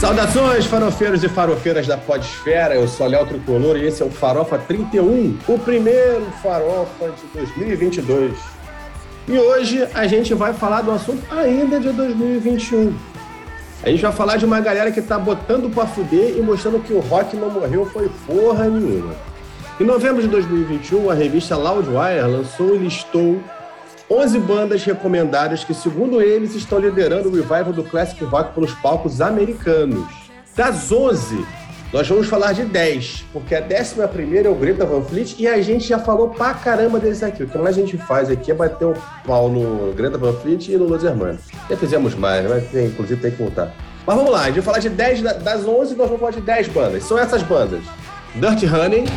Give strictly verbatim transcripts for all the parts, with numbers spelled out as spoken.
Saudações, farofeiros e farofeiras da Podesfera, eu sou Léo Tricolor e esse é o Farofa trinta e um, o primeiro Farofa de dois mil e vinte e dois. E hoje a gente vai falar do assunto ainda de dois mil e vinte e um. A gente vai falar de uma galera que tá botando pra fuder e mostrando que o rock não morreu foi porra nenhuma. Em novembro de dois mil e vinte e um, a revista Loudwire lançou e listou onze bandas recomendadas que, segundo eles, estão liderando o revival do classic rock pelos palcos americanos. Das onze, nós vamos falar de dez, porque a décima primeira é o Greta Van Fleet e a gente já falou pra caramba deles aqui. O que mais a gente faz aqui é bater o pau no Greta Van Fleet e no Los Hermanos. Já fizemos mais, mas tem, inclusive tem que contar. Mas vamos lá, a gente vai falar de dez das onze, nós vamos falar de dez bandas. São essas bandas: Dirty Honey,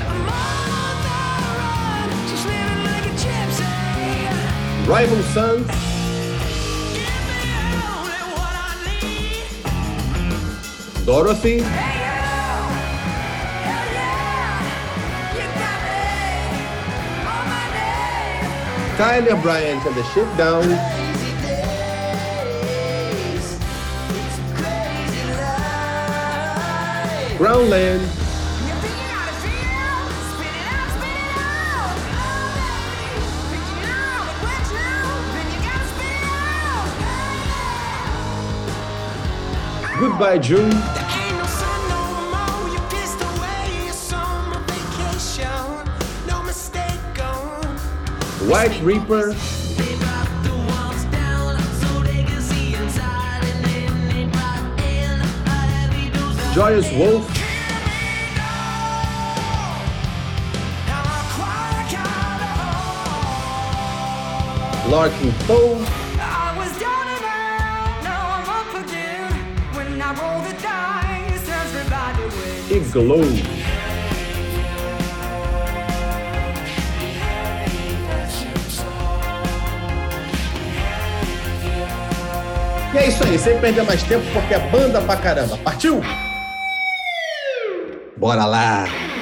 Rival Sons, Dorothy, Tyler Bryant and the Shakedown, Groundland, Goodbye June, White Reaper, Joyous Wolf, Larkin Poe e Glow. E é isso aí, sem perder mais tempo, porque é banda pra caramba. Partiu? Bora lá!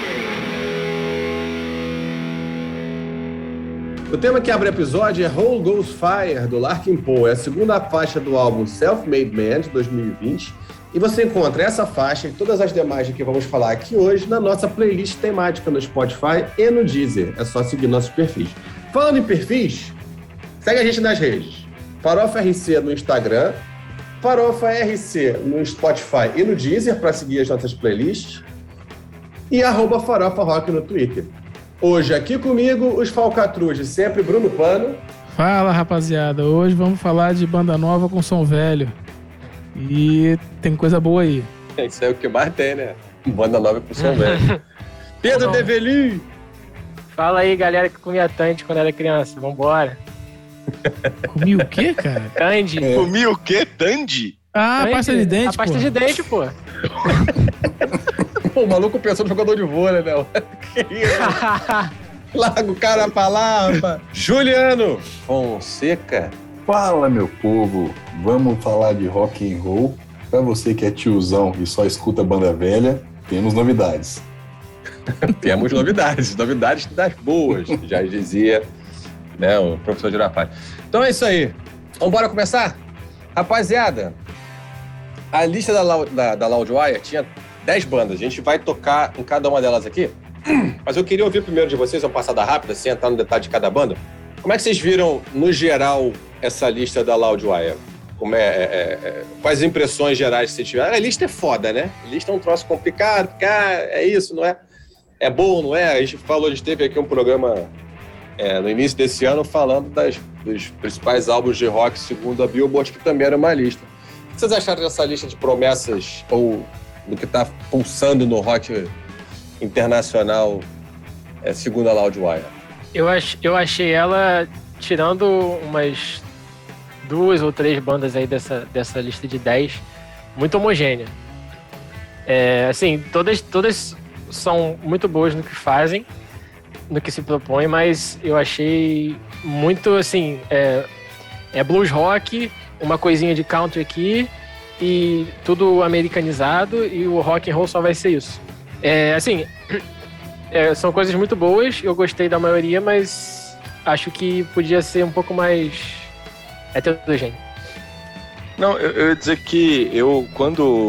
O tema que abre o episódio é Hole Goes Fire, do Larkin Poe. É a segunda faixa do álbum Self-Made Man, de dois mil e vinte. E você encontra essa faixa e todas as demais de que vamos falar aqui hoje na nossa playlist temática no Spotify e no Deezer. É só seguir nossos perfis. Falando em perfis, segue a gente nas redes. Farofa R C no Instagram, Farofa R C no Spotify e no Deezer para seguir as nossas playlists e arroba Farofa Rock no Twitter. Hoje aqui comigo, os falcatruas de sempre, Bruno Pano. Fala, rapaziada. Hoje vamos falar de banda nova com som velho. E tem coisa boa aí. Isso é o que mais tem, né? Banda nova com som velho. Pedro Develi. Fala aí, galera que comia Tandy quando era criança. Vambora. Comia o quê, cara? Tandy. É. Comia o quê? Tandy? Ah, Tandy. a pasta de dente, A pasta pô. de dente, pô. Pô, o maluco pensou no jogador de vôlei, né? Que isso? Larga o cara pra lá, rapaz. Juliano Fonseca. Fala, meu povo, vamos falar de rock and roll. Pra você que é tiozão e só escuta banda velha, temos novidades. Temos novidades, novidades das boas, já dizia, né, o professor Girafales. Então é isso aí, vamos embora começar? Rapaziada, a lista da, da, da Loudwire tinha dez bandas, a gente vai tocar em cada uma delas aqui, mas eu queria ouvir primeiro de vocês, uma passada rápida, sem entrar no detalhe de cada banda. Como é que vocês viram, no geral, essa lista da Loudwire? Como é, é, é, quais impressões gerais que vocês tiveram? A lista é foda, né? A lista é um troço complicado, porque ah, é isso, não é? É bom, não é? A gente falou, a gente teve aqui um programa é, no início desse ano falando das, dos principais álbuns de rock segundo a Billboard, que também era uma lista. O que vocês acharam dessa lista de promessas ou do que está pulsando no rock internacional é, segundo a Loudwire? Eu, ach, eu achei ela, tirando umas duas ou três bandas aí dessa, dessa lista de dez, muito homogênea. É, assim, todas, todas são muito boas no que fazem, no que se propõem, mas eu achei muito, assim, é, é blues rock, uma coisinha de country aqui e tudo americanizado, e o rock and roll só vai ser isso. É, assim... É, são coisas muito boas, eu gostei da maioria, mas acho que podia ser um pouco mais heterogêneo. Não, eu, eu ia dizer que eu, quando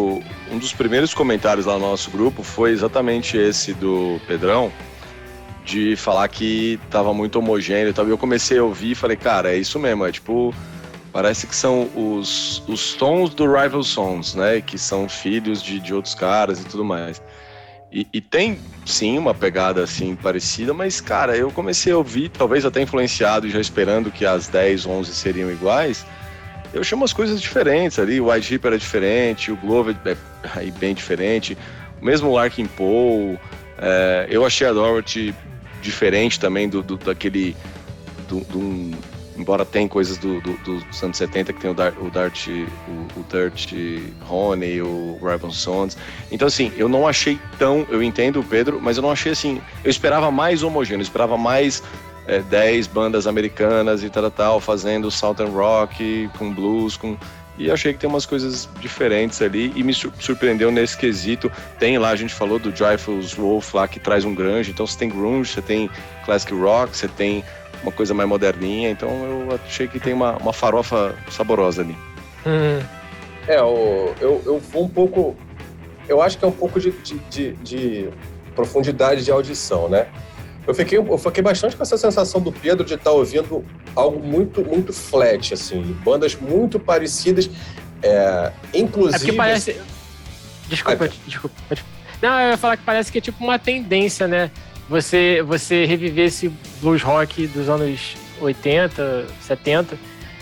um dos primeiros comentários lá no nosso grupo foi exatamente esse do Pedrão, de falar que tava muito homogêneo e tal. E eu comecei a ouvir e falei, cara, é isso mesmo, é tipo, parece que são os, os tons do Rival Sons, né, que são filhos de, de outros caras e tudo mais. E, e tem, sim, uma pegada, assim, parecida, mas, cara, eu comecei a ouvir, talvez até influenciado e já esperando que as dez, onze seriam iguais, eu achei umas coisas diferentes ali, o White Reaper é diferente, o Glover é aí bem diferente, mesmo o Larkin Poe, é, eu achei a Dorothy diferente também do, do, daquele, do, do, embora tem coisas do, do, dos anos setenta, que tem o, Dar, o Dart, o, o Dirt Honey, o Rival Sons. Então, assim, eu não achei tão, eu entendo o Pedro, mas eu não achei assim, eu esperava mais homogêneo, eu esperava mais é, dez bandas americanas e tal, tal, fazendo Southern Rock, com blues, com... E achei que tem umas coisas diferentes ali e me surpreendeu nesse quesito. Tem lá, a gente falou do Dreyfus Wolf lá, que traz um grunge, então você tem grunge, você tem classic rock, você tem uma coisa mais moderninha, então eu achei que tem uma, uma farofa saborosa ali. Hum. É, eu, eu, eu vou um pouco... Eu acho que é um pouco de, de, de, de profundidade de audição, né? Eu fiquei, eu fiquei bastante com essa sensação do Pedro de estar ouvindo algo muito, muito flat, assim, bandas muito parecidas, é, inclusive... É porque parece... Desculpa, Ai, desculpa. Não, eu ia falar que parece que é tipo uma tendência, né? Você, você reviver esse blues rock dos anos oitenta, setenta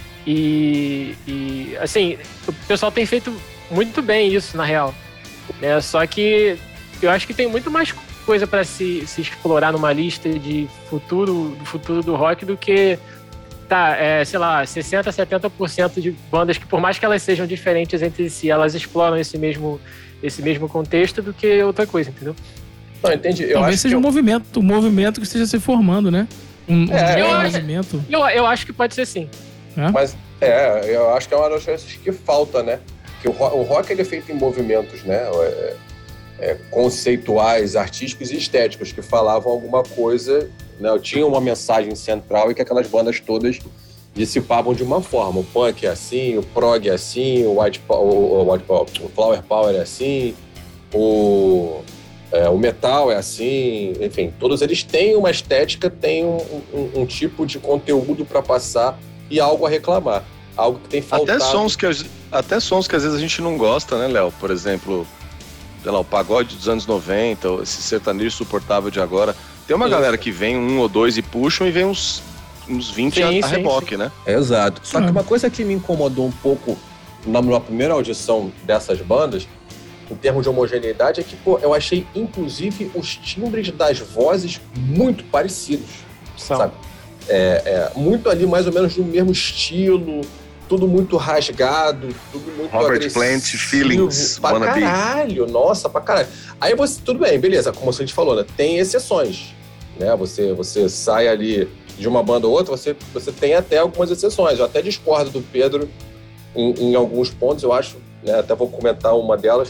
e, e, assim, o pessoal tem feito muito bem isso, na real. Né? Só que eu acho que tem muito mais coisa para se, se explorar numa lista de futuro, do futuro do rock do que, tá, é, sei lá, sessenta, setenta por cento de bandas que, por mais que elas sejam diferentes entre si, elas exploram esse mesmo, esse mesmo contexto do que outra coisa, entendeu? Não, entendi. Eu Talvez acho seja que um eu... movimento, um movimento que esteja se formando, né? Um, É, um eu acho- movimento. Eu, eu acho que pode ser sim. Mas, é, eu acho que é uma das coisas que falta, né? Que o rock, o rock ele é feito em movimentos, né? É, é, conceituais, artísticos e estéticos, que falavam alguma coisa, né? Tinha uma mensagem central e que aquelas bandas todas dissipavam de uma forma. O punk é assim, o prog é assim, o, white, o, o, white, o flower power é assim, o, é, o metal é assim, enfim, todos eles têm uma estética, têm um, um, um tipo de conteúdo para passar e algo a reclamar, algo que tem faltado. Até sons que, a- até sons que às vezes a gente não gosta, né, Léo? Por exemplo, sei lá, o pagode dos anos noventa, ou esse sertanejo suportável de agora. Tem uma Isso. galera que vem um ou dois e puxam e vem uns, uns vinte Sim, a, a sim, reboque, né? Exato. Só que Ah. uma coisa que me incomodou um pouco na minha primeira audição dessas bandas, em termos de homogeneidade, é que, pô, eu achei, inclusive, os timbres das vozes muito parecidos, São. sabe? É, é, muito ali, mais ou menos, do mesmo estilo, tudo muito rasgado, tudo muito Robert agressivo. Plant, Feelings, Pra Wanna Be. caralho, nossa, pra caralho. Aí você, tudo bem, beleza, como a gente falou, né? Tem exceções, né? Você, você sai ali de uma banda ou outra, você, você tem até algumas exceções. Eu até discordo do Pedro em, em alguns pontos, eu acho, né? Até vou comentar uma delas,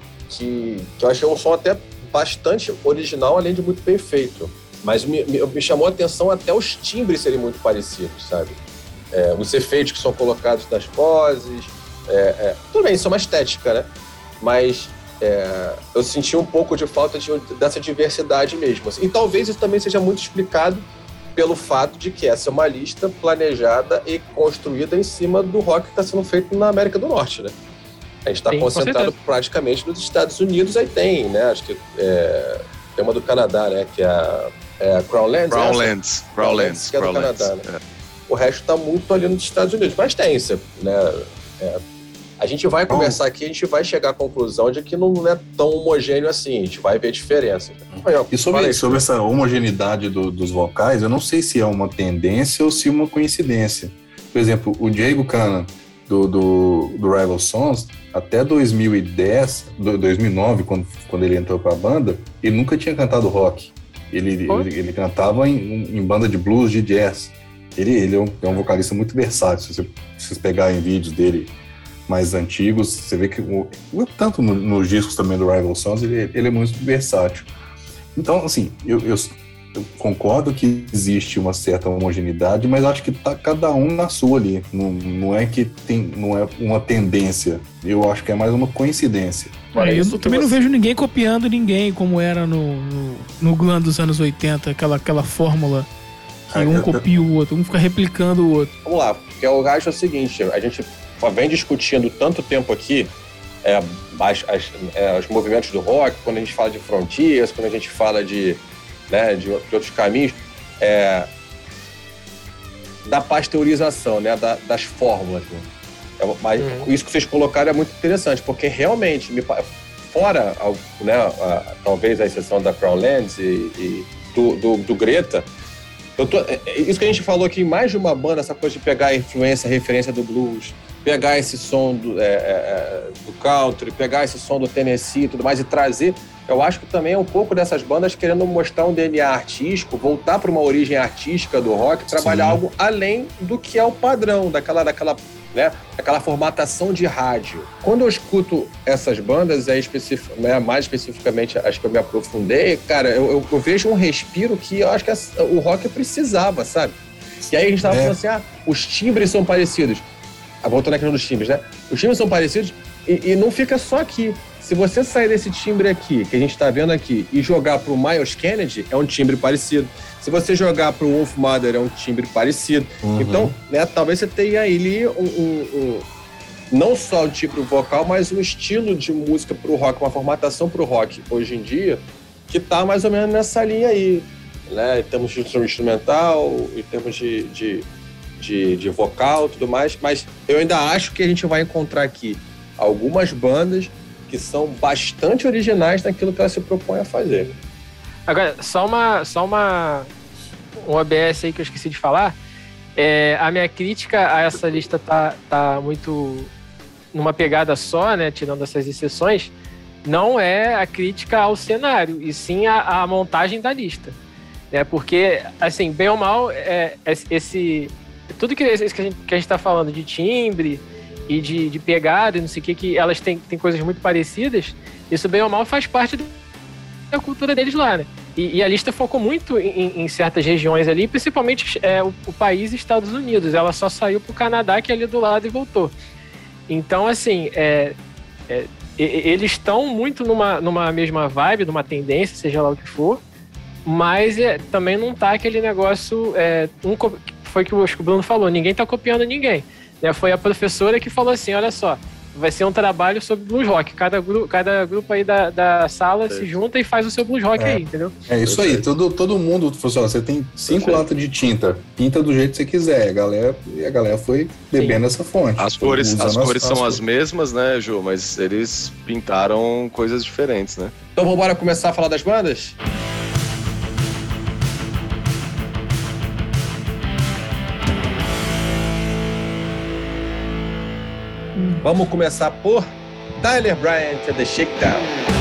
que, que eu achei um som até bastante original, além de muito bem feito. Mas me, me, me chamou a atenção até os timbres serem muito parecidos, sabe? É, os efeitos que são colocados nas vozes. É, é, tudo bem, isso é uma estética, né? Mas é, eu senti um pouco de falta de, dessa diversidade mesmo. Assim. E talvez isso também seja muito explicado pelo fato de que essa é uma lista planejada e construída em cima do rock que está sendo feito na América do Norte, né? A gente está Sim, com concentrado certeza. praticamente nos Estados Unidos, aí tem, né? Acho que é, tem uma do Canadá, né? Que é a, é a Crownlands. essa? Crownlands, Crownlands, que é do Crownlands. Canadá, né? É. O resto está muito ali nos Estados Unidos. Mas tem isso, né? É, a gente vai conversar aqui, a gente vai chegar à conclusão de que não é tão homogêneo assim. A gente vai ver diferença. Aí, ó, E sobre, fala aí, sobre essa homogeneidade do- dos vocais, eu não sei se é uma tendência ou se é uma coincidência. Por exemplo, o Jay Buchanan, do, do, do Rival Sons, até dois mil e dez, do- dois mil e nove, quando, quando ele entrou para a banda, ele nunca tinha cantado rock. Ele, Oh. ele, ele cantava em, em banda de blues, de jazz. Ele, ele é, um, é um vocalista muito versátil. Se você- se vocês pegarem vídeos dele mais antigos, você vê que, o, o- tanto no- nos discos também do Rival Sons, ele, ele é muito versátil. Então, assim, eu, eu, eu concordo que existe uma certa homogeneidade, mas acho que tá cada um na sua ali. Não, não é que tem, não é uma tendência. Eu acho que é mais uma coincidência. É, eu também você... não vejo ninguém copiando ninguém, como era no, no, no glam dos anos oitenta, aquela, aquela fórmula que um copia o outro, um fica replicando o outro. Vamos lá, porque eu acho o seguinte, a gente vem discutindo tanto tempo aqui é, as, as, é, os movimentos do rock, quando a gente fala de frontiers, quando a gente fala de, né, de, de outros caminhos, é, da pasteurização, né, da, das fórmulas. Né? É, mas uhum. Isso que vocês colocaram é muito interessante, porque realmente, me, fora né, a, talvez a exceção da Crown Lands e, e do, do, do Greta, eu tô, isso que a gente falou aqui em mais de uma banda, essa coisa de pegar a influência, a referência do blues, pegar esse som do, é, é, do country, pegar esse som do Tennessee e tudo mais e trazer, eu acho que também é um pouco dessas bandas querendo mostrar um D N A artístico, voltar para uma origem artística do rock, trabalhar Sim. algo além do que é o padrão, daquela, daquela, né, daquela formatação de rádio. Quando eu escuto essas bandas, é especific, né, mais especificamente as que eu me aprofundei, cara, eu, eu, eu vejo um respiro que eu acho que o rock precisava, sabe? E aí a gente tava é. falando assim, ah, os timbres são parecidos. Ah, voltando aqui nos timbres, né? Os timbres são parecidos e, e não fica só aqui. Se você sair desse timbre aqui, que a gente está vendo aqui, e jogar para o Myles Kennedy, é um timbre parecido. Se você jogar para o Wolf Mother, é um timbre parecido. Uhum. Então, né, talvez você tenha ali um, um, um, não só um timbre vocal, mas um estilo de música para o rock, uma formatação para o rock hoje em dia, que está mais ou menos nessa linha aí, né? Em termos de instrumental, em termos de, de, de, de vocal e tudo mais. Mas eu ainda acho que a gente vai encontrar aqui algumas bandas que são bastante originais naquilo que ela se propõe a fazer. Agora, só uma, só uma um A B S aí que eu esqueci de falar. É, a minha crítica a essa lista tá, tá muito numa pegada só, né, tirando essas exceções, não é a crítica ao cenário, e sim a, a montagem da lista. Né, porque, assim, bem ou mal, é, é, esse, tudo que, que a gente que a gente tá falando de timbre e de, de pegada e não sei o que, que elas têm, têm coisas muito parecidas, isso bem ou mal faz parte da cultura deles lá, né? E, e a lista focou muito em, em certas regiões ali, principalmente é, o, o país Estados Unidos. Ela só saiu pro Canadá, que é ali do lado, e voltou. Então, assim, é, é, eles estão muito numa, numa mesma vibe, numa tendência, seja lá o que for, mas é, também não tá aquele negócio... É, um, foi que o, que o Bruno falou, ninguém tá copiando ninguém. Né? Foi a professora que falou assim, olha só, vai ser um trabalho sobre blues rock. Cada, gru, cada grupo aí da, da sala é. se junta e faz o seu blues rock é. aí, entendeu? É isso aí. Todo, todo mundo, professor, você tem cinco latas de tinta. Pinta do jeito que você quiser. A galera, a galera foi bebendo Sim. essa fonte. As cores, as cores as, são as, as mesmas, né, Ju? Mas eles pintaram coisas diferentes, né? Então vamos embora começar a falar das bandas? Vamos começar por Tyler Bryant e The Shakedown.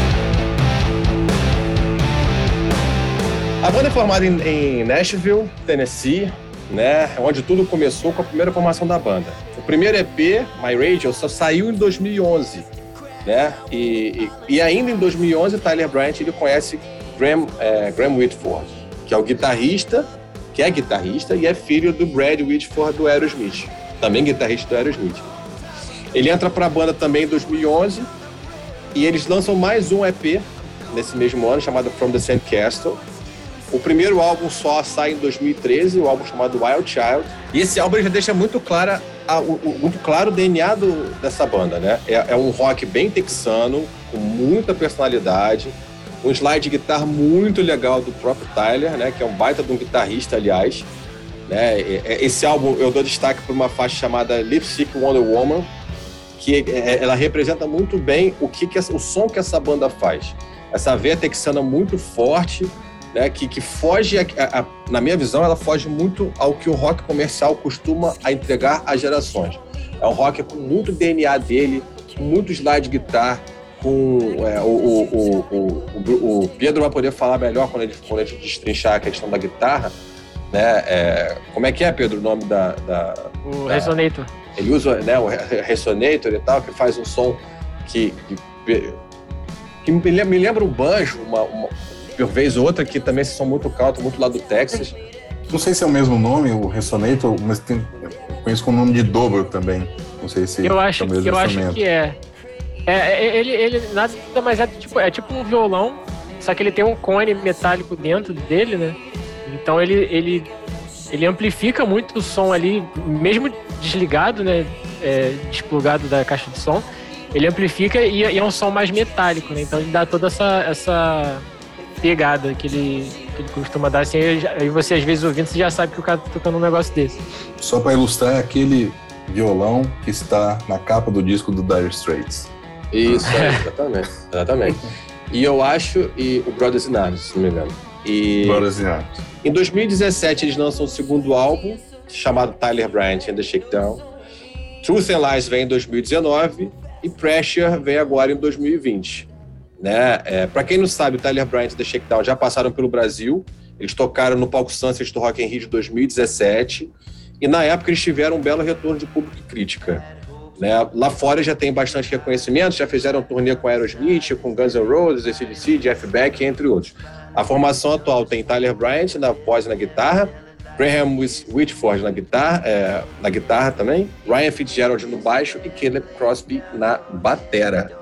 A banda é formada em, em Nashville, Tennessee, né, onde tudo começou com a primeira formação da banda. O primeiro E P, My Radio, só saiu em dois mil e onze, né? E, e, e ainda em dois mil e onze, Tyler Bryant ele conhece Graham, é, Graham Whitford, que é o guitarrista, que é guitarrista e é filho do Brad Whitford do Aerosmith, também guitarrista do Aerosmith. Ele entra para a banda também em dois mil e onze e eles lançam mais um E P nesse mesmo ano, chamado From the Sandcastle. O primeiro álbum só sai em dois mil e treze, o álbum chamado Wild Child. E esse álbum já deixa muito, clara, a, o, muito claro o D N A do, dessa banda, né? É, é um rock bem texano, com muita personalidade, um slide de guitarra muito legal do próprio Tyler, né? Que é um baita de um guitarrista, aliás. Né? Esse álbum eu dou destaque para uma faixa chamada Lipstick Wonder Woman, que ela representa muito bem o, que que essa, o som que essa banda faz. Essa veia texana muito forte, né, que, que foge, a, a, na minha visão, ela foge muito ao que o rock comercial costuma a entregar às gerações. É um rock com muito D N A dele, com muito slide guitar, com é, o, o, o, o, o Pedro vai poder falar melhor quando ele, quando ele destrinchar a questão da guitarra, né? É, como é que é, Pedro, o nome da... da o da, Resonator. Ele usa, né, o Resonator e tal, que faz um som que, que, que me lembra um banjo, uma, uma, por vez ou outra, que também são muito country, muito lá do Texas. Não sei se é o mesmo nome, o Resonator, mas tem, eu conheço com o nome de dobro também. Não sei se eu acho, é o mesmo eu acho que é. é ele, ele nada mais é tipo, é tipo um violão, só que ele tem um cone metálico dentro dele, né? Então ele, ele, ele amplifica muito o som ali, mesmo desligado, né? É, desplugado da caixa de som. Ele amplifica e, e é um som mais metálico, né? Então ele dá toda essa, essa pegada que ele, que ele costuma dar. Assim, aí você, às vezes, ouvindo, você já sabe que o cara tá tocando um negócio desse. Só para ilustrar, aquele violão que está na capa do disco do Dire Straits. Isso, é, exatamente. exatamente. E eu acho, e o Brothers in Arms, se não me engano. E Brothers in Arms. Em dois mil e dezessete, eles lançam o segundo álbum, chamado Tyler Bryant and the Shakedown. Truth and Lies vem em dois mil e dezenove. E Pressure vem agora em dois mil e vinte. Né? É, para quem não sabe, o Tyler Bryant e The Shakedown já passaram pelo Brasil. Eles tocaram no palco Sunset do Rock in Rio de dois mil e dezessete. E na época eles tiveram um belo retorno de público e crítica. Né? Lá fora já tem bastante reconhecimento, já fizeram um turnê com Aerosmith, com Guns N' Roses, A C D C, Jeff Beck, entre outros. A formação atual tem Tyler Bryant na voz e na guitarra, Graham Whitford na guitarra, é, na guitarra também, Ryan Fitzgerald no baixo e Caleb Crosby na batera.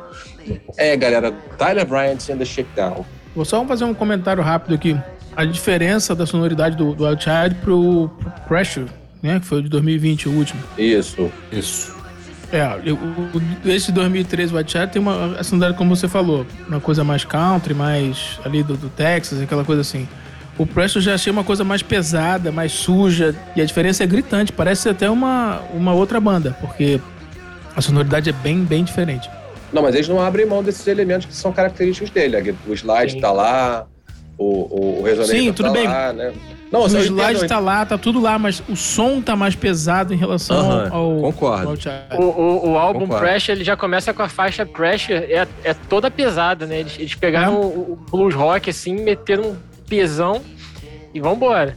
É, galera, Tyler Bryant and the Shakedown. Vou só fazer um comentário rápido aqui. A diferença da sonoridade do, do Wild Child pro, pro Pressure, né, que foi o de dois mil e vinte, o último. Isso. Isso. É, o, o, esse de dois mil e treze, o Wild Child, tem uma a sonoridade, como você falou, uma coisa mais country, mais ali do, do Texas, aquela coisa assim. O Pressure já achei uma coisa mais pesada, mais suja, e a diferença é gritante, parece até uma, uma outra banda, porque a sonoridade é bem, bem diferente. Não, mas eles não abrem mão desses elementos que são característicos dele. O slide Sim. tá lá, o, o, o resonator Sim, tudo tá bem. lá, né? Não, o slide entendo, tá lá, tá tudo lá, mas o som tá mais pesado em relação uh-huh, ao... Concordo. Ao o, o, o álbum concordo. Pressure, ele já começa com a faixa Pressure, é, é toda pesada, né? Eles, eles pegaram é. o, o blues rock, assim, meteram um pesão e vambora.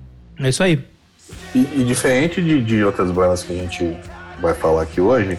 É isso aí. E, e diferente de, de outras bandas que a gente vai falar aqui hoje,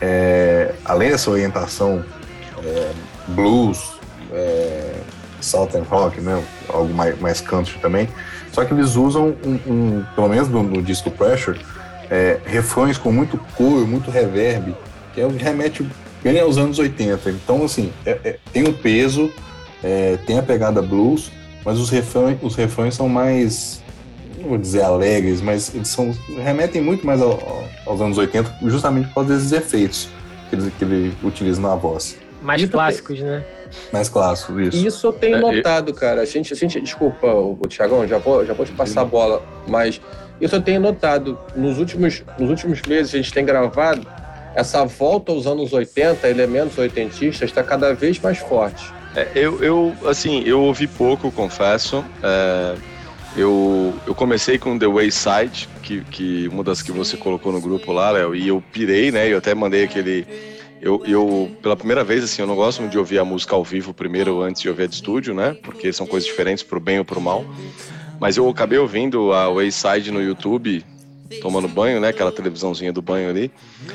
é, além dessa orientação é, blues, é, southern rock, né, algo mais, mais country também, só que eles usam, um, um, pelo menos no, no disco Pressure, é, refrões com muito coro, muito reverb, que é o que remete bem aos anos oitenta. Então, assim, é, é, tem um peso, é, tem a pegada blues, mas os refrões, os refrões são mais, não vou dizer alegres, mas eles são, remetem muito mais ao, ao, aos anos oitenta, justamente por causa desses efeitos que ele, que ele utiliza na voz. Mais Isso clássicos, tem... né? Mais clássicos, isso. Isso eu tenho é, notado, eu... cara. A gente, a gente, desculpa, o Thiagão, já vou, já vou te passar a bola, mas isso eu tenho notado. Nos últimos, nos últimos meses a gente tem gravado, essa volta aos anos oitenta, elementos oitentistas, está cada vez mais forte. É, eu, eu, assim, eu ouvi pouco, confesso. É, eu, eu comecei com The Wayside, que, que uma das que você colocou no grupo lá, Léo, e eu pirei, né? Eu até mandei aquele... Eu, eu, pela primeira vez, assim, eu não gosto muito de ouvir a música ao vivo primeiro antes de ouvir a de estúdio, né? Porque são coisas diferentes pro bem ou pro mal. Mas eu acabei ouvindo a Wayside no YouTube, tomando banho, né? Aquela televisãozinha do banho ali.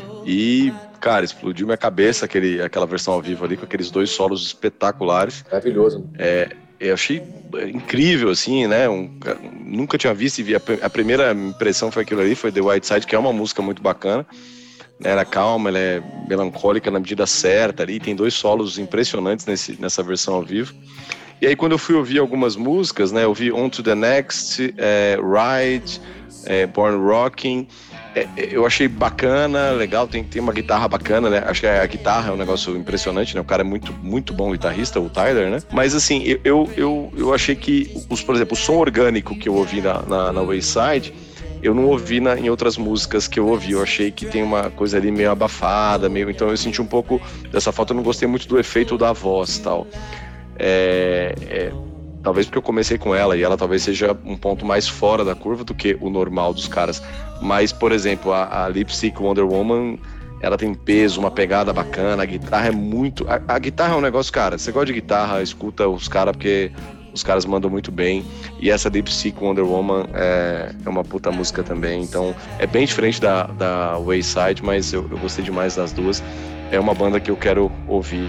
E, cara, explodiu minha cabeça aquele, aquela versão ao vivo ali, com aqueles dois solos espetaculares. Maravilhoso. É, eu achei incrível, assim, né? Um, nunca tinha visto e vi. A, a primeira impressão foi aquilo ali, foi The White Side, que é uma música muito bacana. Ela é calma, ela é melancólica na medida certa ali, tem dois solos impressionantes nesse, nessa versão ao vivo. E aí quando eu fui ouvir algumas músicas, né, eu vi On to the Next, é, Ride, é, Born Rocking, é, eu achei bacana, legal, tem, tem uma guitarra bacana, né, acho que a guitarra é um negócio impressionante, né, o cara é muito, muito bom guitarrista, o Tyler, né, mas assim, eu, eu, eu, eu achei que, os, por exemplo, o som orgânico que eu ouvi na, na, na Wayside, eu não ouvi na, em outras músicas que eu ouvi, eu achei que tem uma coisa ali meio abafada, meio, então eu senti um pouco dessa falta, eu não gostei muito do efeito da voz e tal. É, é, talvez porque eu comecei com ela e ela talvez seja um ponto mais fora da curva do que o normal dos caras. Mas, por exemplo, a, a Lipstick Wonder Woman, ela tem peso, uma pegada bacana, a guitarra é muito... A, a guitarra é um negócio, cara, você gosta de guitarra, escuta os caras porque... Os caras mandam muito bem. E essa Lipstick Wonder Woman é, é uma puta música também. Então é bem diferente da, da Wayside, mas eu, eu gostei demais das duas. É uma banda que eu quero ouvir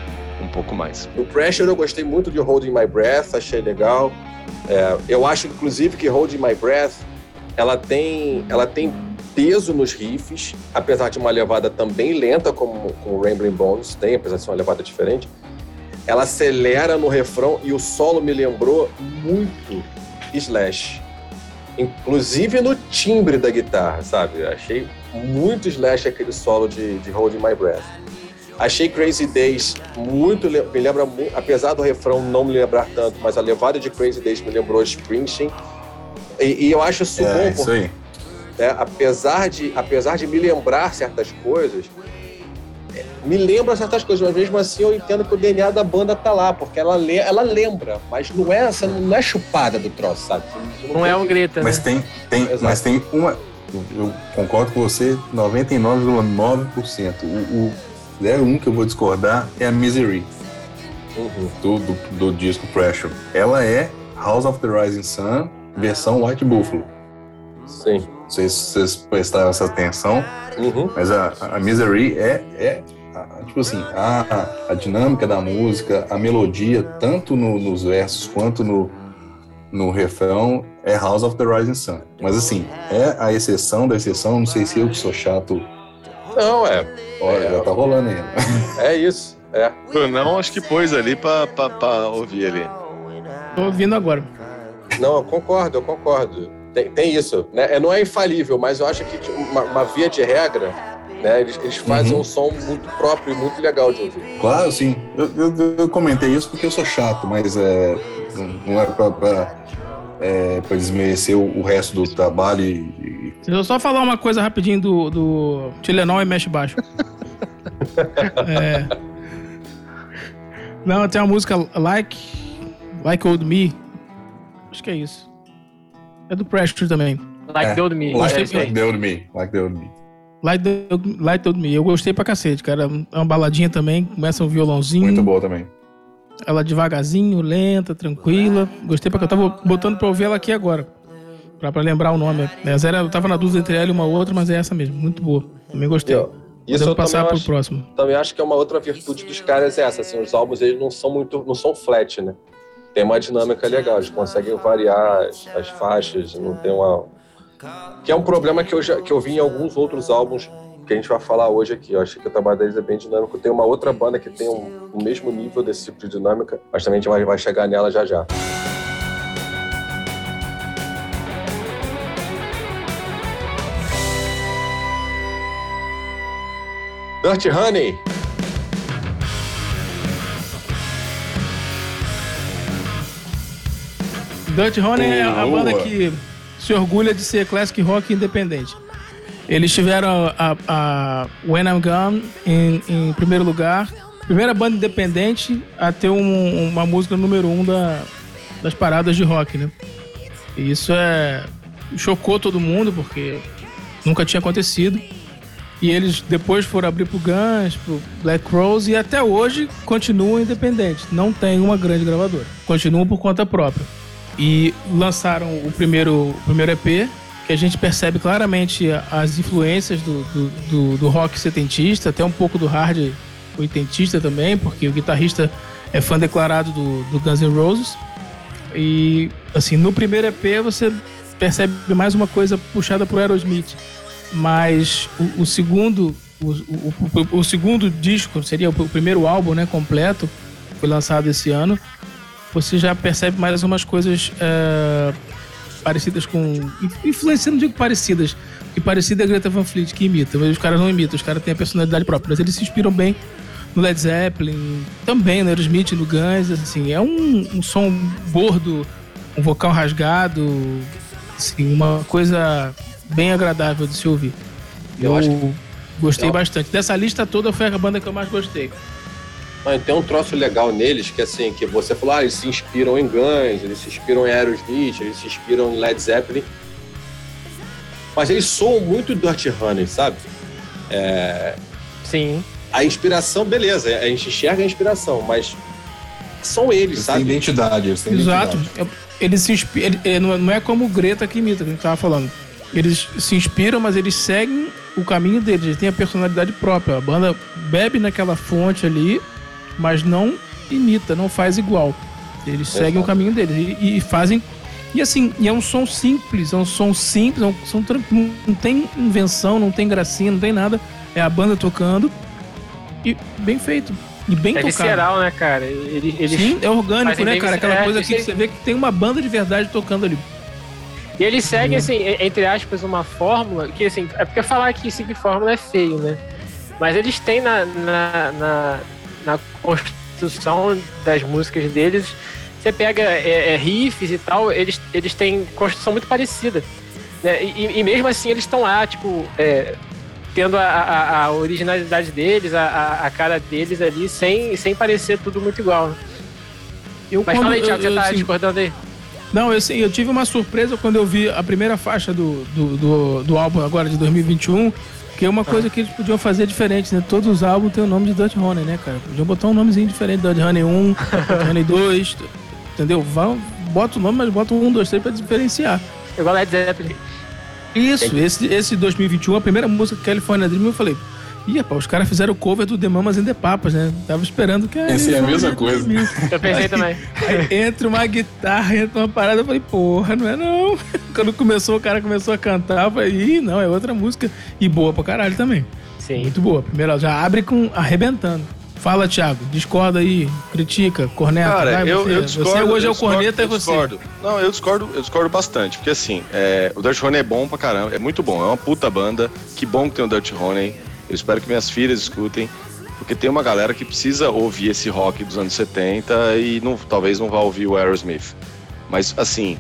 um pouco mais. No Pressure eu gostei muito de Holding My Breath, achei legal. É, eu acho, inclusive, que Holding My Breath, ela tem, ela tem peso nos riffs, apesar de uma levada também lenta, como com o Rambling Bones tem, apesar de ser uma levada diferente. Ela acelera no refrão e o solo me lembrou muito Slash. Inclusive no timbre da guitarra, sabe? Eu achei muito Slash aquele solo de, de Holding My Breath. Achei Crazy Days muito... Me lembra muito, apesar do refrão não me lembrar tanto, mas a levada de Crazy Days me lembrou Springsteen. E, e eu acho isso é, bom, isso porque, aí. É, apesar, de, apesar de me lembrar certas coisas, é, me lembra certas coisas, mas mesmo assim eu entendo que o D N A da banda tá lá, porque ela, le, ela lembra, mas não é, essa, não é chupada do troço, sabe? Não, não é um grita, né? Mas tem, tem, mas tem uma... Eu concordo com você noventa e nove vírgula nove por cento. O, o zero vírgula um que eu vou discordar é a Misery, uhum. do, do, do disco Pressure. Ela é House of the Rising Sun, versão White Buffalo. Sim. Não sei se vocês prestaram essa atenção, uhum. mas a, a Misery é, é a, tipo assim, a, a dinâmica da música, a melodia, tanto no, nos versos quanto no, no refrão, é House of the Rising Sun. Mas assim, é a exceção da exceção, não sei se eu que sou chato. Não, é. Olha, é, já tá rolando aí. É isso, é. Não, acho que pôs ali pra, pra, pra ouvir ali. Tô ouvindo agora. Não, eu concordo, eu concordo. Tem, tem isso, né? Não é infalível, mas eu acho que uma, uma via de regra, né? Eles, eles fazem uhum. um som muito próprio e muito legal de ouvir. Claro, sim. Eu, eu, eu comentei isso porque eu sou chato, mas é, não é pra, pra, é, pra desmerecer o, o resto do trabalho e... Deixa eu só falar uma coisa rapidinho do, do Tylenol e mexe baixo. é... Não, tem uma música Like, Like Old Me. Acho que é isso. É do Pressure também. Like é, the Old Me. Like, é, like the Old Me. Like the Old Me. Like the, like the Old Me. Eu gostei pra cacete, cara. É uma baladinha também. Começa um violãozinho. Muito boa também. Ela devagarzinho, lenta, tranquila. Gostei pra cá. Eu tava botando pra ouvir ela aqui agora. Pra, pra lembrar o nome. É, eu tava na dúvida entre ela e uma outra, mas é essa mesmo. Muito boa. Também gostei. Eu, isso eu passar pro acho, próximo. Também acho que é uma outra virtude dos caras é essa. Assim, os álbuns eles não são muito, não são flat, né? Tem uma dinâmica legal, eles conseguem variar as, as faixas, não tem uma... Que é um problema que eu, já, que eu vi em alguns outros álbuns que a gente vai falar hoje aqui. Eu achei que o trabalho deles é bem dinâmico. Tem uma outra banda que tem um, o mesmo nível desse tipo de dinâmica, mas também a gente vai, vai chegar nela já já. Dirty Honey. Dirty Honey é a Boa. banda que se orgulha de ser classic rock independente. Eles tiveram a, a When I'm Gone em, em primeiro lugar. Primeira banda independente a ter um, uma música número um da, das paradas de rock, né? E isso é... chocou todo mundo, porque nunca tinha acontecido. E eles depois foram abrir pro Guns, pro Black Crowes, e até hoje continuam independentes. Não tem uma grande gravadora. Continuam por conta própria. E lançaram o primeiro, o primeiro E P, que a gente percebe claramente as influências do, do, do, do rock setentista, até um pouco do hard oitentista também, porque o guitarrista é fã declarado do, do Guns N' Roses. E, assim, no primeiro E P você percebe mais uma coisa puxada pro Aerosmith. Mas o, o segundo o, o, o, o segundo disco, seria o primeiro álbum, né, completo, foi lançado esse ano, você já percebe mais umas coisas é, parecidas com... Influência, não digo parecidas, porque parecida é a Greta Van Fleet, que imita, mas os caras não imitam, os caras têm a personalidade própria, mas eles se inspiram bem no Led Zeppelin, também no Aerosmith, no Guns, assim, é um, um som bordo, um vocal rasgado, assim, uma coisa bem agradável de se ouvir. Eu, eu acho que... gostei não. bastante. Dessa lista toda foi a banda que eu mais gostei. Mas tem um troço legal neles que, assim, que você falou, ah, eles se inspiram em Guns, eles se inspiram em Aerosmith, eles se inspiram em Led Zeppelin. Mas eles soam muito Dirty Honey, sabe? É... Sim. A inspiração, beleza, a gente enxerga a inspiração, mas são eles, eles sabe? Têm identidade, eles têm Exato. identidade. Eles se inspiram, não é como o Greta que imita, que a gente tava falando. Eles se inspiram, mas eles seguem o caminho deles, eles têm a personalidade própria. A banda bebe naquela fonte ali mas não imita, não faz igual. Eles Exato. seguem o caminho deles e, e fazem. E assim, e é um som simples, é um som simples, é um som tranquilo, não tem invenção, não tem gracinha, não tem nada. É a banda tocando e bem feito. E bem É tocado. visceral, né, cara? Eles, eles Sim, é orgânico, fazem né, bem cara? Aquela é, coisa que eles- você vê que tem uma banda de verdade tocando ali. E eles seguem, assim, entre aspas, uma fórmula que, assim, é porque falar que seguir fórmula é feio, né? Mas eles têm na, na, na, na construção das músicas deles, você pega é, é, riffs e tal, eles, eles têm construção muito parecida. Né? E, e mesmo assim eles estão lá, tipo, é, tendo a, a, a originalidade deles, a, a, a cara deles ali, sem, sem parecer tudo muito igual. Né? Eu, Mas quando, fala aí, Thiago, eu, você tá assim, discordando aí? Não, eu, assim, eu tive uma surpresa quando eu vi a primeira faixa do, do, do, do álbum agora de dois mil e vinte e um, que é uma coisa que eles podiam fazer diferente, né? Todos os álbuns têm o nome de Dirty Honey, né, cara? Podiam botar um nomezinho diferente, Dirty Honey um, Dirty Honey dois, entendeu? Vão, bota o nome, mas bota um, dois, três pra diferenciar. Igual Led Zeppelin. Isso, esse, esse dois mil e vinte e um, a primeira música, California Dream, eu falei, ih, rapaz, os caras fizeram o cover do The Mamas and the Papas, né? Tava esperando que... Pensei a mesma coisa. Eu pensei também. Aí entra uma guitarra, entra uma parada, eu falei, porra, não é não. Quando começou, o cara começou a cantar, eu falei, ih, não, é outra música. E boa pra caralho também. Sim. Muito boa. Primeiro, já abre com arrebentando. Fala, Thiago, discorda aí, critica, corneta. Cara, vai, eu, você. eu discordo. Você hoje eu é o discordo, corneta, eu é você. discordo. Não, eu discordo, eu discordo bastante, porque assim, é, o Dirty Honey é bom pra caramba, é muito bom, é uma puta banda, que bom que tem o Dirty Honey, eu espero que minhas filhas escutem, porque tem uma galera que precisa ouvir esse rock dos anos setenta e não, talvez não vá ouvir o Aerosmith. Mas assim,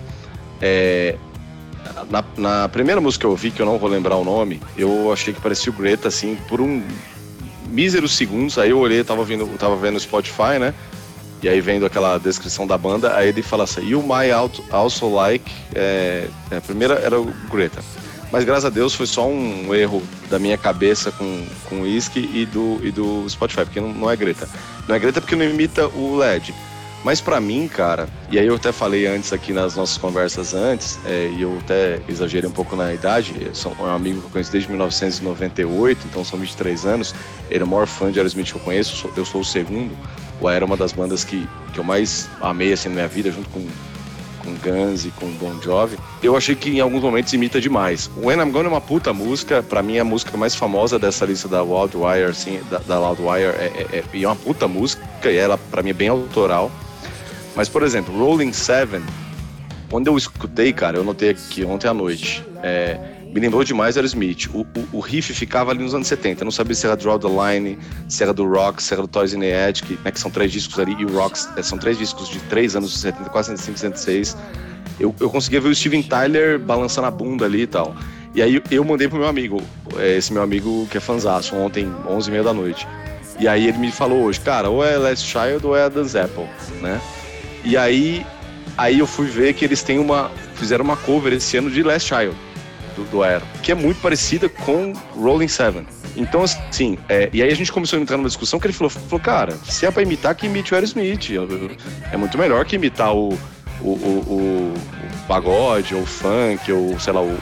é, na, na primeira música que eu ouvi, que eu não vou lembrar o nome, eu achei que parecia o Greta, assim, por um míseros segundos, aí eu olhei, tava vendo, tava vendo o Spotify, né? E aí vendo aquela descrição da banda, aí ele fala assim, You My Also Like, é, a primeira era o Greta. Mas graças a Deus foi só um erro da minha cabeça com com o whisky e do, e do Spotify, porque não, não é Greta. Não é Greta porque não imita o L E D. Mas pra mim, cara, e aí eu até falei antes aqui nas nossas conversas antes, é, e eu até exagerei um pouco na idade, eu sou um amigo que eu conheço desde mil novecentos e noventa e oito, então são vinte e três anos, ele é o maior fã de Aerosmith que eu conheço, eu sou, eu sou o segundo, o Aero é uma das bandas que, que eu mais amei assim na minha vida, junto com, com Guns e com Bon Jovi. Eu achei que em alguns momentos imita demais. O When I'm Gone é uma puta música, pra mim é a música mais famosa dessa lista da Loudwire, assim, da, da Loudwire, é, é, é, é uma puta música, e ela pra mim é bem autoral. Mas, por exemplo, Rolling Seven, quando eu escutei, cara, eu notei aqui ontem à noite, é, me lembrou demais Aerosmith. O, o, o riff ficava ali nos anos setenta, eu não sabia se era Draw the Line, se era do Rock, se era do Toys in the Edge, que, né, que são três discos ali, e o Rock são três discos de três anos, setenta, quase setenta e cinco, setenta e seis. Eu, eu conseguia ver o Steven Tyler balançando a bunda ali e tal. E aí eu mandei pro meu amigo, esse meu amigo que é fanzaço, ontem, onze e meia da noite. E aí ele me falou hoje, cara, ou é Last Child ou é a Dance Apple, né? E aí, aí eu fui ver que eles têm uma, fizeram uma cover esse ano de Last Child, do, do Aero, que é muito parecida com Rolling Seven. Então, assim, é, e aí a gente começou a entrar numa discussão que ele falou, falou cara, se é pra imitar, que imite o Aerosmith. É muito melhor que imitar o, o, o, o, o pagode, ou o funk, ou sei lá, o,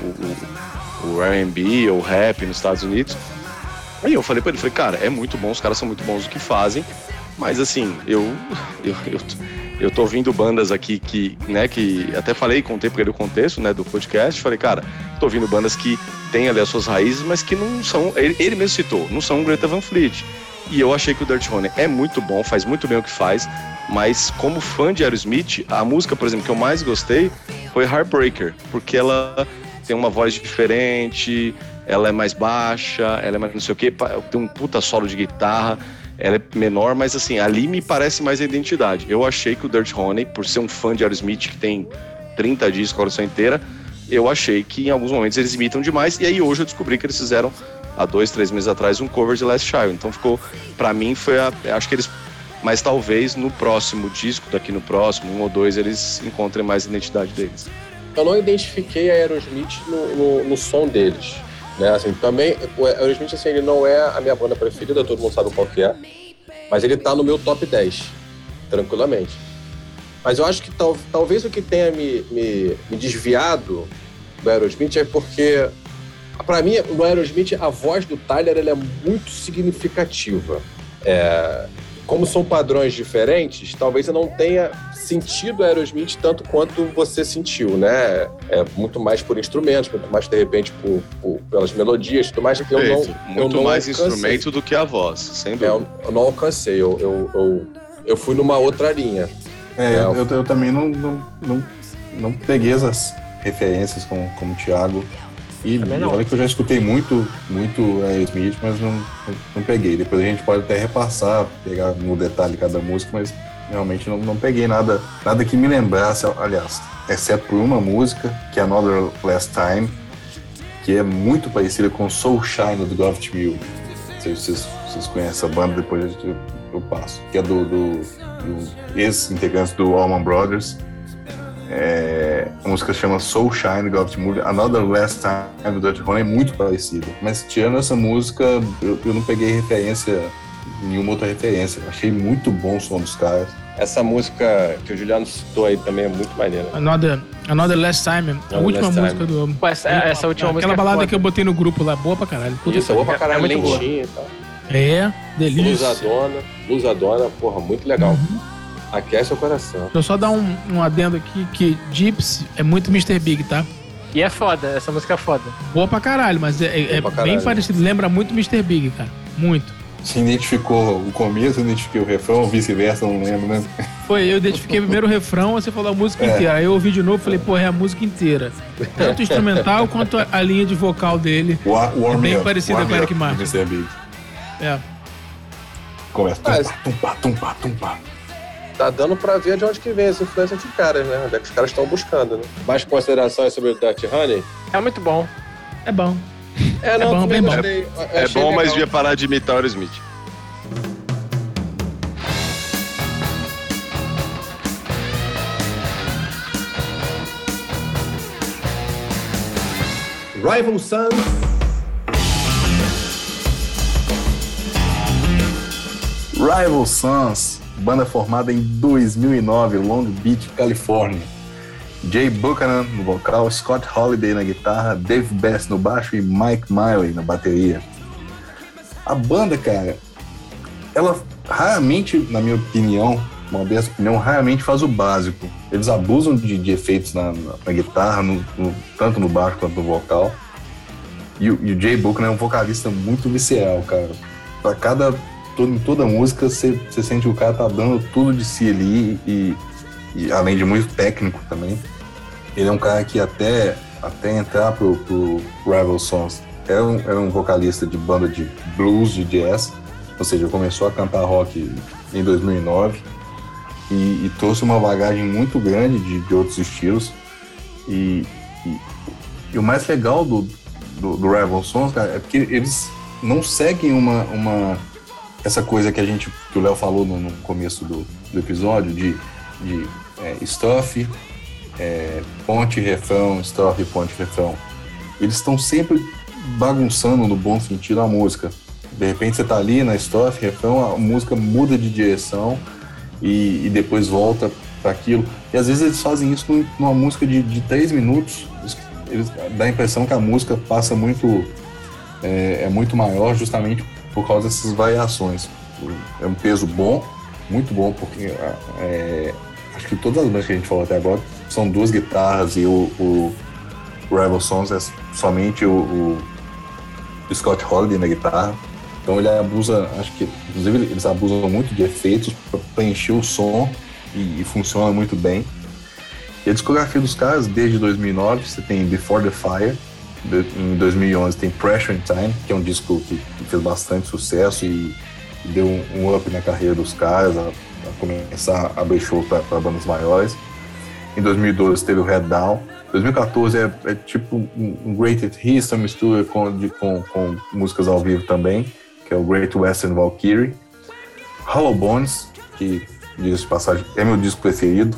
o, o R and B, ou o rap nos Estados Unidos. Aí eu falei pra ele, falei, cara, é muito bom, os caras são muito bons no que fazem, mas assim, eu... eu, eu Eu tô ouvindo bandas aqui que, né, que até falei, contei porque ele o contexto, né, do podcast, falei, cara, tô ouvindo bandas que têm ali as suas raízes, mas que não são, ele, ele mesmo citou, não são Greta Van Fleet. E eu achei que o Dirty Honey é muito bom, faz muito bem o que faz, mas como fã de Aerosmith, a música, por exemplo, que eu mais gostei foi Heartbreaker, porque ela tem uma voz diferente, ela é mais baixa, ela é mais não sei o quê, tem um puta solo de guitarra, ela é menor, mas assim, ali me parece mais a identidade. Eu achei que o Dirty Honey, por ser um fã de Aerosmith que tem trinta discos, a coleção inteira, eu achei que em alguns momentos eles imitam demais, e aí hoje eu descobri que eles fizeram, há dois, três meses atrás, um cover de Last Child. Então ficou, pra mim, foi a... acho que eles... Mas talvez no próximo disco, daqui no próximo, um ou dois, eles encontrem mais a identidade deles. Eu não identifiquei a Aerosmith no, no, no som deles. Né? Assim, também, o Aerosmith, assim, ele não é a minha banda preferida, todo mundo sabe qual que é, mas ele tá no meu top dez, tranquilamente. Mas eu acho que tal, talvez o que tenha me, me, me desviado do Aerosmith é porque, pra mim, no Aerosmith, a voz do Tyler ela é muito significativa. É, como são padrões diferentes, talvez eu não tenha sentido Aerosmith tanto quanto você sentiu, né? É muito mais por instrumentos, muito mais, de repente, por, por, pelas melodias, tudo mais. Que eu não, muito eu não mais alcancei. Instrumento do que a voz, sem dúvida. É, eu, eu não alcancei, eu, eu, eu, eu fui numa outra linha. É, é eu, eu, eu também não, não, não, não peguei essas referências como, como o Thiago. E, e olha que eu já escutei muito, muito Aerosmith, mas não, não, não peguei. Depois a gente pode até repassar, pegar no detalhe cada música, mas realmente não, não peguei nada, nada que me lembrasse, aliás, exceto por uma música, que é Another Last Time, que é muito parecida com Soul Shine do Gov't Mule. Não sei se vocês, vocês conhecem essa banda, depois eu, eu passo. Que é do, do, do ex-integrante do Allman Brothers. É, a música se chama Soul Shine, Gov't Mule. Another Last Time do Dutch Honey é muito parecida. Mas tirando essa música, eu, eu não peguei referência, nenhuma outra referência. Achei muito bom o som dos caras. Essa música que o Juliano citou aí também é muito maneira. Another, Another Last Time, a Another última Last música Time. do álbum. Pô, essa, essa última Aquela música. balada é que eu botei no grupo lá, boa pra caralho. Puta Isso, é boa pra caralho, é muito boa. lentinha e tal. É, delícia. Blusadona, blusadona, porra, muito legal. Uhum. Aquece o coração. Deixa eu só dar um, um adendo aqui, que Gypsy é muito mister Big, tá? E é foda, essa música é foda. Boa pra caralho, mas é, é, é pra caralho. bem parecido, lembra muito mister Big, cara. Muito. Você identificou o começo, identifiquei o refrão, ou vice-versa, não lembro, né? Foi, eu identifiquei primeiro o refrão, você falou a música É. inteira. Aí eu ouvi de novo e falei, porra, é a música inteira. Tanto o instrumental quanto a, a linha de vocal dele. O War, É bem Up, parecida Warm com o Eric Up, Martin. mister Big. É. Começa. Mas- Tumpa, tumpa, tumpa, tumpa. Tá dando pra ver de onde que vem essa influência de caras, né? Onde é que os caras estão buscando, né? Mais considerações sobre o Dutch Honey? É muito bom. É bom. É, bom, também bem bom. gostei. Eu É achei bom, mas legal. devia parar de imitar o Aerosmith. Rival Sons. Rival Sons, banda formada em dois mil e nove, Long Beach, Califórnia. Jay Buchanan no vocal, Scott Holiday na guitarra, Dave Best no baixo e Mike Miley na bateria. A banda, cara, ela raramente, na minha opinião, modesta opinião, raramente faz o básico. Eles abusam de, de efeitos na, na, na guitarra, no, no, tanto no baixo quanto no vocal. E, o- e o Jay Buchanan é um vocalista muito visceral, cara. Pra cada, todo, em toda música, você você sente que o cara tá dando tudo de si ali e, e além de muito técnico também. Ele é um cara que até, até entrar pro, pro Rival Sons era um, era um vocalista de banda de blues, de jazz, ou seja, começou a cantar rock em dois mil e nove e, e trouxe uma bagagem muito grande de, de outros estilos. E, e, e o mais legal do, do, do Rival Sons, cara, é porque eles não seguem uma, uma essa coisa que a gente, que o Léo falou no, no começo do, do episódio, de, de é, estrofe, é, ponte, refrão, estrofe, ponte, refrão. Eles estão sempre bagunçando no bom sentido a música. De repente você tá ali na estrofe, refrão, a música muda de direção e, e depois volta para aquilo. E às vezes eles fazem isso num- numa música de, de três minutos. Eles, eles dá a impressão que a música passa muito, é, é muito maior justamente por causa dessas variações. É um peso bom, muito bom, porque é, acho que todas as bandas que a gente falou até agora são duas guitarras e o, o Rival Sons é somente o, o Scott Holiday na guitarra. Então ele abusa, acho que inclusive eles abusam muito de efeitos para preencher o som e, e funciona muito bem. E a discografia dos caras, desde dois mil e nove, você tem Before the Fire, de- em dois mil e onze tem Pressure in Time, que é um disco que, que fez bastante sucesso e, e deu um, um up na carreira dos caras, a, a começar a abrir show para bandas maiores. Em dois mil e doze teve o Head Down. dois mil e quatorze é, é tipo um, um Greatest Hits, uma mistura com, de, com, com músicas ao vivo também, que é o Great Western Valkyrie. Hollow Bones, que, diga-se de passagem, é meu disco preferido.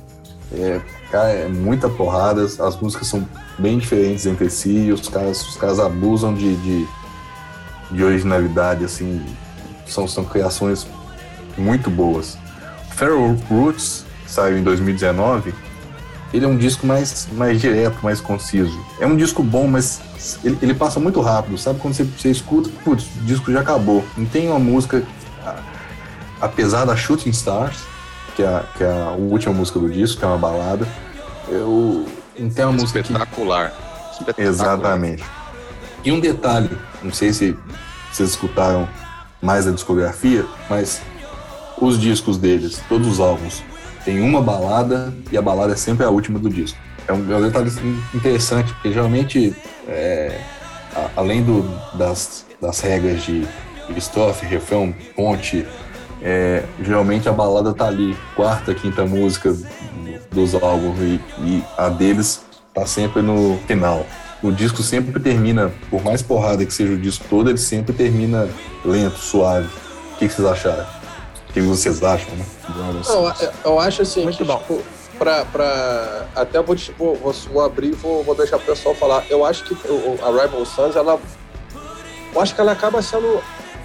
É, cara, é muita porrada, as músicas são bem diferentes entre si, e os caras, os caras abusam de, de, de originalidade, assim, são, são criações muito boas. Feral Roots, que saiu em dois mil e dezenove, ele é um disco mais, mais direto, mais conciso. É um disco bom, mas ele, ele passa muito rápido, sabe? Quando você, você escuta, putz, o disco já acabou. Não tem uma música... apesar da Shooting Stars, que é, que é a última música do disco, que é uma balada, eu não tenho uma música espetacular. Que... espetacular. Exatamente. E um detalhe, não sei se vocês escutaram mais da discografia, mas os discos deles, todos os álbuns, tem uma balada e a balada é sempre a última do disco. É um, é um detalhe interessante, porque geralmente, é, a, além do, das, das regras de estrofe, refrão, ponte, é, geralmente a balada tá ali, quarta, quinta música dos álbuns, e, e a deles tá sempre no final. O disco sempre termina, por mais porrada que seja o disco todo, ele sempre termina lento, suave. O que, que vocês acharam? O que vocês acham, né? Não, eu, eu acho assim, muito que, bom. Tipo, pra, pra, até vou, vou, vou, vou abrir e vou, vou deixar o pessoal falar. Eu acho que o, a Rival Sons, ela, eu acho que ela acaba sendo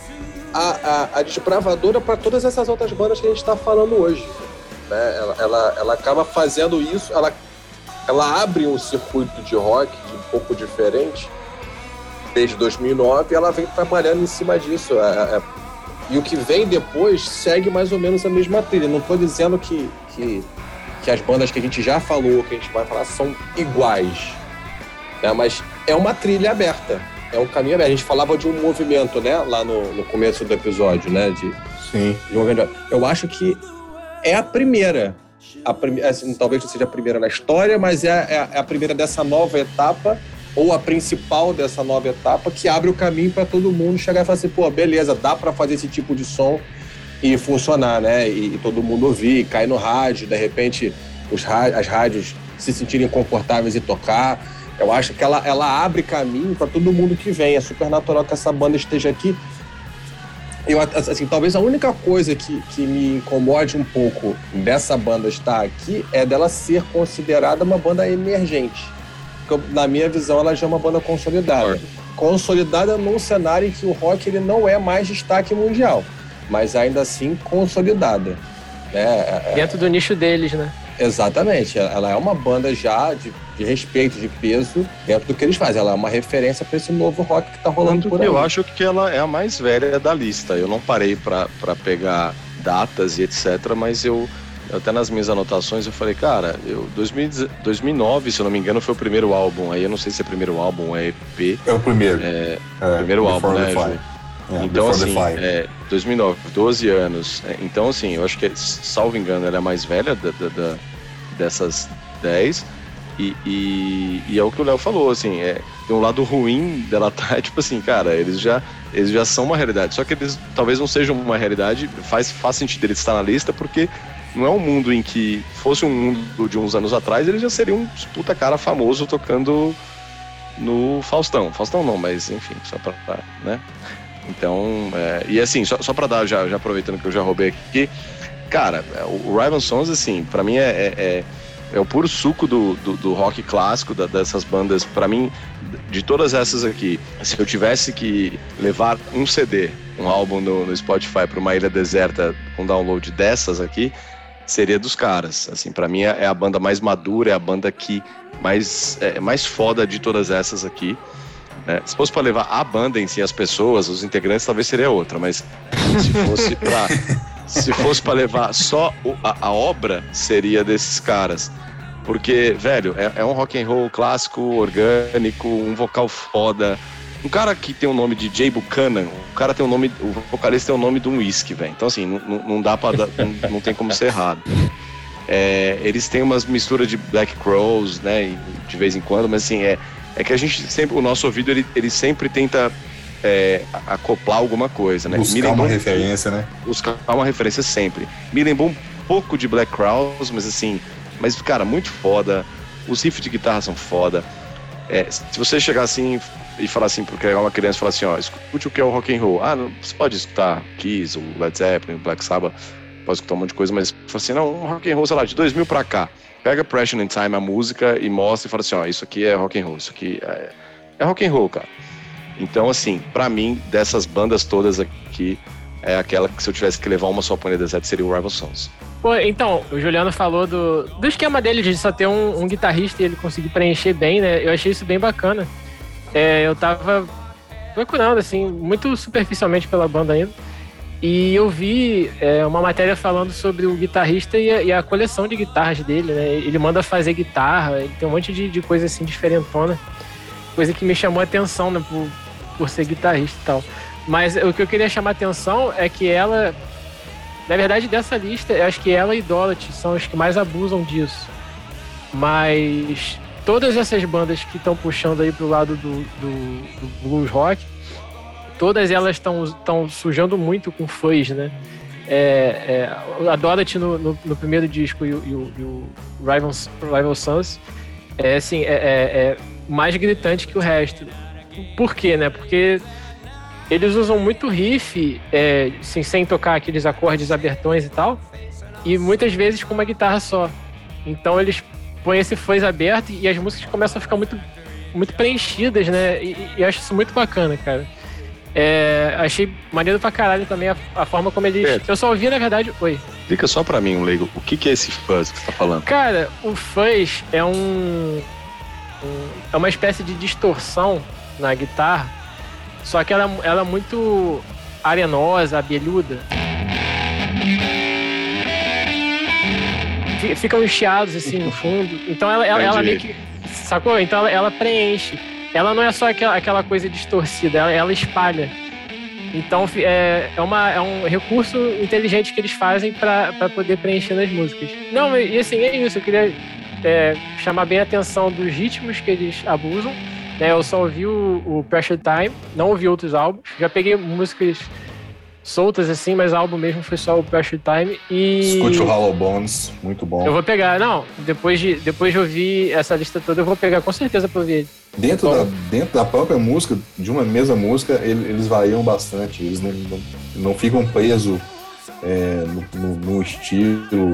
a, a, a desbravadora para todas essas outras bandas que a gente está falando hoje. Né? Ela, ela, ela acaba fazendo isso, ela, ela abre um circuito de rock de um pouco diferente desde dois mil e nove, e ela vem trabalhando em cima disso. É, é, e o que vem depois segue mais ou menos a mesma trilha. Não estou dizendo que, que, que as bandas que a gente já falou, que a gente vai falar, são iguais. Né? Mas é uma trilha aberta. É um caminho aberto. A gente falava de um movimento, né? Lá no, no começo do episódio, né? De, Sim. De um grande... Eu acho que é a primeira. A prime... assim, talvez não seja a primeira na história, mas é a, é a primeira dessa nova etapa, ou a principal dessa nova etapa, que abre o caminho para todo mundo chegar e falar assim, pô, beleza, dá para fazer esse tipo de som e funcionar, né? E, e todo mundo ouvir, cair no rádio, de repente os rádios, as rádios se sentirem confortáveis e tocar. Eu acho que ela, ela abre caminho para todo mundo que vem. É super natural que essa banda esteja aqui. Eu, assim, talvez a única coisa que, que me incomode um pouco dessa banda estar aqui é dela ser considerada uma banda emergente. Porque, na minha visão, ela já é uma banda consolidada. Consolidada num cenário em que o rock ele não é mais destaque mundial, mas ainda assim consolidada. Né? Dentro do nicho deles, né? Exatamente. Ela é uma banda já de, de respeito, de peso dentro do que eles fazem. Ela é uma referência para esse novo rock que tá rolando por aí. Eu acho que ela é a mais velha da lista. Eu não parei para pegar datas e etcétera, mas eu, até nas minhas anotações, eu falei, cara, eu, dois mil, dois mil e nove, se eu não me engano, foi o primeiro álbum. Aí eu não sei se é primeiro álbum ou é E P. É o primeiro. É, é primeiro álbum, né, Ju? É, então, assim, é, dois mil e nove, doze anos. É, então, assim, eu acho que, salvo engano, ela é a mais velha da, da, da, dessas dez. E, e, e é o que o Léo falou, assim, é, tem um lado ruim dela tá, é tipo assim, cara, eles já, eles já são uma realidade. Só que eles talvez não sejam uma realidade, faz, faz sentido eles estar na lista, porque não é um mundo em que fosse um mundo de uns anos atrás, eles já seriam um puta cara famoso tocando no Faustão. Faustão não, mas enfim, só pra, né? Então, é, e assim, só, só pra dar, já, já aproveitando que eu já roubei aqui, cara, o Rival Sons, assim, pra mim é, é, é o puro suco do, do, do rock clássico, da, dessas bandas. Pra mim, de todas essas aqui, se eu tivesse que levar um C D, um álbum no, no Spotify pra uma ilha deserta com download dessas aqui, seria dos caras. Assim, pra mim é a banda mais madura, é a banda que mais, é, mais foda de todas essas aqui. É, se fosse para levar a banda em si, as pessoas, os integrantes, talvez seria outra, mas se fosse para se fosse para levar só o, a, a obra, seria desses caras, porque, velho, é, é um rock and roll clássico, orgânico, um vocal foda, um cara que tem o nome de Jay Buchanan, o cara tem o nome, o vocalista tem o nome de um whisky, velho, então assim, não, não dá para não, não tem como ser errado. É, eles têm umas misturas de Black Crowes, né, de vez em quando, mas assim, é É que a gente sempre, o nosso ouvido, ele, ele sempre tenta é, acoplar alguma coisa, né? Buscar Me lembrou, uma referência, né? Buscar uma referência sempre. Me lembrou um pouco de Black Crowes, mas assim, mas, cara, muito foda. Os riffs de guitarra são foda. É, se você chegar assim e falar assim, porque é uma criança e falar assim, ó, escute o que é o rock and roll. Ah, não, você pode escutar Kiss, o Led Zeppelin, o Black Sabbath, pode escutar um monte de coisa, mas fala assim, não, um rock and roll, sei lá, de dois mil pra cá. Pega Pressure in Time, a música, e mostra e fala assim, ó, isso aqui é rock and roll, isso aqui é, é rock and roll, cara. Então, assim, pra mim, dessas bandas todas aqui, é aquela que se eu tivesse que levar uma só pra deserto seria o Rival Sons. Pô, então, o Juliano falou do, do esquema dele de só ter um, um guitarrista e ele conseguir preencher bem, né? Eu achei isso bem bacana. É, eu tava procurando, assim, muito superficialmente pela banda ainda. E eu vi é, uma matéria falando sobre o guitarrista e a, e a coleção de guitarras dele, né? Ele manda fazer guitarra, ele tem um monte de, de coisa assim diferentona. Coisa que me chamou a atenção, né? Por, por ser guitarrista e tal. Mas o que eu queria chamar a atenção é que ela... Na verdade, dessa lista, eu acho que ela e Idolatry são os que mais abusam disso. Mas todas essas bandas que estão puxando aí pro lado do, do, do blues rock, todas elas estão sujando muito com fãs, né? É, é, a Dorothy no, no, no primeiro disco e o, e o, e o Rival, Rival Sons é, assim, é, é, é mais gritante que o resto. Por quê, né? Porque eles usam muito riff, é, assim, sem tocar aqueles acordes abertões e tal, e muitas vezes com uma guitarra só. Então eles põem esse fãs aberto e as músicas começam a ficar muito, muito preenchidas, né? E, e eu acho isso muito bacana, cara. É, achei maneiro pra caralho também a, a forma como eles... É. Eu só ouvi, na verdade... Oi. Explica só pra mim, um leigo, o que, que é esse fuzz que você tá falando? Cara, o fuzz é um, um... É uma espécie de distorção na guitarra, só que ela, ela é muito arenosa, abelhuda. Ficam uns chiados assim no fundo. Então ela, ela, ela meio que... Sacou? Então ela, ela preenche. Ela não é só aquela, aquela coisa distorcida, ela, ela espalha. Então é, é, uma, é um recurso inteligente que eles fazem para poder preencher nas músicas. Não, e assim, é isso. Eu queria é, chamar bem a atenção dos ritmos que eles abusam. Né? Eu só ouvi o, o Pressure Time, não ouvi outros álbuns. Já peguei músicas soltas assim, mas o álbum mesmo foi só o Pressure Time. E... Escute o Hollow Bones, muito bom. Eu vou pegar, não, depois de, depois de ouvir essa lista toda, eu vou pegar com certeza pra ouvir ele. Dentro, da, dentro da própria música, de uma mesma música, ele, eles variam bastante, eles não, não, não ficam presos é, no, no, no estilo,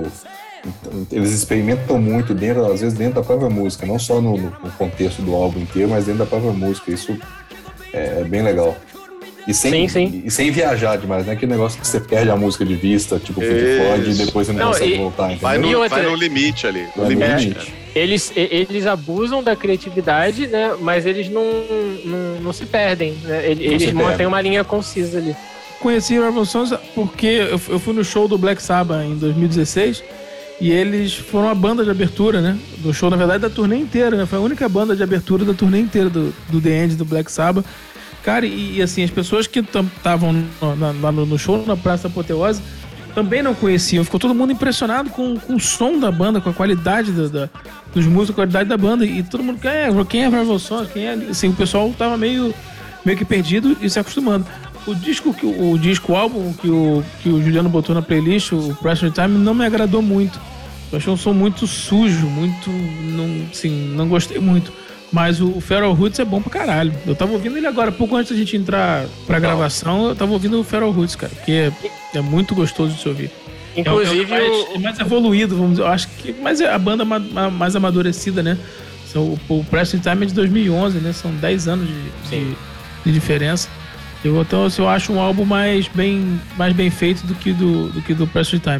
eles experimentam muito, dentro, às vezes dentro da própria música, não só no, no contexto do álbum inteiro, mas dentro da própria música, isso é, é bem legal. E sem, sim, sim. e sem viajar demais, não é aquele negócio que você perde a música de vista, tipo Pink Floyd, e depois você não, não consegue e, voltar, entendeu? Vai no, vai no limite ali, no vai limite. No limite. É, eles, eles abusam da criatividade, né? Mas eles não, não, não se perdem, né? Eles, eles mantêm perde. uma linha concisa ali. Conheci o Rival Sons porque eu, eu fui no show do Black Sabbath em dois mil e dezesseis e eles foram a banda de abertura, né? Do show, na verdade, da turnê inteira, né? Foi a única banda de abertura da turnê inteira do, do The End, do Black Sabbath. Cara, e, e assim, as pessoas que estavam no, no, no show na Praça Apoteose também não conheciam. Ficou todo mundo impressionado com, com o som da banda, com a qualidade da, da, dos músicos, a qualidade da banda. E todo mundo, é, quem é Rival Sons? Quem é? Assim, o pessoal tava meio, meio que perdido e se acostumando. O disco, o, o disco, o álbum que o, que o Juliano botou na playlist, o Pressure Time, não me agradou muito. Eu achei um som muito sujo, muito... Não, assim, não gostei muito. Mas o Feral Roots é bom pra caralho. Eu tava ouvindo ele agora, pouco antes da gente entrar pra gravação, eu tava ouvindo o Feral Roots, cara, porque é, é muito gostoso de se ouvir. Inclusive, é, é, mais, é mais evoluído, vamos dizer. Eu acho que mais é a banda mais amadurecida, né? O, o Pressure Time é de dois mil e onze, né? São dez anos de, de, de diferença. Eu, então eu acho um álbum mais bem, mais bem feito do que do, do, que do Pressure Time.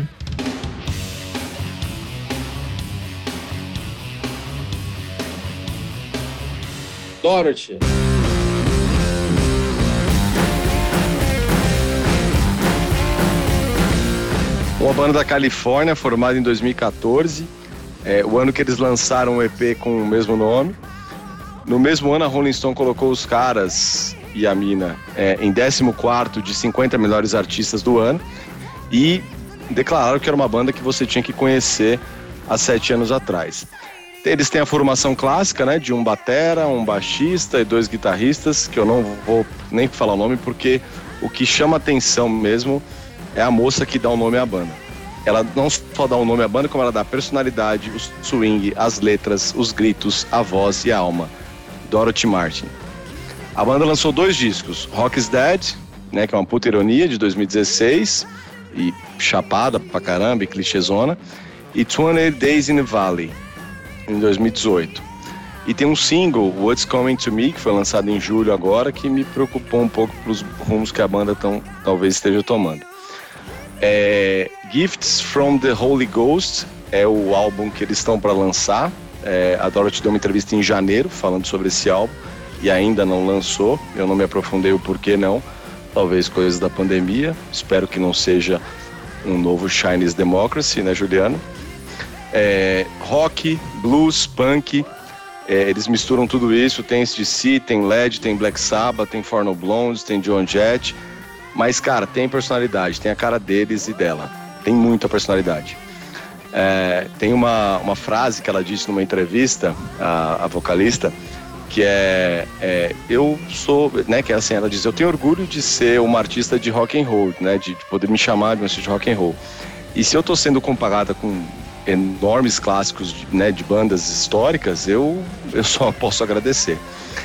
Dorothy. Uma banda da Califórnia, formada em dois mil e quatorze, é, o ano que eles lançaram um E P com o mesmo nome. No mesmo ano, a Rolling Stone colocou os caras e a mina é, em décimo quarto de cinquenta melhores artistas do ano e declararam que era uma banda que você tinha que conhecer há sete anos atrás. Eles têm a formação clássica, né, de um batera, um baixista e dois guitarristas, que eu não vou nem falar o nome, porque o que chama atenção mesmo é a moça que dá o nome à banda. Ela não só dá o nome à banda, como ela dá a personalidade, o swing, as letras, os gritos, a voz e a alma. Dorothy Martin. A banda lançou dois discos, Rock is Dead, né, que é uma puta ironia, de dois mil e dezesseis, e chapada pra caramba, e clichêzona, e twenty-eight Days in the Valley, em dois mil e dezoito. E tem um single, What's Coming to Me, que foi lançado em julho agora, que me preocupou um pouco pelos rumos que a banda tão, talvez esteja tomando. É, Gifts from the Holy Ghost é o álbum que eles estão para lançar. É, a Dorothy deu uma entrevista em janeiro falando sobre esse álbum e ainda não lançou. Eu não me aprofundei o porquê não, talvez coisas da pandemia, espero que não seja um novo Chinese Democracy, né, Juliano? É, rock, blues, punk, é, eles misturam tudo isso, tem A C/D C, tem L E D, tem Black Sabbath, tem Four Non Blondes, tem Joan Jett, mas, cara, tem personalidade, tem a cara deles e dela, tem muita personalidade. É, tem uma, uma frase que ela disse numa entrevista, a, a vocalista, que é, é eu sou, né, que é assim, ela diz, eu tenho orgulho de ser uma artista de rock and roll, né, de, de poder me chamar de uma artista de rock and roll. E se eu tô sendo comparada com enormes clássicos, de, né, de bandas históricas, eu, eu só posso agradecer.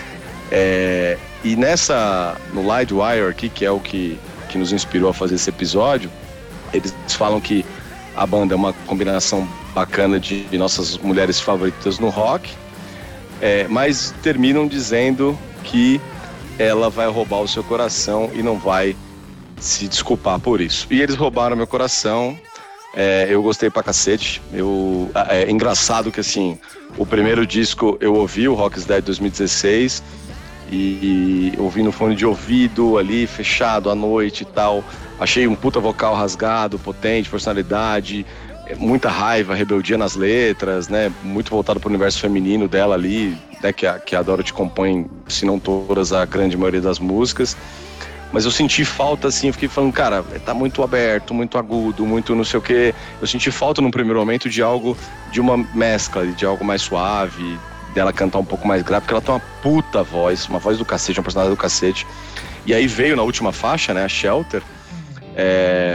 É, e nessa, no Livewire aqui, que é o que, que nos inspirou a fazer esse episódio, eles falam que a banda é uma combinação bacana de nossas mulheres favoritas no rock, é, mas terminam dizendo que ela vai roubar o seu coração e não vai se desculpar por isso. E eles roubaram meu coração, é, eu gostei pra cacete. Eu, é, é engraçado que assim, o primeiro disco eu ouvi, o Rock's Dead dois mil e dezesseis, e, e ouvi no fone de ouvido ali, fechado à noite e tal. Achei um puta vocal rasgado, potente, personalidade, muita raiva, rebeldia nas letras, né? Muito voltado pro universo feminino dela ali, né? Que a, que a Dorothy compõe, se não todas, a grande maioria das músicas. Mas eu senti falta, assim, eu fiquei falando, cara, tá muito aberto, muito agudo, muito não sei o quê. Eu senti falta, num primeiro momento, de algo, de uma mescla, de algo mais suave, dela cantar um pouco mais grave, porque ela tem uma puta voz, uma voz do cacete, uma personalidade do cacete. E aí veio na última faixa, né, a Shelter, é,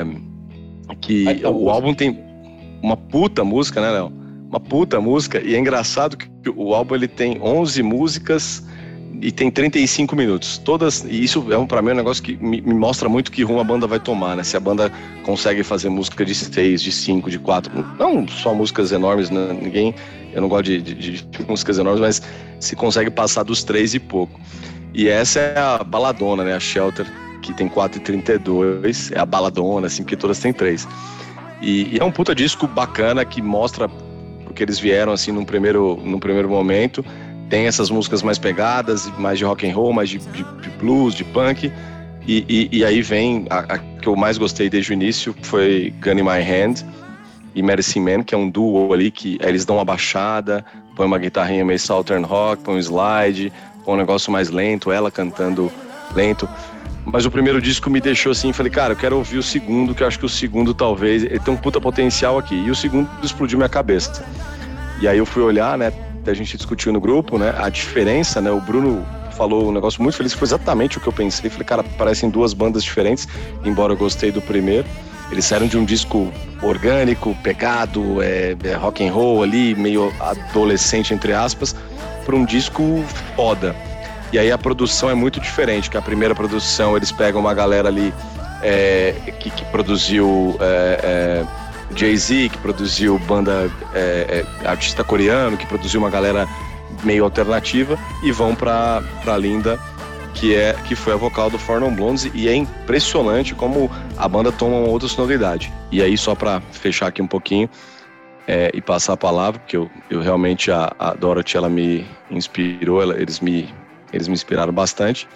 que Ai, o álbum tem uma puta música, né, Léo? Uma puta música, e é engraçado que o álbum ele tem onze músicas e tem trinta e cinco minutos. Todas, e isso é pra mim um negócio que me, me mostra muito que rumo a banda vai tomar, né? Se a banda consegue fazer música de seis, de cinco, de quatro, não só músicas enormes, né? Ninguém, eu não gosto de, de, de músicas enormes, mas se consegue passar dos três e pouco. E essa é a baladona, né? A Shelter, que tem quatro e trinta e dois, é a baladona, assim, porque todas têm três. E, e é um puta disco bacana que mostra porque eles vieram, assim, num primeiro, num primeiro momento. Tem essas músicas mais pegadas, mais de rock and roll, mais de, de, de blues, de punk. E, e, e aí vem a, a que eu mais gostei desde o início, foi Gun in My Hand e Medicine Man, que é um duo ali que eles dão uma baixada, põe uma guitarrinha meio Southern Rock, põe um slide, põe um negócio mais lento, ela cantando lento. Mas o primeiro disco me deixou assim, falei, cara, eu quero ouvir o segundo, que eu acho que o segundo talvez, ele tem um puta potencial aqui. E o segundo explodiu minha cabeça. E aí eu fui olhar, né, a gente discutiu no grupo, né, a diferença, né, o Bruno falou um negócio muito feliz, que foi exatamente o que eu pensei. Falei, cara, parecem duas bandas diferentes, embora eu gostei do primeiro. Eles saíram de um disco orgânico, pegado, é, é rock and roll ali, meio adolescente, entre aspas, para um disco foda. E aí a produção é muito diferente, que a primeira produção eles pegam uma galera ali é, que, que produziu é, é, Jay-Z, que produziu banda é, é, artista coreano, que produziu uma galera meio alternativa, e vão pra, pra Linda, que, é, que foi a vocal do Four Non Blondes, e é impressionante como a banda toma uma outra sonoridade. E aí, só pra fechar aqui um pouquinho é, e passar a palavra, porque eu, eu realmente, a, a Dorothy, ela me inspirou, ela, eles me Eles me inspiraram bastante.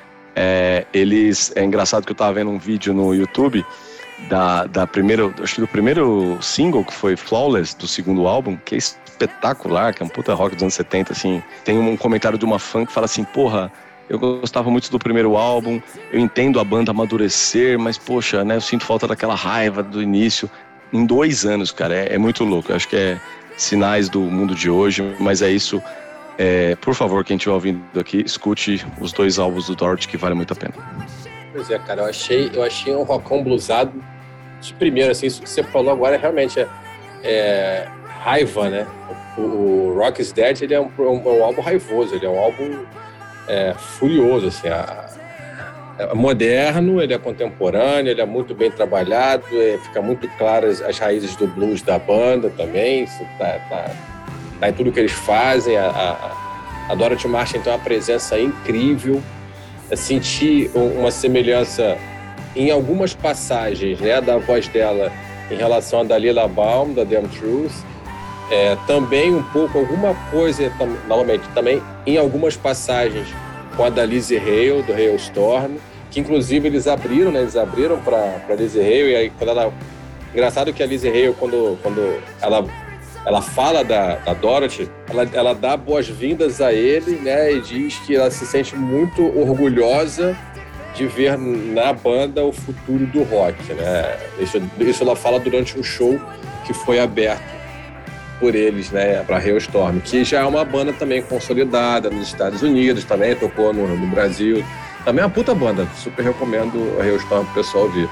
É, eles, é engraçado que eu tava vendo um vídeo no YouTube da, da primeira, acho que do primeiro single, que foi Flawless, do segundo álbum, que é espetacular, que é um puta rock dos anos setenta, assim. Tem um comentário de uma fã que fala assim, porra, eu gostava muito do primeiro álbum, eu entendo a banda amadurecer, mas poxa, né, eu sinto falta daquela raiva do início. Em dois anos, cara, é, é muito louco. Eu acho que é sinais do mundo de hoje, mas é isso. É, por favor, quem estiver ouvindo aqui, escute os dois álbuns do Dorothy, que vale muito a pena. Pois é, cara, eu achei, eu achei um rockão blusado de primeiro, assim, isso que você falou agora realmente é, é raiva, né? O, o Rock's Dead, ele é um, um, um álbum raivoso, ele é um álbum é, furioso, assim, a, é moderno, ele é contemporâneo, ele é muito bem trabalhado, é, fica muito claras as raízes do blues da banda também, isso tá... tá Tá em tudo que eles fazem. A, a, a Dorothy Martin tem uma presença incrível. Eu senti uma semelhança em algumas passagens, né, da voz dela em relação a Dalila Baum, da Damn Truth. É, também um pouco, alguma coisa, novamente, também em algumas passagens com a da Lizzie Hale, do Hailstorm. que inclusive eles abriram, né? Eles abriram pra, pra Lizzie Hale, e aí quando ela... Engraçado que a Lizzie Hale, quando, quando ela, ela fala da, da Dorothy, ela, ela dá boas-vindas a ele, né? E diz que ela se sente muito orgulhosa de ver na banda o futuro do rock, né? Isso, isso ela fala durante um show que foi aberto por eles, né, para Hailstorm, que já é uma banda também consolidada nos Estados Unidos, também tocou no, no Brasil. Também é uma puta banda, super recomendo a Hailstorm pro pessoal ouvir.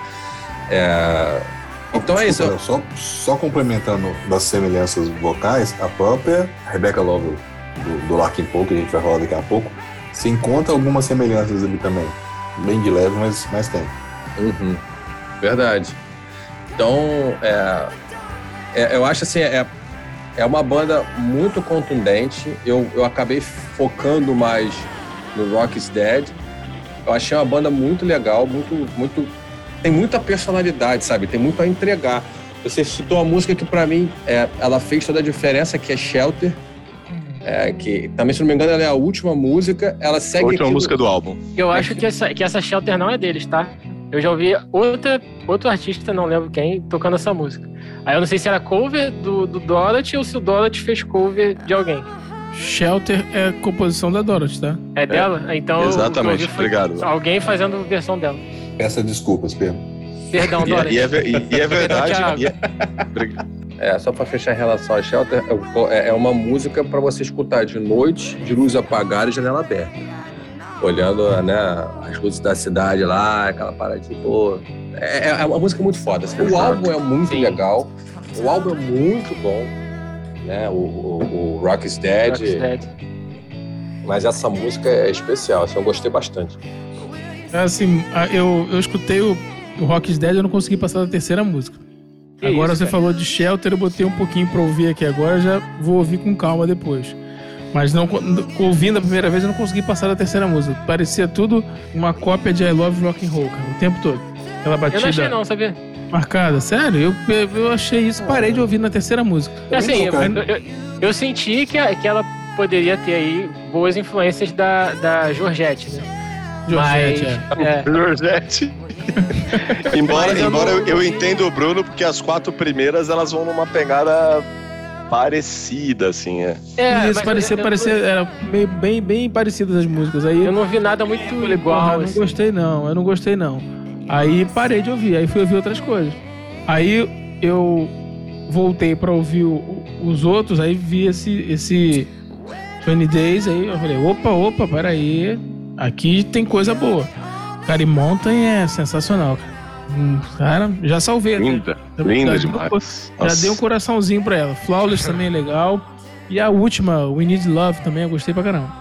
É... Então Desculpa, é isso. Só, só complementando das semelhanças vocais, a própria Rebecca Lovell, do, do Larkin Poe, que a gente vai falar daqui a pouco, se encontra algumas semelhanças ali também. Bem de leve, mas, mas tem. Uhum. Verdade. Então, é, é, eu acho assim, é, é uma banda muito contundente. Eu, eu acabei focando mais no Rock is Dead. Eu achei uma banda muito legal, muito, muito, tem muita personalidade, sabe? Tem muito a entregar. Você citou uma música que, pra mim, é, ela fez toda a diferença, que é Shelter. É, que também, se não me engano, ela é a última música. Ela segue. A última aquilo... música do álbum. Eu acho que essa, que essa Shelter não é deles, tá? Eu já ouvi outra, outro artista, não lembro quem, tocando essa música. Aí eu não sei se era cover do, do Dorothy ou se o Dorothy fez cover de alguém. Shelter é composição da Dorothy, tá? É dela? É. Então Exatamente, obrigado. Alguém fazendo versão dela. Peça desculpas, Pedro. Perdão, Dorothy. E, e, é, e, e é verdade. e é... É, só pra fechar em relação a Shelter, é, é uma música pra você escutar de noite, de luz apagada e janela aberta. Olhando, né, as luzes da cidade lá, aquela paradinha, pô... É, é uma música muito foda. Assim. O álbum é muito Sim. legal, o álbum é muito bom, né, o, o, o Rock is Dead, Rock is Dead. Mas essa música é especial, assim, eu gostei bastante. Assim, eu, eu escutei o, o Rock is Dead e eu não consegui passar da terceira música. Que agora isso, você cara? Falou de Shelter, eu botei um pouquinho pra ouvir aqui agora, já vou ouvir com calma depois. Mas não, ouvindo a primeira vez, eu não consegui passar da terceira música. Parecia tudo uma cópia de I Love Rock and Roll, cara, o tempo todo. Aquela batida... Eu não achei não, sabia? Marcada, sério? Eu, eu achei isso, parei de ouvir na terceira música. Assim, eu, eu, eu, eu senti que, a, que ela poderia ter aí boas influências da, da Georgette, né? Georgette, Mas, é. é. Georgette. embora eu, embora eu, eu entenda o Bruno, porque as quatro primeiras elas vão numa pegada parecida, assim, é. é isso, parecia, eu, parecia, eu, era meio, bem, bem parecidas as músicas. Aí, eu não vi nada muito falei, igual. Eu assim. não gostei não, eu não gostei não. Aí parei de ouvir, aí fui ouvir outras coisas. Aí eu voltei pra ouvir o, os outros, aí vi esse, esse vinte Days, aí eu falei, opa, opa, peraí, aqui tem coisa boa. Cara, e Mountain é sensacional, cara. Hum, cara, já salvei. Linda, já, linda já, demais. Já Nossa. Dei um coraçãozinho pra ela. Flawless também é legal. E a última, We Need Love, também eu gostei pra caramba.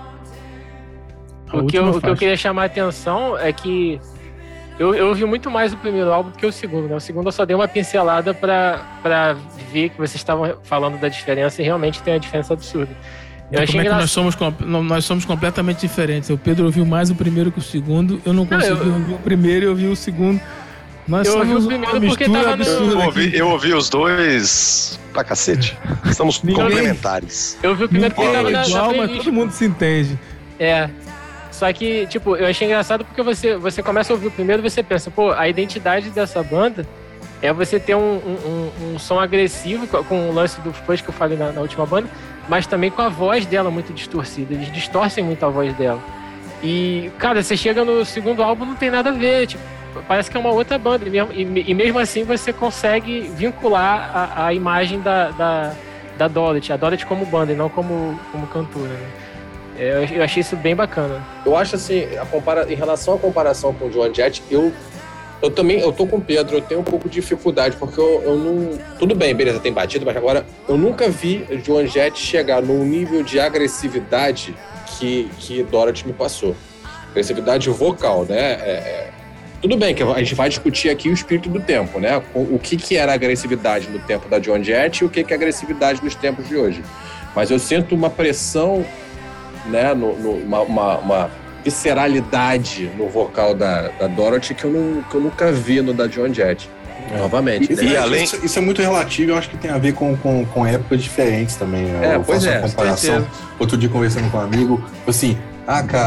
O que, eu, o que eu queria chamar a atenção é que eu, eu ouvi muito mais o primeiro álbum do que o segundo, né? O segundo eu só dei uma pincelada pra, pra ver que vocês estavam falando da diferença e realmente tem uma diferença absurda. Eu Como é que nós somos, nós somos completamente diferentes. O Pedro ouviu mais o primeiro que o segundo. Eu não consegui não, eu... ouvir o primeiro e ouvir o segundo. Nós eu somos ouvi o primeiro porque tava no... eu, ouvi, eu ouvi os dois pra cacete. Estamos Ninguém... complementares. Eu ouvi o primeiro porque tava na, igual, na mas todo mundo se entende. É. Só que, tipo, eu achei engraçado porque você, você começa a ouvir o primeiro e você pensa, pô, a identidade dessa banda é você ter um, um, um, um som agressivo com o lance do fuzz que eu falei na, na última banda, mas também com a voz dela muito distorcida. Eles distorcem muito a voz dela. E, cara, você chega no segundo álbum, não tem nada a ver. Tipo, parece que é uma outra banda. E mesmo, e, e mesmo assim você consegue vincular a, a imagem da, da, da Dorothy. A Dorothy como banda e não como, como cantora, né? Eu, eu achei isso bem bacana. Eu acho assim, a compara... em relação à comparação com o Joan Jett, eu Eu também, eu tô com o Pedro, eu tenho um pouco de dificuldade, porque eu, eu não... Tudo bem, beleza, tem batido, mas agora eu nunca vi Joan Jett chegar num nível de agressividade que, que Dorothy me passou. Agressividade vocal, né? É, é... Tudo bem que a gente vai discutir aqui o espírito do tempo, né? O que, que era agressividade no tempo da Joan Jett e o que, que é agressividade nos tempos de hoje. Mas eu sinto uma pressão, né? No, no, uma... uma, uma visceralidade no vocal da, da Dorothy que eu, não, que eu nunca vi no da Joan Jett. É. Novamente. E, e além... isso, isso é muito relativo, eu acho que tem a ver com, com, com épocas diferentes também. Né? É, eu pois faço é, uma comparação. Outro dia conversando com um amigo, assim, ah, cara,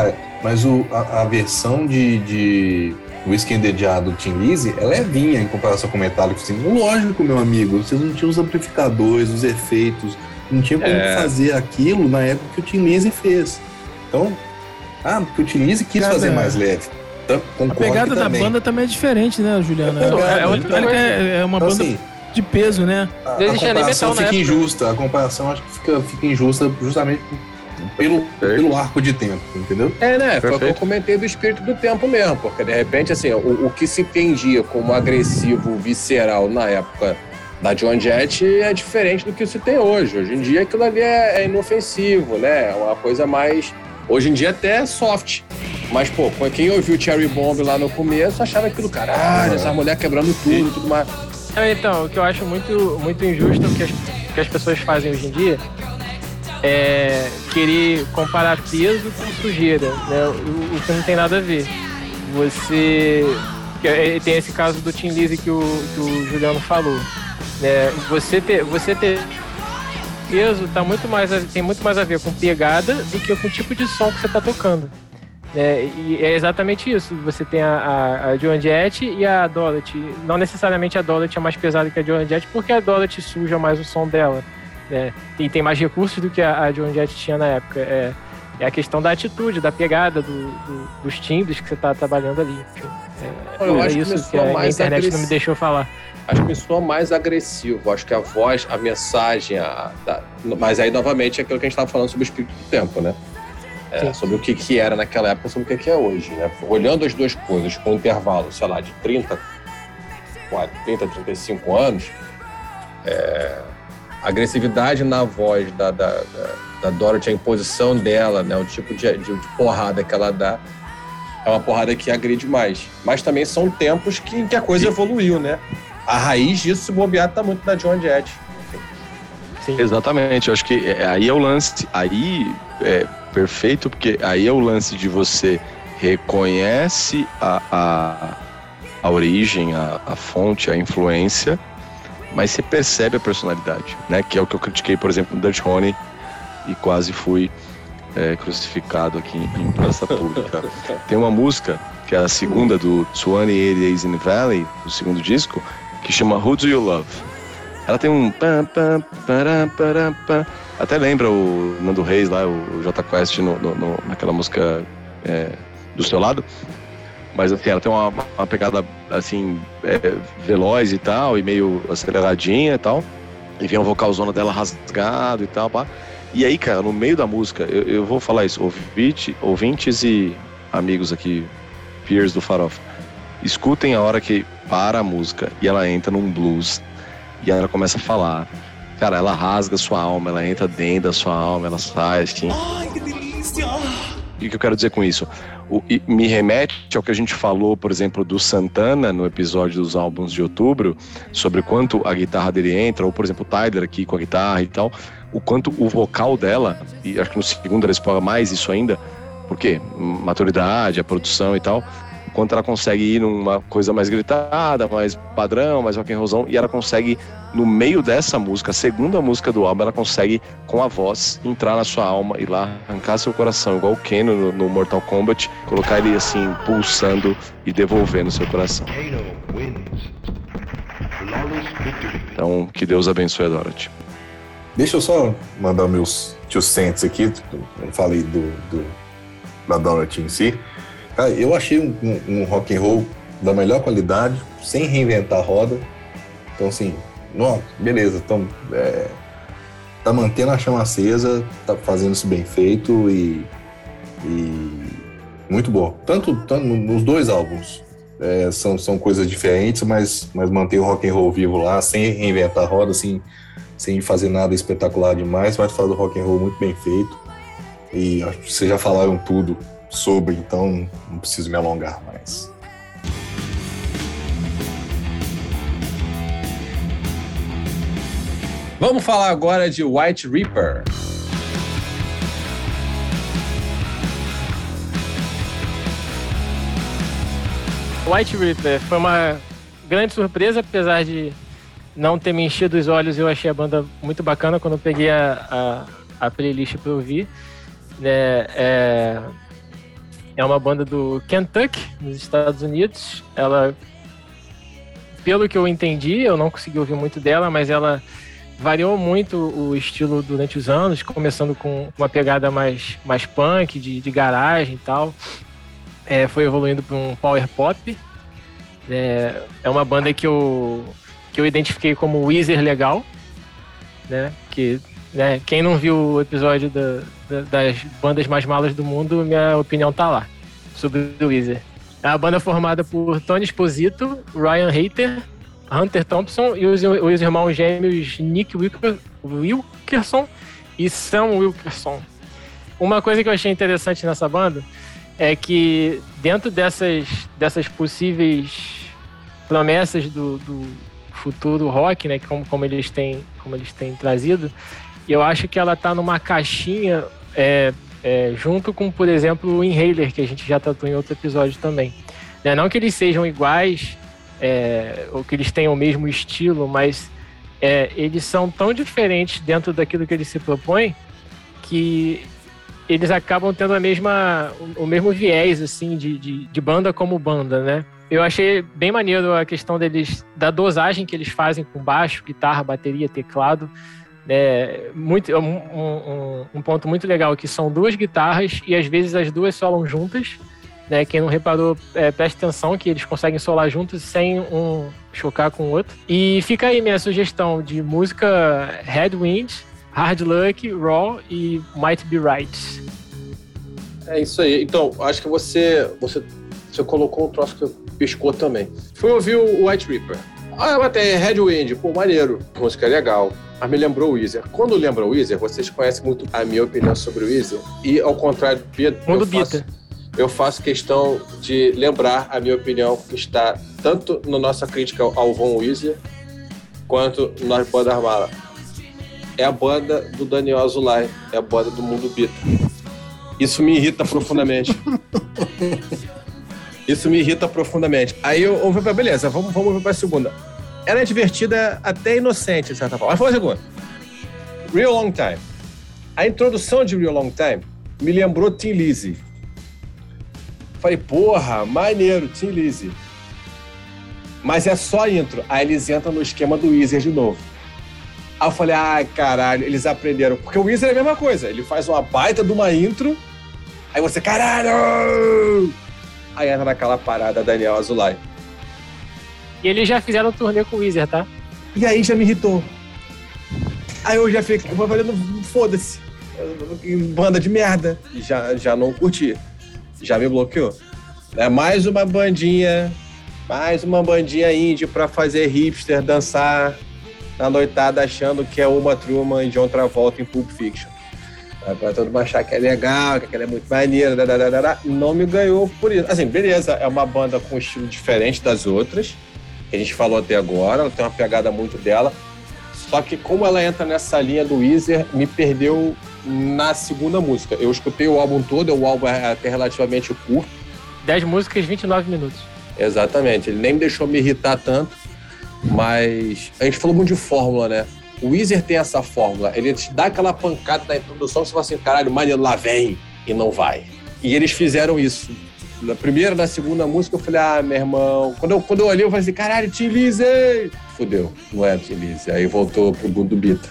mas o, a, a versão de, de Whiskey and the Jar do Tin Lizzy é levinha em comparação com o Metallica. Assim, lógico, meu amigo, vocês não tinham os amplificadores, os efeitos, não tinha como é. fazer aquilo na época que o Tin Lizzy fez. Então, ah, porque o Tin Lizzy quis fazer mais leve. Então, a pegada da banda também é diferente, né, Juliano? É, pegada, é, então, é, é uma então, banda assim, de peso, né? A, a comparação fica injusta. A comparação acho que fica, fica injusta justamente pelo, pelo arco de tempo, entendeu? É, né? Foi o que eu comentei do espírito do tempo mesmo, porque de repente, assim, o, o que se entendia como agressivo, visceral na época da Joan Jett é diferente do que se tem hoje. Hoje em dia aquilo ali é, é inofensivo, né? É uma coisa mais... Hoje em dia até é soft. Mas, pô, quem ouviu Cherry Bomb lá no começo achava aquilo, caralho, essa mulher quebrando tudo e tudo mais. Então, o que eu acho muito, muito injusto que as, que as pessoas fazem hoje em dia é querer comparar peso com sujeira, né? O, o que não tem nada a ver. Você... Tem esse caso do Tin Lizzy que o, que o Juliano falou. Né? Você ter... Você ter peso tá muito mais, tem muito mais a ver com pegada do que com o tipo de som que você tá tocando. É, e é exatamente isso. Você tem a, a, a Joan Jett e a Dorothy. Não necessariamente a Dorothy é mais pesada que a Joan Jett, porque a Dorothy suja mais o som dela, né? E tem mais recursos do que a, a Joan Jett tinha na época. É, é a questão da atitude, da pegada, do, do, dos timbres que você está trabalhando ali. É, Eu é acho isso que, que a, mais a internet agressivo. não me deixou falar. Acho que soa mais agressivo. Acho que a voz, a mensagem, a, a, mas aí novamente é aquilo que a gente estava falando sobre o espírito do tempo, né? É, sobre o que, que era naquela época, sobre o que, que é hoje, né? Olhando as duas coisas com um intervalo, sei lá, de trinta, trinta, trinta e cinco anos, é, a agressividade na voz da, da, da, da Dorothy, a imposição dela, né? O tipo de, de, de porrada que ela dá, é uma porrada que agride mais. Mas também são tempos que, em que a coisa evoluiu, né? A raiz disso, se bobear, tá muito da Joan Jett. Sim. Exatamente, eu acho que é, aí é o lance, aí é perfeito, porque aí é o lance de você reconhece a, a, a origem, a, a fonte, a influência, mas você percebe a personalidade, né? Que é o que eu critiquei, por exemplo, no Dutch Honey e quase fui é, crucificado aqui em praça pública. Tem uma música, que é a segunda do twenty eight Days in the Valley, o segundo disco, que chama Who Do You Love? Ela tem um... Pam, pam, param, param, pam. Até lembra o Nando Reis lá, o Jota Quest no, no, no, naquela música é, Do Seu Lado. Mas assim, ela tem uma, uma pegada assim, é, veloz e tal, e meio aceleradinha e tal. E vem um vocalzona dela rasgado e tal, pá. E aí, cara, no meio da música, eu, eu vou falar isso, ouvinte, ouvintes e amigos aqui, peers do Farofa, escutem a hora que para a música e ela entra num blues e ela começa a falar. Cara, ela rasga sua alma, ela entra dentro da sua alma, ela sai assim. Ai, que delícia! E o que eu quero dizer com isso? O, me remete ao que a gente falou, por exemplo, do Santana no episódio dos álbuns de outubro, sobre quanto a guitarra dele entra, ou por exemplo o Tyler aqui com a guitarra e tal, o quanto o vocal dela, e acho que no segundo ela explora mais isso ainda, porque maturidade, a produção e tal, quanto ela consegue ir numa coisa mais gritada, mais padrão, mais rock and rollzão, e ela consegue, no meio dessa música, a segunda música do álbum, ela consegue, com a voz, entrar na sua alma e lá arrancar seu coração, igual o Kano no, no Mortal Kombat, colocar ele assim, pulsando e devolver no seu coração. Então, que Deus abençoe a Dorothy. Deixa eu só mandar meus two cents aqui, eu falei do, do, da Dorothy em si. Cara, eu achei um, um, um rock and roll da melhor qualidade, sem reinventar a roda. Então, assim, não, beleza, então, é, tá mantendo a chama acesa, tá fazendo isso bem feito e, e muito bom. Tanto, tanto nos dois álbuns, é, são, são coisas diferentes, mas, mas mantém o rock and roll vivo lá, sem reinventar a roda, assim, sem fazer nada espetacular demais, mas faz o rock and roll muito bem feito. E acho que vocês já falaram tudo sobre, então não preciso me alongar mais. Vamos falar agora de White Reaper. White Reaper foi uma grande surpresa, apesar de não ter me enchido os olhos. Eu achei a banda muito bacana quando eu peguei a, a, a playlist para ouvir. É, é, É uma banda do Kentucky, nos Estados Unidos. Ela, pelo que eu entendi, eu não consegui ouvir muito dela, mas ela variou muito o estilo durante os anos, começando com uma pegada mais, mais punk, de, de garagem e tal. É, foi evoluindo para um power pop. É, é uma banda que eu, que eu identifiquei como Weezer legal, né? Que, né, quem não viu o episódio da, da, das bandas mais malas do mundo, minha opinião tá lá, sobre o Weezer. É uma banda formada por Tony Esposito, Ryan Hayter, Hunter Thompson e os, os irmãos gêmeos Nick Wilker, Wilkerson e Sam Wilkerson. Uma coisa que eu achei interessante nessa banda é que dentro dessas, dessas possíveis promessas do, do futuro rock, né, como, como, eles têm, como eles têm trazido, eu acho que ela está numa caixinha é, é, junto com, por exemplo, o Inhaler, que a gente já tratou em outro episódio também. Né, não que eles sejam iguais, é, ou que eles tenham o mesmo estilo, mas é, eles são tão diferentes dentro daquilo que eles se propõem que eles acabam tendo a mesma, o mesmo viés, assim, de, de, de banda como banda, né? Eu achei bem maneiro a questão deles, da dosagem que eles fazem com baixo, guitarra, bateria, teclado. É, muito, um, um, um ponto muito legal, que são duas guitarras e às vezes as duas solam juntas, né? Quem não reparou, é, preste atenção que eles conseguem solar juntos sem um chocar com o outro. E fica aí minha sugestão de música Headwind, Hard Luck, Raw e Might Be Right. É isso aí. Então, acho que você, você, você colocou um troço que piscou também. Fui ouvir o White Reaper. Ah, até Headwind, pô, maneiro. A música é legal, mas me lembrou o Weezer. Quando lembra o Weezer, vocês conhecem muito a minha opinião sobre o Weezer. E, ao contrário do Pedro, Mundo eu faço, Bita. eu faço questão de lembrar a minha opinião, que está tanto na nossa crítica ao Von Weezer, quanto nas bandas malas. É a banda do Daniel Azulay, é a banda do Mundo Bita. Isso me irrita profundamente. Isso me irrita profundamente. Aí eu ouvi pra beleza, vamos, vamos ouvir pra segunda. Ela é divertida, até inocente, de certa forma. Mas foi a segunda. Real Long Time. A introdução de Real Long Time me lembrou Tin Lizzy. Falei, porra, maneiro, Tin Lizzy. Mas é só a intro. Aí eles entram no esquema do Weezer de novo. Aí eu falei, ai, caralho, eles aprenderam. Porque o Weezer é a mesma coisa. Ele faz uma baita de uma intro, aí você, caralho! Aí entra naquela parada Daniel Azulay. E eles já fizeram um turnê com o Weezer, tá? E aí já me irritou. Aí eu já fiquei, eu falei, foda-se. Banda de merda. Já, já não curti. Já me bloqueou. É mais uma bandinha, mais uma bandinha indie pra fazer hipster dançar na noitada achando que é Uma Thurman e John Travolta em Pulp Fiction. Pra todo mundo achar que é legal, que ela é muito maneira, dadadadada. Não me ganhou por isso. Assim, beleza, é uma banda com um estilo diferente das outras, que a gente falou até agora, ela tem uma pegada muito dela, só que como ela entra nessa linha do Weezer, me perdeu na segunda música. Eu escutei o álbum todo, o álbum é até relativamente curto. dez músicas, vinte e nove minutos. Exatamente, ele nem me deixou me irritar tanto. Mas a gente falou muito de fórmula, né? O Weezer tem essa fórmula. Ele te dá aquela pancada na introdução, você fala assim, caralho, maneiro, lá vem, e não vai. E eles fizeram isso. Na primeira, na segunda música, eu falei, ah, meu irmão... Quando eu, quando eu olhei, eu falei assim, caralho, Tin Lizzy! Fudeu, não é Tin Lizzy. Aí voltou pro Mundo Bita.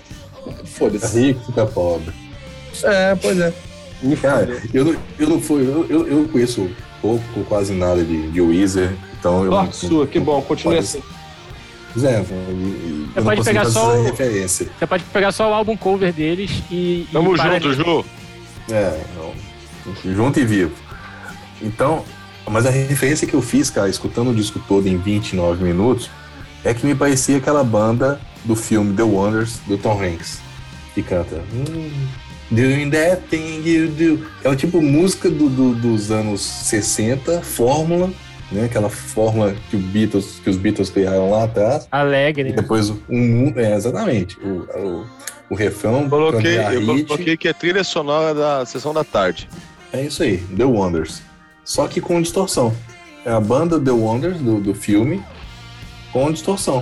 Foda-se. Rico fica pobre. É, pois é. Me Cara, eu não, eu não fui... Eu, eu, eu conheço pouco, quase nada de, de Weezer, então eu... Sorte sua, que bom, continue assim. Zé, você pode pegar só o... referência. Você pode pegar só o álbum cover deles e... Tamo e junto, Ju. É, não, junto e vivo. Então, mas a referência que eu fiz, cara, escutando o disco todo em vinte e nove minutos, é que me parecia aquela banda do filme The Wonders, do Tom Hanks, que canta hum, Doing That Thing You Do. Aquela tipo música do, do, dos anos sessenta, fórmula, né? Aquela fórmula que, o Beatles, que os Beatles criaram lá atrás. Alegre. E depois um mundo. É, exatamente. O, o, o refrão. Coloquei, eu coloquei que é trilha sonora da sessão da tarde. É isso aí, The Wonders. Só que com distorção. É a banda The Wonders do, do filme com distorção.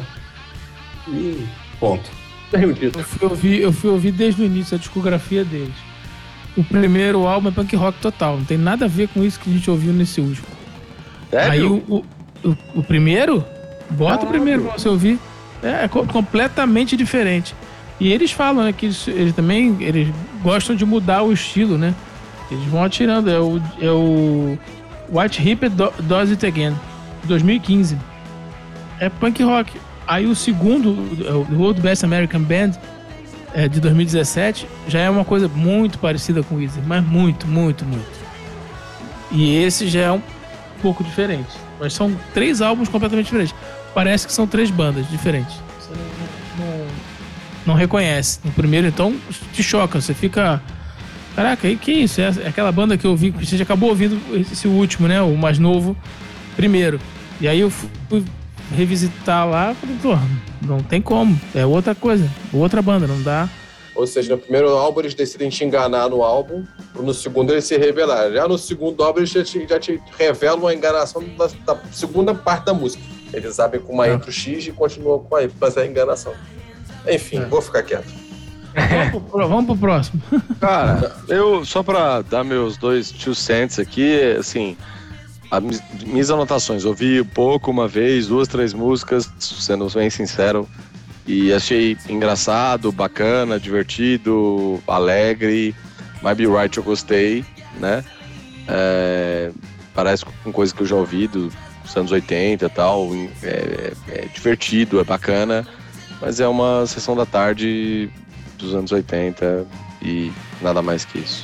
E ponto. Eu fui, ouvir, eu fui ouvir desde o início a discografia deles. o primeiro álbum é punk rock total. Não tem nada a ver com isso que a gente ouviu nesse último. Sério? Aí o, o, o, o primeiro, bota Caralho. o primeiro pra você ouvir. É, é co- completamente diferente. E eles falam, né, que eles, eles também eles gostam de mudar o estilo, né? Eles vão atirando. É o, é o White Hippie Do- Does It Again, dois mil e quinze. É punk rock. Aí o segundo, o World Best American Band, é, de dois mil e dezessete, já é uma coisa muito parecida com o Weezer, mas muito, muito, muito. E esse já é um pouco diferente. Mas são três álbuns completamente diferentes. Parece que são três bandas diferentes. Você não, não, não reconhece. No primeiro, então, te choca. Você fica... Caraca, e que isso? É aquela banda que eu vi, você já acabou ouvindo esse último, né? O mais novo, primeiro. E aí eu fui revisitar lá, falei, pô, não tem como. É outra coisa, outra banda, não dá. Ou seja, no primeiro álbum eles decidem te enganar no álbum, no segundo eles se revelaram. Já no segundo álbum eles já te, já te revelam a enganação da, da segunda parte da música. Eles sabem com uma É. intro X e continuam com a Y, mas é a enganação. Enfim, É. vou ficar quieto. Vamos pro, vamos pro próximo. Cara, eu, só pra dar meus dois two cents aqui, assim, as mis- minhas anotações, ouvi pouco uma vez, duas, três músicas, sendo bem sincero, e achei engraçado, bacana, divertido, alegre. Might Be Right eu gostei, né? É, parece com coisa que eu já ouvi dos anos oitenta e tal, é, é divertido, é bacana, mas é uma sessão da tarde dos anos oitenta e nada mais que isso.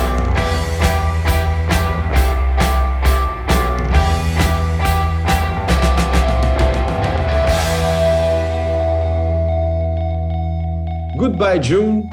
Goodbye, June.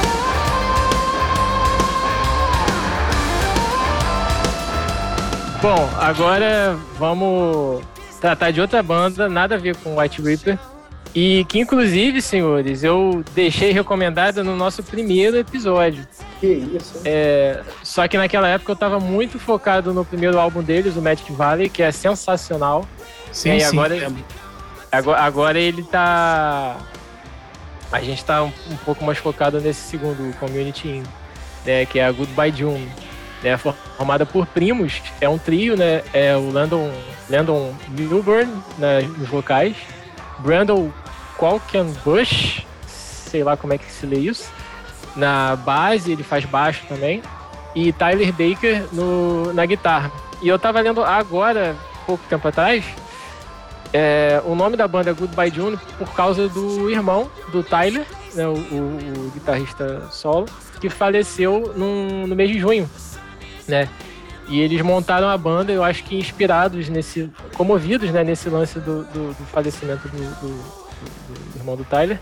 Bom, agora vamos tratar de outra banda, nada a ver com White Reaper. E que, inclusive, senhores, eu deixei recomendada no nosso primeiro episódio. Que isso? É, só que naquela época eu tava muito focado no primeiro álbum deles, o Magic Valley, que é sensacional. Sim, e aí, sim. agora, agora, agora ele tá... A gente tá um, um pouco mais focado nesse segundo, Community In, né, que é a Goodbye June. Né, formada por primos, é um trio, né? É o Landon, Landon Milburn, né, nos vocais, Brandon Qualkenbush, sei lá como é que se lê isso, na base, ele faz baixo também, e Tyler Baker no, na guitarra. E eu tava lendo agora, pouco tempo atrás, é, o nome da banda é Goodbye June por causa do irmão do Tyler, né, o, o, o guitarrista solo, que faleceu num, no mês de junho. Né? E eles montaram a banda, eu acho que inspirados nesse, comovidos, né, nesse lance do, do, do falecimento do, do, do, do irmão do Tyler.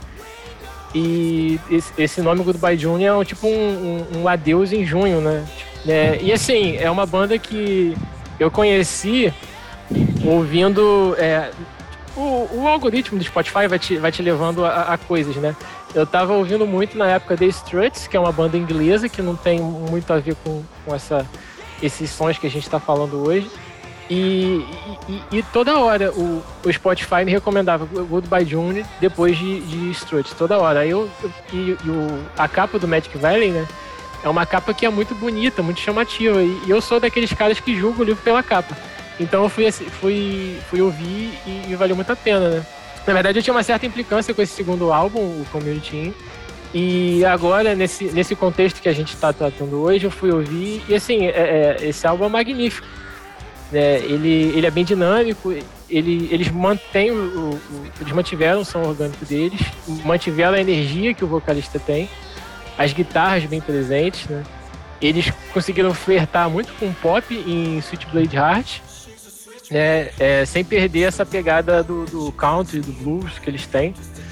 E esse, esse nome Goodbye June é um, tipo um, um, um adeus em junho, né? É, e assim, é uma banda que eu conheci ouvindo. É, o, o algoritmo do Spotify vai te, vai te levando a, a coisas, né? Eu tava ouvindo muito na época The Struts, que é uma banda inglesa que não tem muito a ver com, com essa, esses sons que a gente tá falando hoje. E, e, e toda hora o, o Spotify me recomendava Goodbye June depois de, de Struts, toda hora. Aí eu, eu, e, e o, a capa do Magic Valley, né? É uma capa que é muito bonita, muito chamativa. E, e eu sou daqueles caras que julgam o livro pela capa. Então eu fui, fui, fui ouvir e, e valeu muito a pena, né? Na verdade, eu tinha uma certa implicância com esse segundo álbum, o Community In. E agora, nesse, nesse contexto que a gente está tratando hoje, eu fui ouvir. E assim, é, é, esse álbum é magnífico. É, ele, ele é bem dinâmico. Ele, eles mantêm o, o, eles mantiveram o som orgânico deles, mantiveram a energia que o vocalista tem, as guitarras bem presentes, né? Eles conseguiram flertar muito com pop em Switchblade Heart. Né, é, sem perder essa pegada do, do country, do blues que eles têm.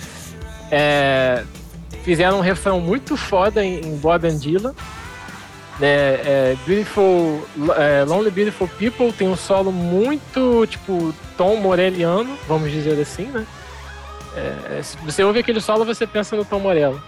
É, fizeram um refrão muito foda em, em Bob and Dylan. Né, é, Beautiful, é, Lonely Beautiful People tem um solo muito tipo Tom Morelliano, vamos dizer assim, né? É, se você ouve aquele solo, você pensa no Tom Morello.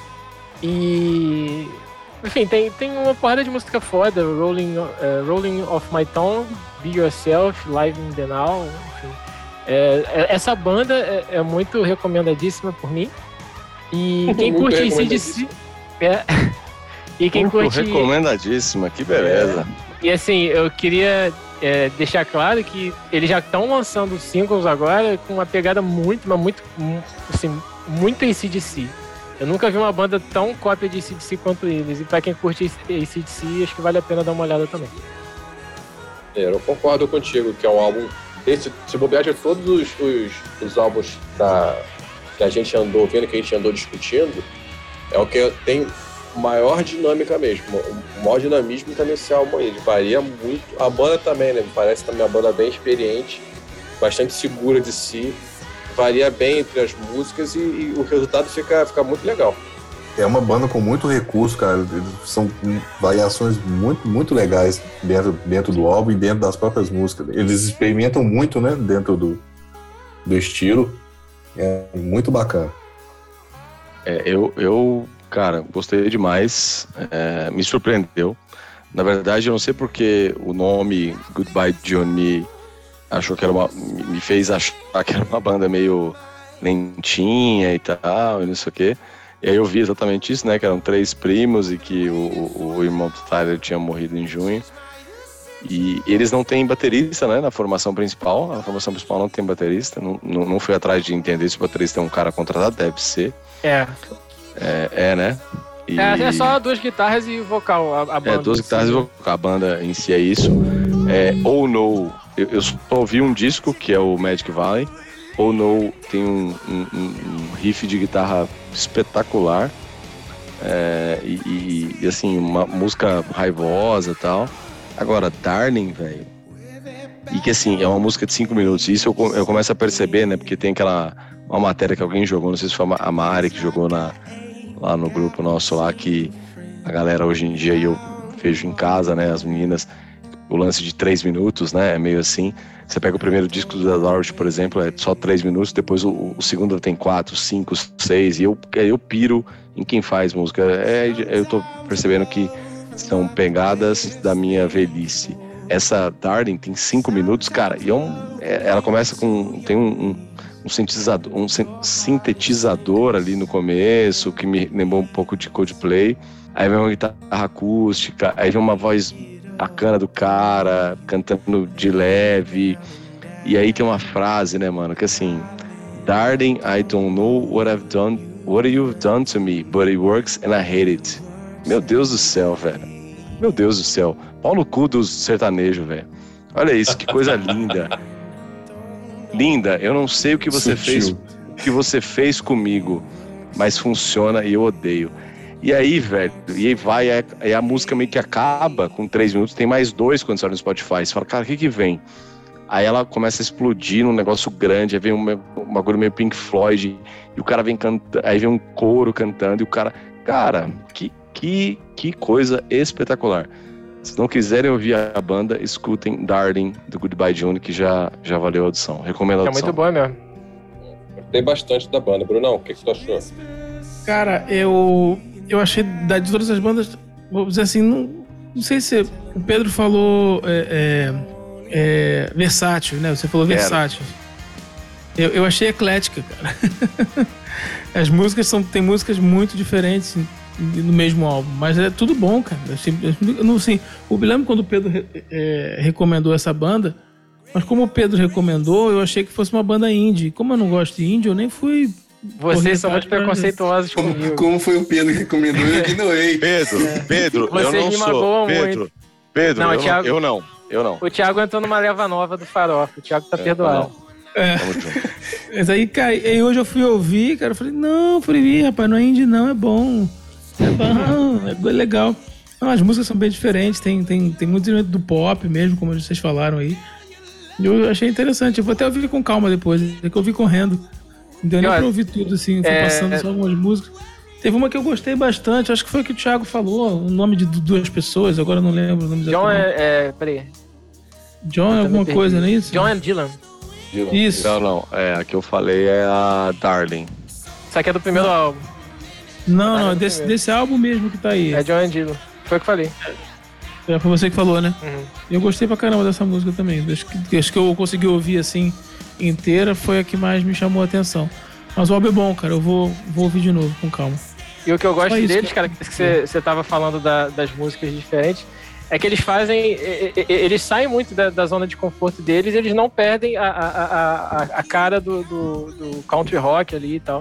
E enfim, tem, tem uma porrada de música foda, Rolling, uh, Rolling Off My Tongue, Be Yourself, Live in the Now, enfim. É, essa banda é, é muito recomendadíssima por mim. E quem curte A C D C... É, E quem Muito curte... recomendadíssima, que beleza. E assim, eu queria é, deixar claro que eles já estão lançando singles agora com uma pegada muito, mas muito, assim, muito A C/D C. Eu nunca vi uma banda tão cópia de A C D C quanto eles. E pra quem curte A C D C, acho que vale a pena dar uma olhada também. É, eu concordo contigo, que é um álbum... Esse, se bobear de todos os, os, os álbuns da, que a gente andou vendo, que a gente andou discutindo, é o que tem maior dinâmica mesmo. O maior dinamismo tá nesse álbum aí. Ele varia muito. A banda também, né? Me parece também uma banda bem experiente, bastante segura de si. Varia bem entre as músicas e, e o resultado fica, fica muito legal. É uma banda com muito recurso, cara. São variações muito, muito legais dentro, dentro do álbum e dentro das próprias músicas. Eles experimentam muito, né? Dentro do, do estilo. É muito bacana. É, eu, eu, cara, gostei demais. É, me surpreendeu. Na verdade, eu não sei porque o nome Goodbye Johnny achou que era uma, me fez achar que era uma banda meio lentinha e tal, e não sei o quê. E aí eu vi exatamente isso, né? Que eram três primos e que o, o, o irmão do Tyler tinha morrido em junho. E eles não têm baterista, né? Na formação principal. A formação principal não tem baterista. Não, não, não fui atrás de entender se o baterista é um cara contratado. Deve ser. É. É, é né? E... É, é só duas guitarras e vocal, a, a banda. É, duas guitarras e vocal. A banda em si é isso. É, ou no... Eu, eu só ouvi um disco, que é o Magic Valley. Ou No tem um, um, um riff de guitarra espetacular. É, e, e, e assim, uma música raivosa e tal. Agora, Darling, velho. E que assim, é uma música de cinco minutos. Isso eu, eu começo a perceber, né? Porque tem aquela uma matéria que alguém jogou, não sei se foi a Mari que jogou na, lá no grupo nosso lá, que a galera hoje em dia, e eu vejo em casa, né? As meninas, o lance de três minutos, né? É meio assim. Você pega o primeiro disco do The Doors, por exemplo, é só três minutos, depois o, o segundo tem quatro, cinco, seis, e eu, eu piro em quem faz música. É, eu tô percebendo que são pegadas da minha velhice. Essa Darling tem cinco minutos, cara, e é um, é, ela começa com... tem um, um, um, sintetizador, um sintetizador ali no começo, que me lembrou um pouco de Coldplay. Aí vem uma guitarra acústica, aí vem uma voz bacana do cara, cantando de leve. E aí tem uma frase, né, mano, que assim... Darling, I don't know what I've done, what you've done to me, but it works and I hate it. Meu Deus do céu, velho. Meu Deus do céu. Pau no cu dos sertanejos, velho. Olha isso, que coisa linda. Linda, eu não sei o que você Sutil. fez, o que você fez comigo, mas funciona e eu odeio. E aí, velho, e aí vai, aí a música meio que acaba com três minutos, tem mais dois quando você olha no Spotify. Você fala, cara, o que que vem? Aí ela começa a explodir num negócio grande, aí vem um, um bagulho meio Pink Floyd, e o cara vem cantando, aí vem um coro cantando, e o cara... Cara, que, que, que coisa espetacular. Se não quiserem ouvir a banda, escutem Darling, do Goodbye Johnny, que já, já valeu a audição. Recomendo a É audição. muito boa mesmo. Gostei bastante da banda. Brunão, o que, que tu achou? Cara, eu... Eu achei, da, de todas as bandas, vou dizer assim, não, não sei se o Pedro falou é, é, é, versátil, né? Você falou versátil. Eu, eu achei eclética, cara. As músicas são, tem músicas muito diferentes no mesmo álbum, mas é tudo bom, cara. Eu achei, eu não sei, eu me lembro quando o Pedro é, recomendou essa banda, mas como o Pedro recomendou, eu achei que fosse uma banda indie. Como eu não gosto de indie, eu nem fui... Vocês são muito preconceituosos Como, comigo. como foi o Pedro que recomendou, eu ignorei. Pedro, Pedro, eu Vocês não me sou. magoam Pedro, muito. Pedro, Não, eu, Thiago- não, eu não, eu não. O Thiago entrou numa leva nova do Farofa. O Thiago tá É, perdoado. É. Tamo junto. Mas aí, cara, aí hoje eu fui ouvir, cara, eu falei, não, eu falei, ih, rapaz, não é indie não, é bom. É bom, é legal. Não, as músicas são bem diferentes, tem, tem, tem muito elemento do pop mesmo, como vocês falaram aí. E eu achei interessante, eu vou até ouvir com calma depois, é que eu ouvi correndo. Não deu nem Olha, pra ouvir tudo, assim, foi é- passando só algumas músicas. Teve uma que eu gostei bastante, acho que foi o que o Thiago falou, o nome de du- duas pessoas, agora eu não lembro o nome John exato, não. é, é. Peraí. John é Eu alguma também coisa, perdi. não é isso? John and Dylan. Isso. Não, não, é, a que eu falei é a Darling. Isso aqui é do primeiro álbum. Não, não, Ah, é desse, primeiro. desse álbum mesmo que tá aí. É John and Dylan. Foi o que eu falei. É, foi você que falou, né? Uhum. Eu gostei pra caramba dessa música também. Acho que, acho que eu consegui ouvir assim inteira, foi a que mais me chamou a atenção. Mas o álbum é bom, cara. Eu vou, vou ouvir de novo, com calma. E o que eu gosto Só isso, deles, cara, que você, você tava falando da, das músicas diferentes, é que eles fazem, e- e- eles saem muito da, da zona de conforto deles, eles não perdem a, a, a, a cara do, do, do country rock ali e tal.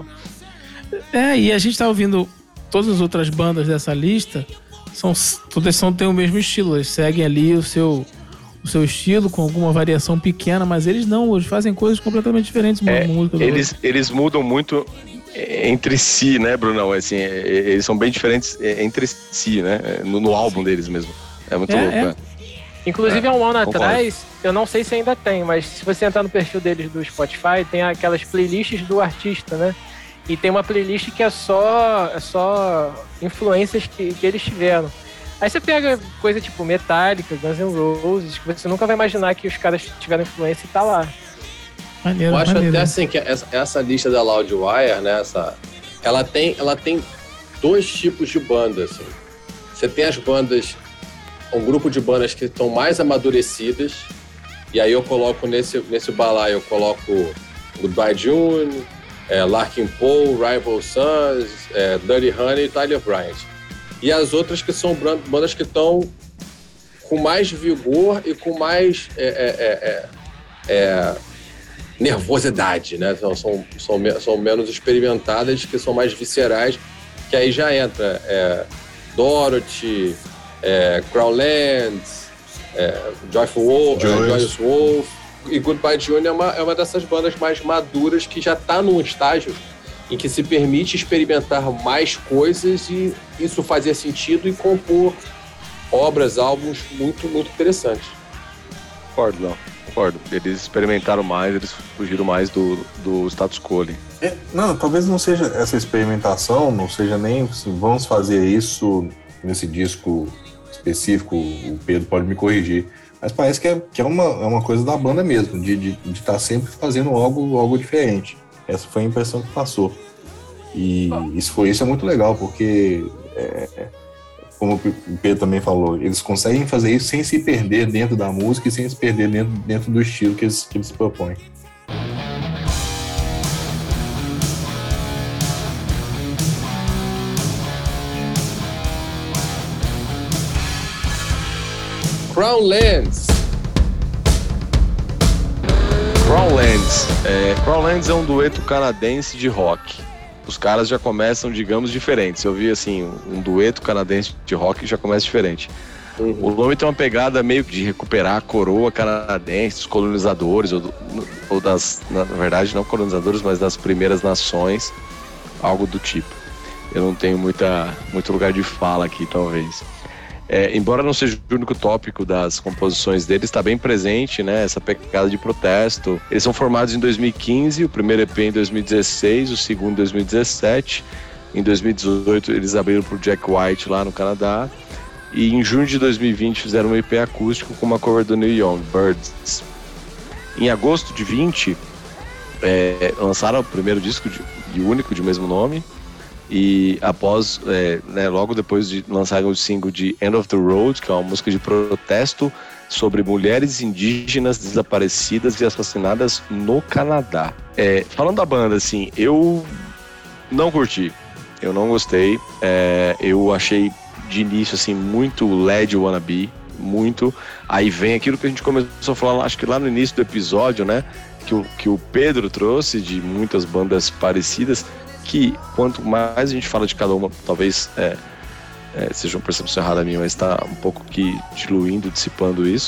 É, e a gente tá ouvindo todas as outras bandas dessa lista, são, todas são, têm o mesmo estilo, eles seguem ali o seu, o seu estilo com alguma variação pequena, mas eles não, eles fazem coisas completamente diferentes uma É, música do eles, outro. eles mudam muito entre si, né, Brunão? Assim, é, eles são bem diferentes é, entre si, né? É, No, no álbum deles mesmo. É muito É, louco, é. né? Inclusive, É, há um ano concordo. atrás, eu não sei se ainda tem, mas se você entrar no perfil deles do Spotify, tem aquelas playlists do artista, né? E tem uma playlist que é só, é só influências que, que eles tiveram. Aí você pega coisa tipo Metallica, Guns N' Roses, que você nunca vai imaginar que os caras tiveram influência e tá lá. Maneiro, Eu acho maneiro. até assim que essa, essa lista da Loudwire, né, essa, ela, tem, ela tem dois tipos de bandas. Assim. Você tem as bandas, um grupo de bandas que estão mais amadurecidas, e aí eu coloco nesse, nesse balaio, eu coloco Goodbye June, é, Larkin Poe, Rival Sons, é, Dirty Honey e Tyler Bryant. E as outras que são bran- bandas que estão com mais vigor e com mais é, é, é, é, nervosidade, né? São, são, são, me- são menos experimentadas, que são mais viscerais, que aí já entra é, Dorothy, é, Crowlands, é, Joyful Wolf, é, Joyous. Joyous Wolf, e Goodbye June é uma, é uma dessas bandas mais maduras que já está num estágio em que se permite experimentar mais coisas e isso fazer sentido e compor obras, álbuns muito, muito interessantes. Concordo, não. Concordo. Eles experimentaram mais, eles fugiram mais do, do status quo ali. É, não, talvez não seja essa experimentação, não seja nem assim, vamos fazer isso nesse disco específico, o Pedro pode me corrigir, mas parece que é, que é, uma, é uma coisa da banda mesmo, de estar tá sempre fazendo algo, algo diferente. Essa foi a impressão que passou. E isso, foi, isso é muito legal, porque, é, é, como o Pedro também falou, eles conseguem fazer isso sem se perder dentro da música e sem se perder dentro, dentro do estilo que eles, que eles propõem. Crownlands. Crownlands. É, Crownlands é um dueto canadense de rock. Os caras já começam, digamos, diferentes. Eu vi, assim, um dueto canadense de rock já começa diferente. Uhum. O nome tem uma pegada meio que de recuperar a coroa canadense, dos colonizadores, ou, do, ou das, na verdade, não colonizadores, mas das primeiras nações, algo do tipo. Eu não tenho muita, muito lugar de fala aqui, talvez. É, embora não seja o único tópico das composições deles, está bem presente, né, essa pegada de protesto. Eles são formados em dois mil e quinze, o primeiro E P em dois mil e dezesseis, o segundo em dois mil e dezessete. Em dois mil e dezoito eles abriram para o Jack White lá no Canadá. E em junho de dois mil e vinte fizeram um E P acústico com uma cover do Neil Young, Birds. Em agosto de vinte, é, lançaram o primeiro disco de, e único de mesmo nome. E após, é, né, logo depois de lançarem o single de End of the Road, que é uma música de protesto sobre mulheres indígenas desaparecidas e assassinadas no Canadá. É, falando da banda, assim, eu não curti, eu não gostei, é, eu achei de início, assim, muito Led Wannabe, muito. Aí vem aquilo que a gente começou a falar, acho que lá no início do episódio, né, que o, que o Pedro trouxe de muitas bandas parecidas, que quanto mais a gente fala de cada uma, talvez é, é, seja uma percepção errada minha, mas está um pouco que diluindo, dissipando isso,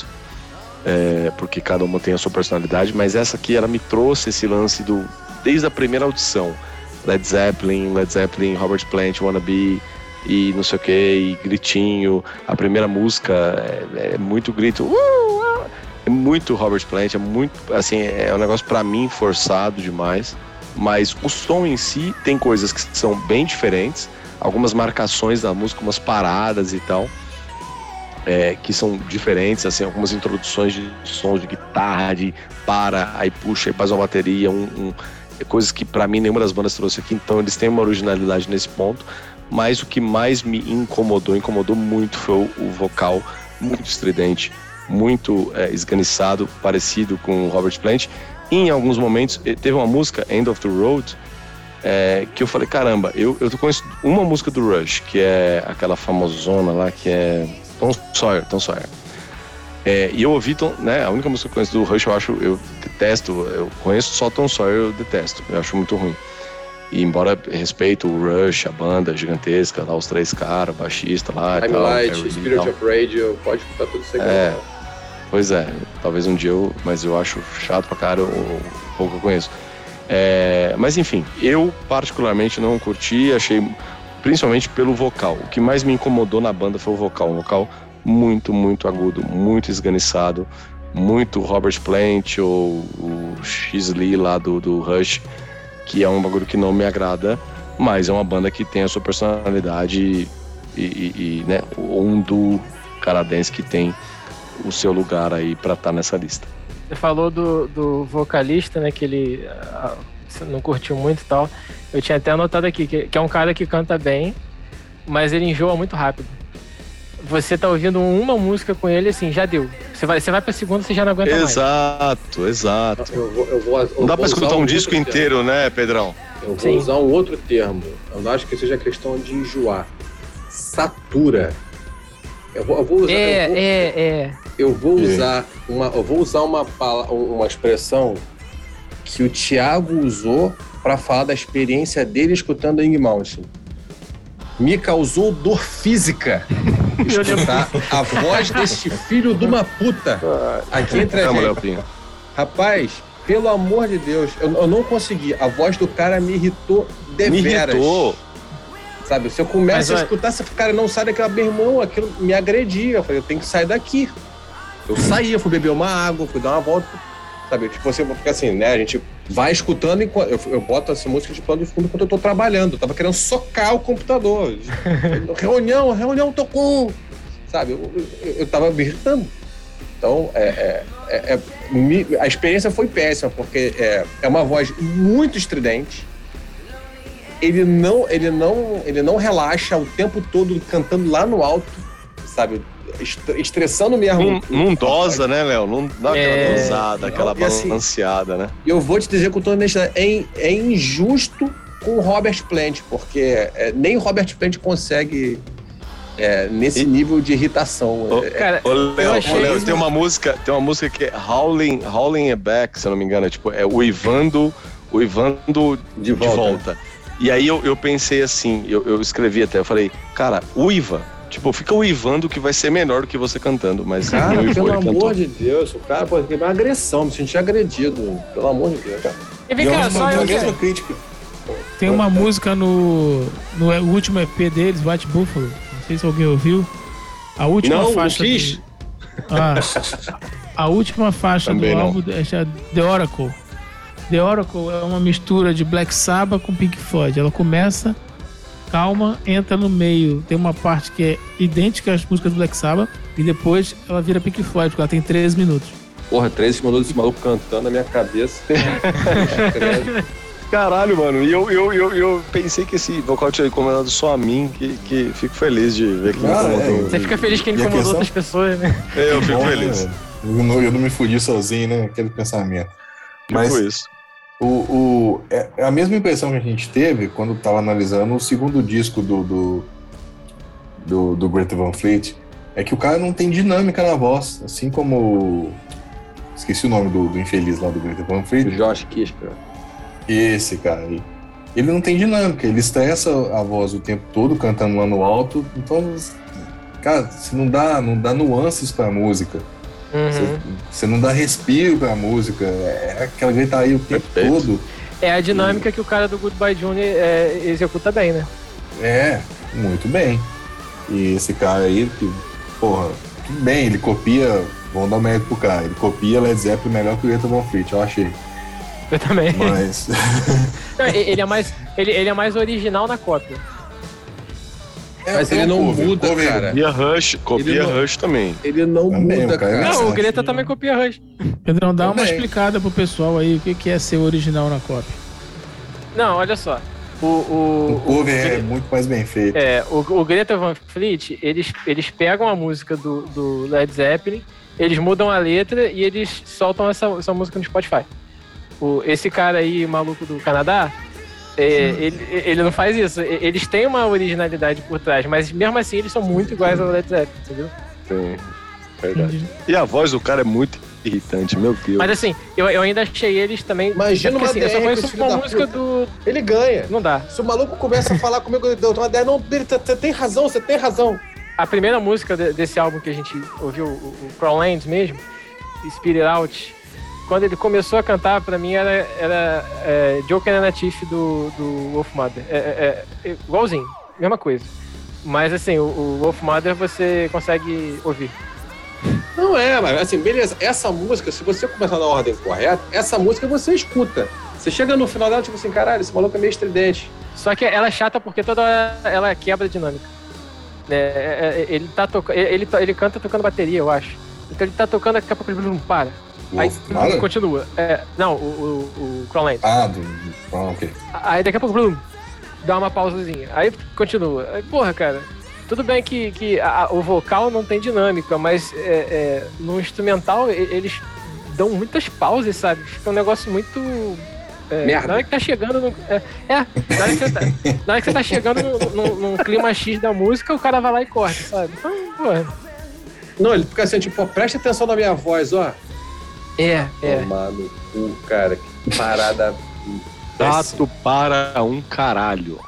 é, porque cada uma tem a sua personalidade, mas essa aqui, ela me trouxe esse lance do, desde a primeira audição, Led Zeppelin, Led Zeppelin, Robert Plant, Wannabe, e não sei o que, e gritinho, a primeira música é, é muito grito, uh, é muito Robert Plant, é muito, assim, é um negócio pra mim forçado demais. Mas o som em si tem coisas que são bem diferentes, algumas marcações da música, umas paradas e tal, é, que são diferentes, assim, algumas introduções de sons de guitarra, de para, aí puxa, aí faz uma bateria, um, um, coisas que pra mim nenhuma das bandas trouxe aqui, então eles têm uma originalidade nesse ponto, mas o que mais me incomodou, incomodou muito foi o, o vocal muito estridente, muito é, esganiçado, parecido com o Robert Plant. Em alguns momentos, teve uma música, End of the Road, é, que eu falei, caramba, eu, eu conheço uma música do Rush, que é aquela famosona lá, que é Tom Sawyer, Tom Sawyer. É, e eu ouvi, Tom, né, a única música que eu conheço do Rush, eu acho, eu detesto, eu conheço só Tom Sawyer, eu detesto, eu acho muito ruim. E embora respeito o Rush, a banda gigantesca, lá os três caras, baixista lá e tal. Limelight, Spirit of Radio, pode escutar tudo isso aqui. É, pois é, talvez um dia eu, mas eu acho chato pra cara, o pouco que eu conheço. É, mas enfim, eu particularmente não curti, achei, principalmente pelo vocal. O que mais me incomodou na banda foi o vocal, um vocal muito, muito agudo, muito esganiçado, muito Robert Plant ou o X. Lee lá do, do Rush, que é um bagulho que não me agrada, mas é uma banda que tem a sua personalidade e, e, e né, um do canadense que tem o seu lugar aí pra estar nessa lista. Você falou do, do vocalista, né, que ele ah, não curtiu muito e tal. Eu tinha até anotado aqui, que, que é um cara que canta bem, mas ele enjoa muito rápido. Você tá ouvindo uma música com ele, assim, já deu. Você vai, você vai pra segunda, você já não aguenta exato, mais. Exato, exato. Eu vou, eu vou, eu não dá vou pra escutar um, um disco termo. inteiro, né, Pedrão? Eu vou Sim. usar um outro termo. Eu não acho que seja questão de enjoar. Satura. Eu vou, eu vou usar... É, eu vou, é, é. Eu vou usar uma, eu vou usar uma, uma expressão que o Thiago usou para falar da experiência dele escutando Ing Mountain. Me causou dor física escutar a voz deste filho de uma puta aqui entre a gente. Rapaz, pelo amor de Deus, eu, eu não consegui. A voz do cara me irritou deveras. Me irritou. Sabe, se eu começo Mas, a escutar, esse cara não sai daquela, meu irmão, aquilo me agredia. Eu falei, eu tenho que sair daqui. Eu saí, eu fui beber uma água, fui dar uma volta. Sabe, tipo, você, porque assim, né, a gente vai escutando enquanto. Eu, eu boto essa música de plano de fundo enquanto eu tô trabalhando. Eu tava querendo socar o computador. reunião, reunião, tô com. Sabe, eu, eu, eu tava me irritando. Então, é, é, é, é, me, a experiência foi péssima, porque é, é uma voz muito estridente. Ele não, ele, não, ele não relaxa o tempo todo cantando lá no alto, sabe? Estressando mesmo. Não, não dosa, né, Léo? Não dá aquela É... dosada, aquela e assim, balanceada, né? E eu vou te dizer com toda honestidade, é, é injusto com o Robert Plant, porque é, nem Robert Plant consegue é, nesse e... nível de irritação. Ô, é, cara, ô, Léo, achei... ô, Léo, tem uma música, tem uma música que é Howling, Howling Back, se eu não me engano, é tipo, é uivando, uivando de volta. De volta. E aí eu, eu pensei assim, eu, eu escrevi até, eu falei, cara, uiva. Tipo, fica uivando que vai ser melhor do que você cantando, mas... Cara, uivou, pelo amor cantou. de Deus, o cara pode ter uma agressão, me senti agredido, pelo amor de Deus. E vem cá, só eu, mesma crítica. Tem uma música no, no último E P deles, White Buffalo, não sei se alguém ouviu. A última não, faixa... Não, quis. Do... Ah, a última faixa Também do não. álbum é The Oracle. The Oracle é uma mistura de Black Sabbath com Pink Floyd. Ela começa... calma, entra no meio, tem uma parte que é idêntica às músicas do Black Sabbath e depois ela vira Pink Floyd, porque ela tem treze minutos. Porra, treze minutos desse maluco cantando na minha cabeça. Caralho, mano, e eu, eu, eu, eu pensei que esse vocal tinha incomodado só a mim, que, que fico feliz de ver que Ah, incomodou. é. Você fica feliz que ele E a incomodou questão- outras pessoas, né? É, eu fico Bom, feliz. né? Eu não, eu não me fudi sozinho, né? Aquele pensamento. Mas Tipo isso. o, o, é é a mesma impressão que a gente teve quando estava analisando o segundo disco do, do, do, do Greta Van Fleet, é que o cara não tem dinâmica na voz, assim como o- esqueci o nome do, do infeliz lá do Greta Van Fleet. Josh Kisper. Esse cara aí. Ele não tem dinâmica, ele estressa a voz o tempo todo, cantando lá no alto. Então, cara, você não dá, não dá nuances pra música. Você, Uhum. você não dá respiro pra música. É aquela gritaria o tempo Perfeito. todo. É a dinâmica que o cara do Goodbye Junior é, executa bem, né? É, muito bem. E esse cara aí, que, porra, tudo bem, ele copia, vamos dar um mérito pro cara, ele copia Led Zeppelin melhor que o Greta Van Fleet, eu achei. Eu também. Mas, Não, ele, é mais, ele, ele é mais original na cópia. Mas é ele um não cover, muda, cover. cara. E a Rush, copia não- Rush também. Ele não Também, muda, o cara é cara. Não, o Versace, Greta né? também copia Rush. Pedrão, dá uma Também. explicada pro pessoal aí o que que é ser original na cópia. Não, olha só. O, o, O cover o- é muito mais bem feito. É, o, o Greta Van Fleet, eles, eles pegam a música do, do Led Zeppelin, eles mudam a letra e eles soltam essa, essa música no Spotify. O, esse cara aí, maluco do Canadá, É, ele, ele não faz isso. Eles têm uma originalidade por trás, mas mesmo assim eles são muito iguais ao Led Zeppelin, entendeu? Sim, verdade. E a voz do cara é muito irritante, meu Deus. Mas assim, eu, eu ainda achei eles também... Imagina uma assim, eu só D R com esse conheço filho uma da música puta. do... Ele ganha. Não dá. Se o maluco começa a falar comigo, eu dou uma ideia, não, você tem razão, você tem razão. A primeira música de, desse álbum que a gente ouviu, o, o Crownlands mesmo, Spirit Out, quando ele começou a cantar, pra mim era, era é, Joker and a Tiff do, do Wolf Mother. É, é, é, igualzinho, mesma coisa. Mas assim, o, o Wolf Mother você consegue ouvir. Não é, mas assim, beleza, essa música, se você começar na ordem correta, essa música você escuta. Você chega no final dela, tipo assim, caralho, esse maluco é meio estridente. Só que ela é chata porque toda hora ela quebra a dinâmica. É, é, é, ele, tá toca... ele, ele, ele canta tocando bateria, eu acho. Então ele tá tocando, daqui a pouco ele não para. Aí Nada? continua. É, não, o, o, o Crownlands. Ah, do... ah, ok. Aí daqui a pouco blum, dá uma pausazinha. Aí continua. Aí, porra, cara, tudo bem que, que a, o vocal não tem dinâmica, mas é, é, no instrumental eles dão muitas pausas, sabe? Fica um negócio muito... É, Merda. Na hora que tá chegando no, é, é, na hora que você tá, na hora que você tá chegando no, no, num clima X da música, o cara vai lá e corta, sabe? Então, porra. Não, ele fica assim, tipo, pô, presta atenção na minha voz, ó. É, é. Tomar no cu, cara, que parada. Chato para um caralho.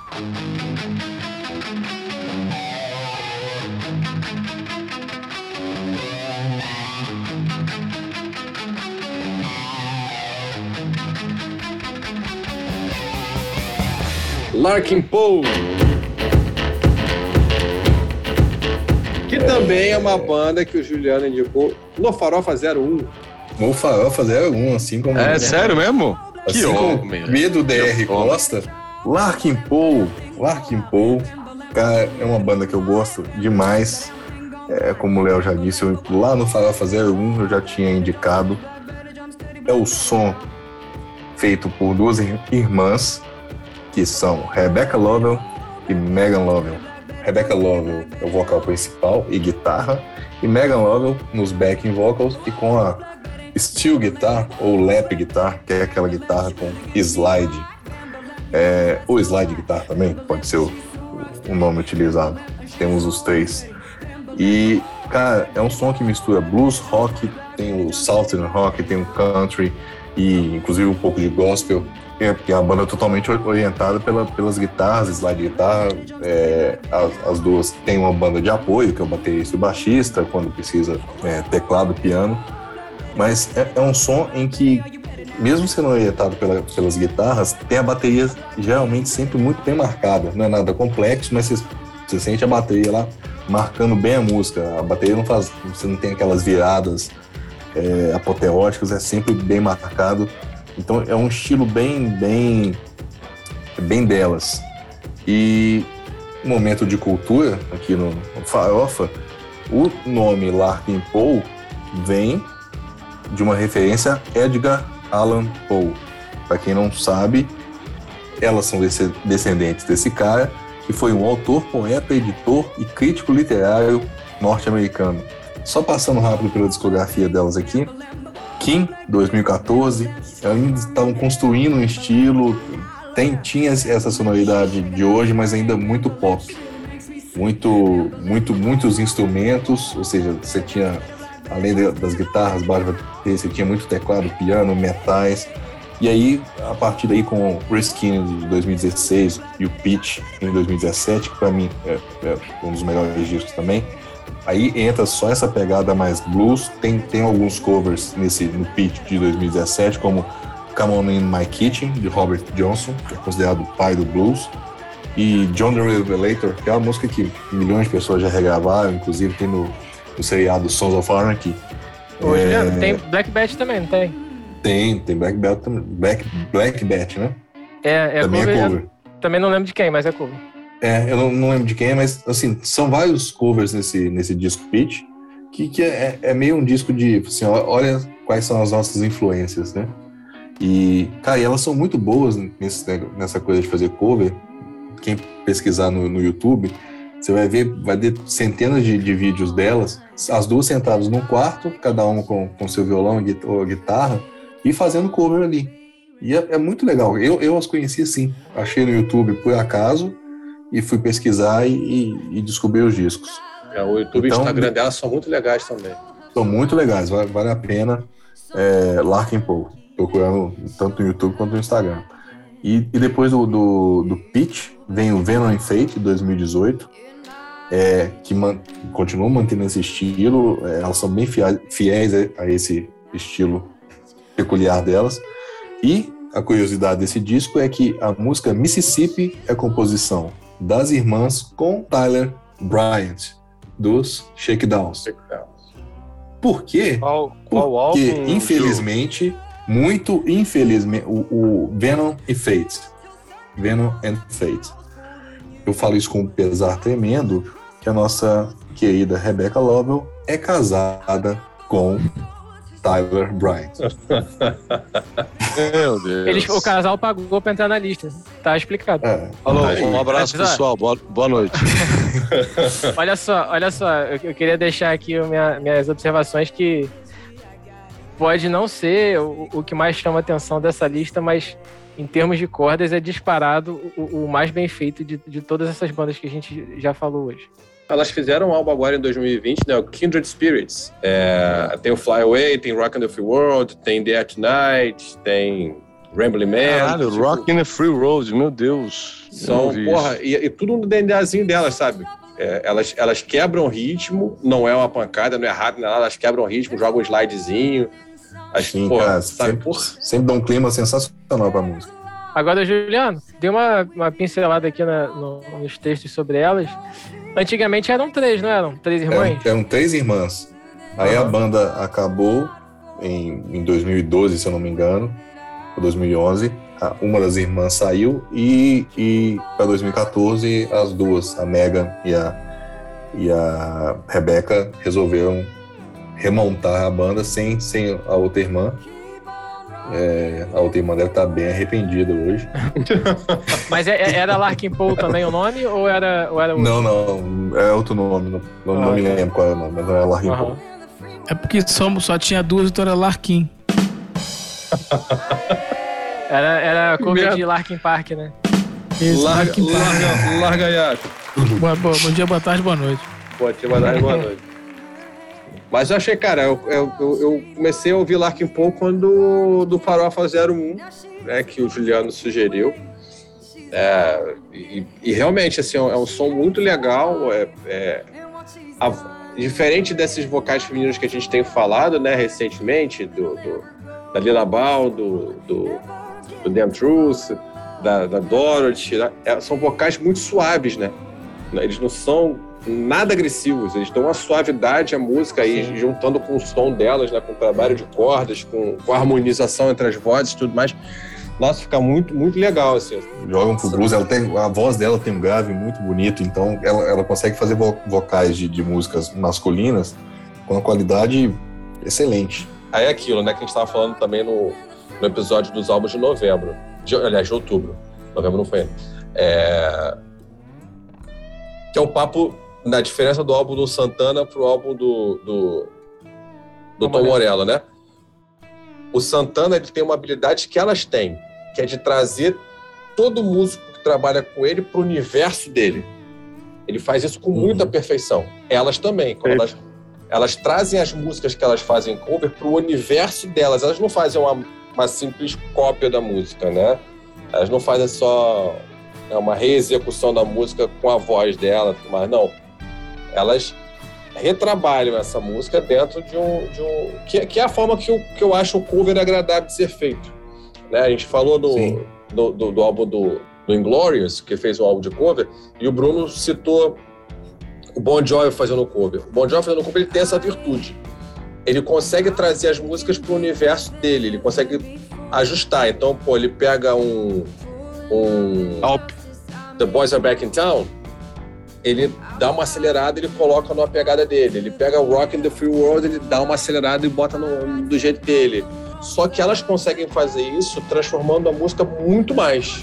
Larkin Poe. Que também é uma banda que o Juliano indicou no Farofa zero um. O Farofa zero um, assim como... É sério mesmo? Assim Que como homem. Medo D R Que homem. Costa, Larkin Poe, Larkin Poe, cara, é uma banda que eu gosto demais. É, como o Léo já disse, eu, lá no Farofa zero um eu já tinha indicado. É o som feito por duas irmãs, que são Rebecca Lovell e Megan Lovell. Rebecca Lovell é o vocal principal e guitarra, e Megan Lovell nos backing vocals e com a steel guitar ou lap guitar, que é aquela guitarra com slide, é, ou slide guitar também, pode ser o, o nome utilizado. Temos os três. E, cara, é um som que mistura blues, rock, tem o southern rock, tem o country e inclusive um pouco de gospel. Porque a banda é totalmente orientada pela, pelas guitarras, slide guitarra. É, as, as duas têm uma banda de apoio, que é o baterista e o baixista, quando precisa é, teclado, piano. Mas é, é um som em que, mesmo sendo orientado pela, pelas guitarras, tem a bateria geralmente sempre muito bem marcada. Não é nada complexo, mas você, você sente a bateria lá marcando bem a música. A bateria não faz, você não tem aquelas viradas é, apoteóticas, é sempre bem marcado. Então é um estilo bem, bem, bem delas. E momento de cultura aqui no, no Farofa, o nome Larkin Poe vem de uma referência a Edgar Allan Poe. Para quem não sabe, elas são descendentes desse cara, que foi um autor, poeta, editor e crítico literário norte-americano. Só passando rápido pela discografia delas aqui. Kim, dois mil e quatorze, ainda estavam construindo um estilo, tem, tinha essa sonoridade de hoje, mas ainda muito pop. Muito, muito, muitos instrumentos, ou seja, você tinha, além das guitarras, baixo, você tinha muito teclado, piano, metais. E aí, a partir daí, com o Riskin de dois mil e dezesseis e o Pitch em dois mil e dezessete, que para mim é, é um dos melhores discos também, aí entra só essa pegada mais blues. Tem, tem alguns covers nesse, no Pitch de dois mil e dezessete, como Come On In My Kitchen, de Robert Johnson, que é considerado o pai do blues, e John the Revelator, que é uma música que milhões de pessoas já regravaram, inclusive tem no, no seriado Sons of Anarchy. Ô, é... Juliano, tem Black Bat também, não tem? Tem, tem Black Bat também. Black, Black Bat, né? É, é também cover, é cover. Eu, também não lembro de quem, mas é cover. É, eu não, não lembro de quem é, mas assim, são vários covers nesse, nesse disco Pitch, que, que é, é meio um disco de, assim, olha quais são as nossas influências, né? E, cara, e elas são muito boas nesse, nessa coisa de fazer cover. Quem pesquisar no, no YouTube, você vai ver, vai ter centenas de, de vídeos delas, as duas sentadas num quarto, cada uma com, com seu violão ou guitarra, e fazendo cover ali. E é, é muito legal. Eu, eu as conheci assim. Achei no YouTube por acaso e fui pesquisar e, e, e descobri os discos. É, o YouTube e o Instagram delas são muito legais também. São muito legais, vale, vale a pena. É, Larkin Poe, procurando tanto no YouTube quanto no Instagram. E, e depois do, do, do Pitch, vem o Venom and Fate, de dois mil e dezoito, é, que man, continua mantendo esse estilo. É, elas são bem fiéis, fiéis a esse estilo peculiar delas. E a curiosidade desse disco é que a música Mississippi é composição das irmãs com Tyler Bryant, dos Shakedowns. Por quê? Qual, qual Porque, álbum, infelizmente, muito infelizmente, o, o Venom e Fate. Venom and Fate. Eu falo isso com um pesar tremendo, que a nossa querida Rebecca Lovell é casada com Tyler Bryant. Meu Deus. Eles, o casal pagou pra entrar na lista. Tá explicado. É. Alô, Aí, um abraço, Mas, pessoal. Boa, boa noite. Olha só, olha só. Eu, eu queria deixar aqui minha, minhas observações que pode não ser o, o que mais chama a atenção dessa lista, mas em termos de cordas é disparado o, o mais bem feito de, de todas essas bandas que a gente já falou hoje. Elas fizeram um álbum agora em dois mil e vinte, né? O Kindred Spirits. É, tem o Fly Away, tem Rock and the Free World, tem The Tonight, tem Rambling Man. Caralho, tipo, Rock in the Free Road, meu Deus. São, porra, e, e tudo no DNAzinho delas, sabe? É, elas, elas quebram ritmo, não é uma pancada, não é rápido, não é nada, elas quebram ritmo, jogam um slidezinho. As, Sim, porra, cara, sabe? sempre, Porra. sempre dá um clima sensacional pra música. Agora, Juliano, dei uma, uma pincelada aqui na, no, nos textos sobre elas. Antigamente eram três, não eram? Três irmãs? Eram, eram três irmãs. Aí Uhum. a banda acabou em, em dois mil e doze, se eu não me engano, ou dois mil e onze. A- Uma das irmãs saiu e, e para dois mil e quatorze as duas, a Megan e a, e a Rebecca, resolveram remontar a banda sem, sem a outra irmã. É, a outra irmã deve estar bem arrependida hoje. Mas é- é- era Larkin Poe também o nome? Ou era, ou era outro? Não, não, é outro nome, não, não, não Ah, me tá. lembro qual é o nome, mas não é Larkin Aham. Poe. É porque só, só tinha duas, então era Larkin. Era, era cover merda. de Larkin Park, né? Isso, Larga, Larkin Park. larga, larga, Iaco. Boa- boa- bom dia, boa tarde, boa noite. Pô, te mandar boa noite. Mas eu achei, cara, eu, eu, eu- eu comecei a ouvir Larkin Poe quando do Farofa zero um, né, que o Juliano sugeriu. É, e, e realmente, assim, é um som muito legal. É, é, a- diferente desses vocais femininos que a gente tem falado, né, recentemente, do, do, da Lila Ball, do, do, do Damn Truth, da, da Dorothy, né, é, são vocais muito suaves, né? Eles não são nada agressivos, eles dão uma suavidade à música aí, juntando com o som delas, né, com o trabalho de cordas, com, com a harmonização entre as vozes e tudo mais. Nossa, fica muito, muito legal, assim. Jogam pro blues, ela tem, a voz dela tem um grave muito bonito, então ela, ela consegue fazer vo- vocais de, de músicas masculinas com uma qualidade excelente. Aí é aquilo, né, que a gente estava falando também no, no episódio dos álbuns de novembro, de, aliás, de outubro. Novembro não foi ainda. É... Que é o papo na diferença do álbum do Santana pro álbum do, do, do Tom Morello, né? O Santana, ele tem uma habilidade que elas têm, que é de trazer todo músico que trabalha com ele pro universo dele. Ele faz isso com muita perfeição. Elas também, quando elas, elas trazem as músicas que elas fazem cover pro universo delas. Elas não fazem uma, uma simples cópia da música, né? Elas não fazem só né, uma reexecução da música com a voz dela, mas não. Elas retrabalham essa música dentro de um... De um que, que é a forma que eu, que eu acho o cover agradável de ser feito. Né? A gente falou do, do, do, do álbum do, do Inglorious, que fez um álbum de cover, e o Bruno citou o Bon Jovi fazendo cover. O Bon Jovi fazendo cover, ele tem essa virtude. Ele consegue trazer as músicas para o universo dele, ele consegue ajustar. Então, pô, ele pega um... um The Boys Are Back in Town, ele dá uma acelerada e ele coloca numa pegada dele. Ele pega o Rock in the Free World, ele dá uma acelerada e bota no, do jeito dele. Só que elas conseguem fazer isso transformando a música muito mais.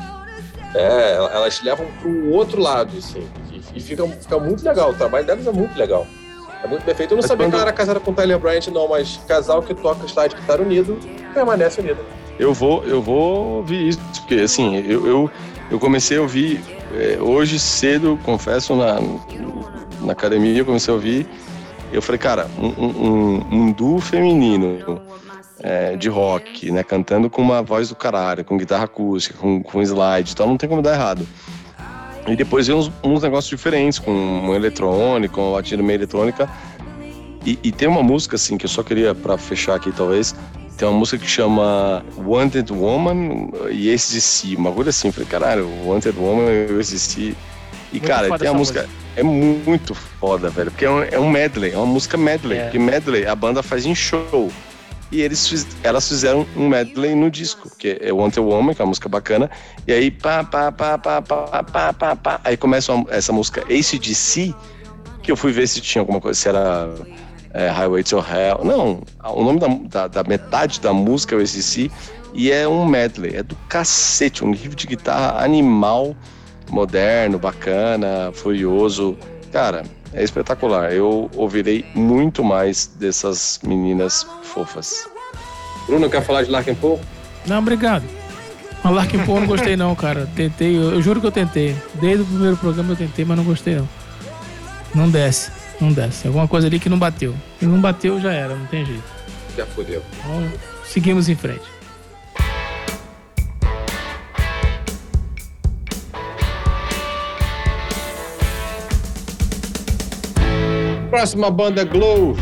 É, elas levam para um outro lado, assim. E, e fica, fica muito legal. O trabalho delas é muito legal. É muito perfeito. Eu não Mas sabia quando- que ela era casada com o Tyler Bryant, não, mas casal que toca slide guitarra unido, permanece unido. eu vou, eu vou ouvir isso, porque assim, eu, eu, eu comecei a ouvir é, hoje cedo, confesso, na, na academia, eu comecei a ouvir, eu falei, cara, um, um, um duo feminino é, de rock, né, cantando com uma voz do caralho, com guitarra acústica, com, com slide, então não tem como dar errado. E depois veio uns, uns negócios diferentes, com um eletrônico, uma batida meio eletrônica. E, e tem uma música, assim, que eu só queria, pra fechar aqui, talvez, tem uma música que chama Wanted Woman e A C D C, uma coisa assim. Eu falei, caralho, Wanted Woman e A C D C. E, muito cara, tem a música... música... É muito foda, velho, porque é um, é um medley, é uma música medley. É. Porque medley a banda faz em show. E eles fiz, elas fizeram um medley no disco, que é Wanted Woman, que é uma música bacana, e aí pá, pá, pá, pá, pá, pá, pá, pá, aí começa uma, essa música A C D C, que eu fui ver se tinha alguma coisa, se era é, Highway to Hell, não, o nome da, da, da metade da música é o A C D C, e é um medley, é do cacete, um riff de guitarra animal, moderno, bacana, furioso, cara... É espetacular. Eu ouvirei muito mais dessas meninas fofas. Bruno, quer falar de Larkin Poe? Não, obrigado. A Larkin Poe eu não gostei não, cara. Tentei, eu, eu juro que eu tentei. Desde o primeiro programa eu tentei, mas não gostei não. Não desce, não desce. Alguma coisa ali que não bateu. Se não bateu, já era, não tem jeito. Já fodeu. Então, seguimos em frente. Próxima banda, Glow.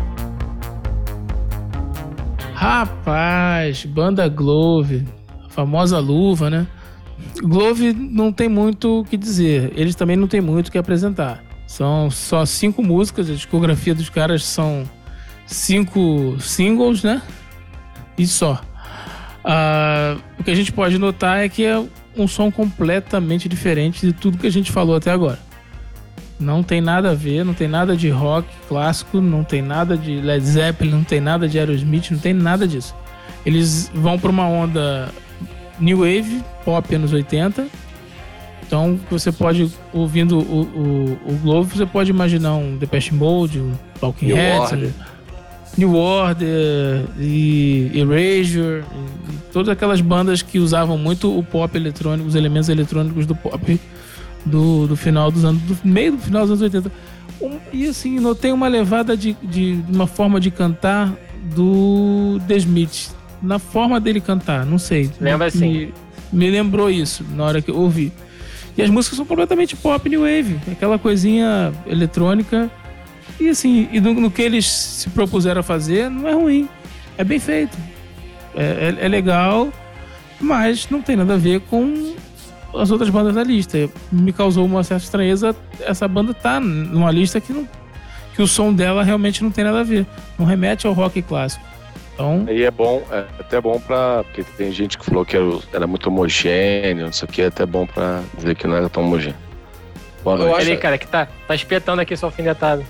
Rapaz, banda Glove, a famosa luva, né? Glove não tem muito o que dizer. Eles também não tem muito o que apresentar. São só cinco músicas. A discografia dos caras são cinco singles, né? E só. Ah, o que a gente pode notar é que é um som completamente diferente de tudo que a gente falou até agora. Não tem nada a ver, não tem nada de rock clássico, não tem nada de Led Zeppelin, não tem nada de Aerosmith, não tem nada disso. Eles vão para uma onda New Wave, pop anos oitenta. Então você pode, ouvindo o, o, o Glove, você pode imaginar um Depeche Mode, um Talking New Heads, Order. New Order e Erasure, e todas aquelas bandas que usavam muito o pop eletrônico, os elementos eletrônicos do pop Do, do final dos anos, do meio do final dos anos oitenta. Um, e assim, notei uma levada de, de uma forma de cantar do The Smiths. Na forma dele cantar, não sei. Lembra assim? Me, me lembrou isso na hora que eu ouvi. E as músicas são completamente pop new wave, aquela coisinha eletrônica. E assim, e no, no que eles se propuseram a fazer, não é ruim. É bem feito. É, é, é legal, mas não tem nada a ver com as outras bandas da lista. Me causou uma certa estranheza essa banda tá numa lista que, não, que o som dela realmente não tem nada a ver. Não remete ao rock clássico. Então... E é bom, é até bom pra... Porque tem gente que falou que era, era muito homogêneo, não sei o que, é até bom pra dizer que não era tão homogêneo. Boa noite. Olha aí, cara, que tá, tá espetando aqui sua alfinetada.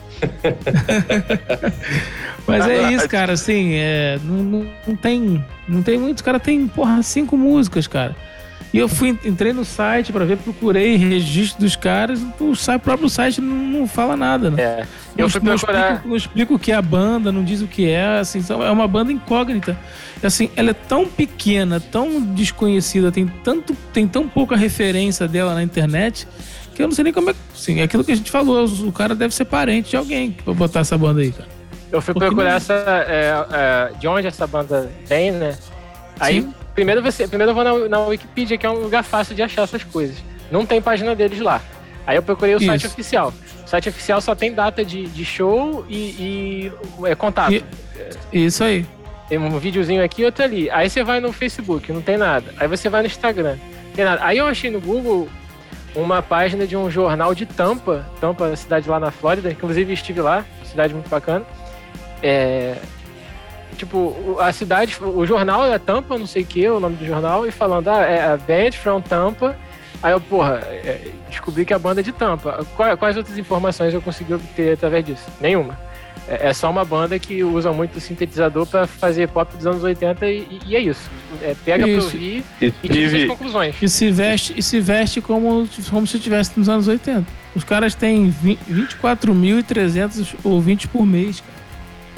Mas é isso, cara, assim, é, não, não, não tem... Não tem muito, os caras tem, porra, cinco músicas, cara. E eu fui, entrei no site pra ver, procurei registro dos caras, o próprio site não, não fala nada, né? É, eu não, fui não procurar... Explica, não explica o que é a banda, não diz o que é, assim, é uma banda incógnita. Assim, ela é tão pequena, tão desconhecida, tem, tanto, tem tão pouca referência dela na internet, que eu não sei nem como é... Assim, é aquilo que a gente falou, o cara deve ser parente de alguém pra botar essa banda aí, cara. Eu fui Porque procurar não... essa... É, é, de onde essa banda tem, né? Aí... Sim. Primeiro, você, primeiro eu vou na, na Wikipedia, que é um lugar fácil de achar essas coisas. Não tem página deles lá. Aí eu procurei o Isso. site oficial. O site oficial só tem data de, de show e, e é, contato. E, isso aí. Tem um videozinho aqui e outro ali. Aí você vai no Facebook, não tem nada. Aí você vai no Instagram, não tem nada. Aí eu achei no Google uma página de um jornal de Tampa. Tampa, cidade lá na Flórida. Inclusive estive lá, cidade muito bacana. É... Tipo, a cidade, o jornal é Tampa, não sei o que, o nome do jornal, e falando, ah, é a band from Tampa. Aí eu, porra, é, descobri que a banda é de Tampa. Quais, quais outras informações eu consegui obter através disso? Nenhuma. É, é só uma banda que usa muito sintetizador pra fazer pop dos anos oitenta e, e é isso. É, pega isso. pra ouvir e, e tira as conclusões. E se veste, e se veste como, como se estivesse nos anos oitenta. Os caras têm vinte e quatro mil e trezentos ouvintes por mês, cara.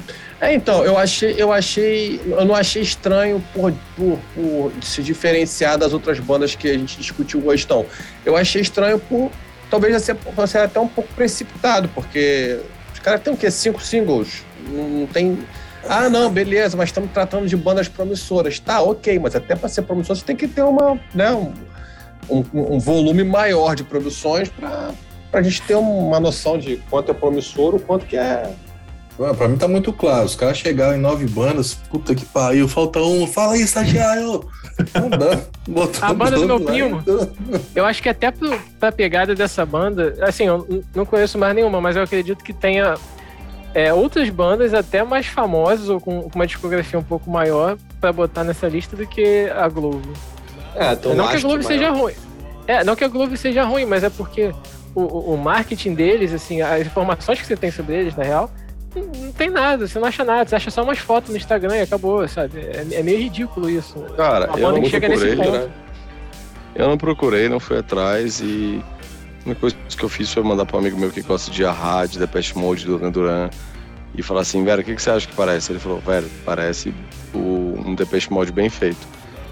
É, então, eu achei, eu achei, eu não achei estranho por, por, por se diferenciar das outras bandas que a gente discutiu hoje, então. Eu achei estranho por, talvez, ser, ser até um pouco precipitado, porque os caras têm o quê? Cinco singles? Não, não tem... Ah, não, beleza, mas estamos tratando de bandas promissoras. Tá, ok, mas até para ser promissor você tem que ter uma, né, um, um, um volume maior de produções para a gente ter uma noção de quanto é promissor, o quanto que é... Pra mim tá muito claro, os caras chegaram em nove bandas, puta que pariu, falta uma, fala aí, estagiário! Não dá, botou a banda do meu lá, primo, então... eu acho que até pro, pra pegada dessa banda, assim, eu não conheço mais nenhuma, mas eu acredito que tenha é, outras bandas até mais famosas ou com uma discografia um pouco maior pra botar nessa lista do que a Glove. É, então não que a Glove seja ruim, é, não que a Glove seja ruim, mas é porque o, o, o marketing deles, assim, as informações que você tem sobre eles, na real, não tem nada, você não acha nada, você acha só umas fotos no Instagram e acabou, sabe? É, é meio ridículo isso. Cara, a eu não que chega procurei, nesse ponto. né? Eu não procurei, não fui atrás e a única coisa que eu fiz foi mandar para um amigo meu que gosta de A-Ha, de Depeche Mode, do Duran Duran e falar assim, velho, o que, que você acha que parece? Ele falou, velho, parece o, um Depeche Mode bem feito.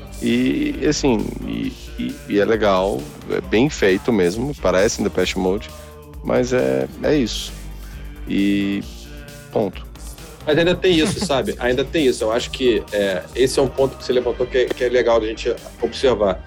E assim, e, e, e é legal, é bem feito mesmo, parece um Depeche Mode, mas é, é isso. E ponto. Mas ainda tem isso, sabe? Ainda tem isso. Eu acho que é, esse é um ponto que você levantou que é, que é legal de a gente observar.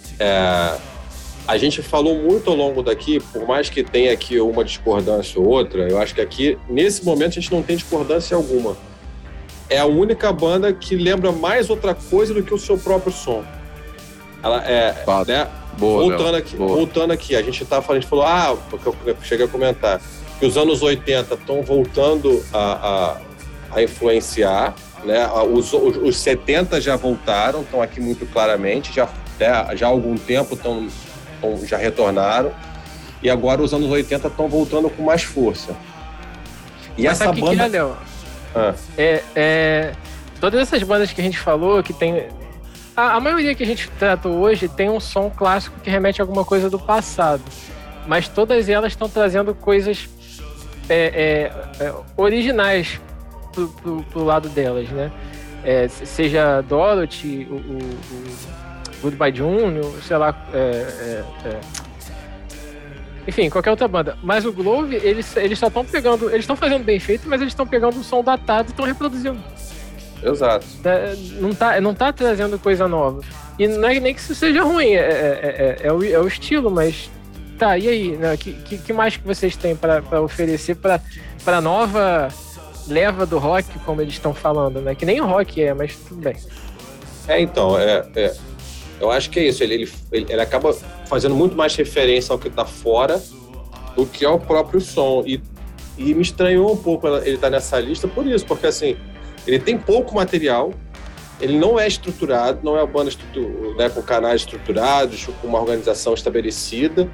É, a gente falou muito ao longo daqui, por mais que tenha aqui uma discordância ou outra, eu acho que aqui, nesse momento, a gente não tem discordância alguma. É a única banda que lembra mais outra coisa do que o seu próprio som. Ela é... Fato. Né? Boa, voltando, Léo. aqui, Boa. voltando aqui, a gente tá falando, a gente falou, ah, porque eu cheguei a comentar, que os anos oitenta estão voltando a, a, a influenciar, né? Os, os, os setenta já voltaram, estão aqui muito claramente, já, né, já há algum tempo estão, já retornaram, e agora os anos oitenta estão voltando com mais força. E Mas essa sabe o banda... que é, Léo? Ah. É, é, todas essas bandas que a gente falou, que tem... A, a maioria que a gente trata hoje tem um som clássico que remete a alguma coisa do passado, mas todas elas estão trazendo coisas É, é, é, originais pro, pro, pro lado delas, né? É, seja Dorothy, o, o, o Goodbye Junior, sei lá, é, é, é. enfim, qualquer outra banda. Mas o Glove, eles, eles só estão pegando, eles estão fazendo bem feito, mas eles estão pegando um som datado e estão reproduzindo. Exato. É, não, tá, não tá trazendo coisa nova. E não é nem que isso seja ruim, é, é, é, é, o, é o estilo, mas tá, e aí? Né? Que, que, que mais que vocês têm para oferecer para a nova leva do rock, como eles estão falando, né? Que nem o rock é, mas tudo bem. É, então, é, é, eu acho que é isso. Ele, ele, ele acaba fazendo muito mais referência ao que está fora do que ao próprio som. E, e me estranhou um pouco ele estar nessa lista por isso, porque assim, ele tem pouco material, ele não é estruturado, não é uma banda né, com canais estruturados, com uma organização estabelecida.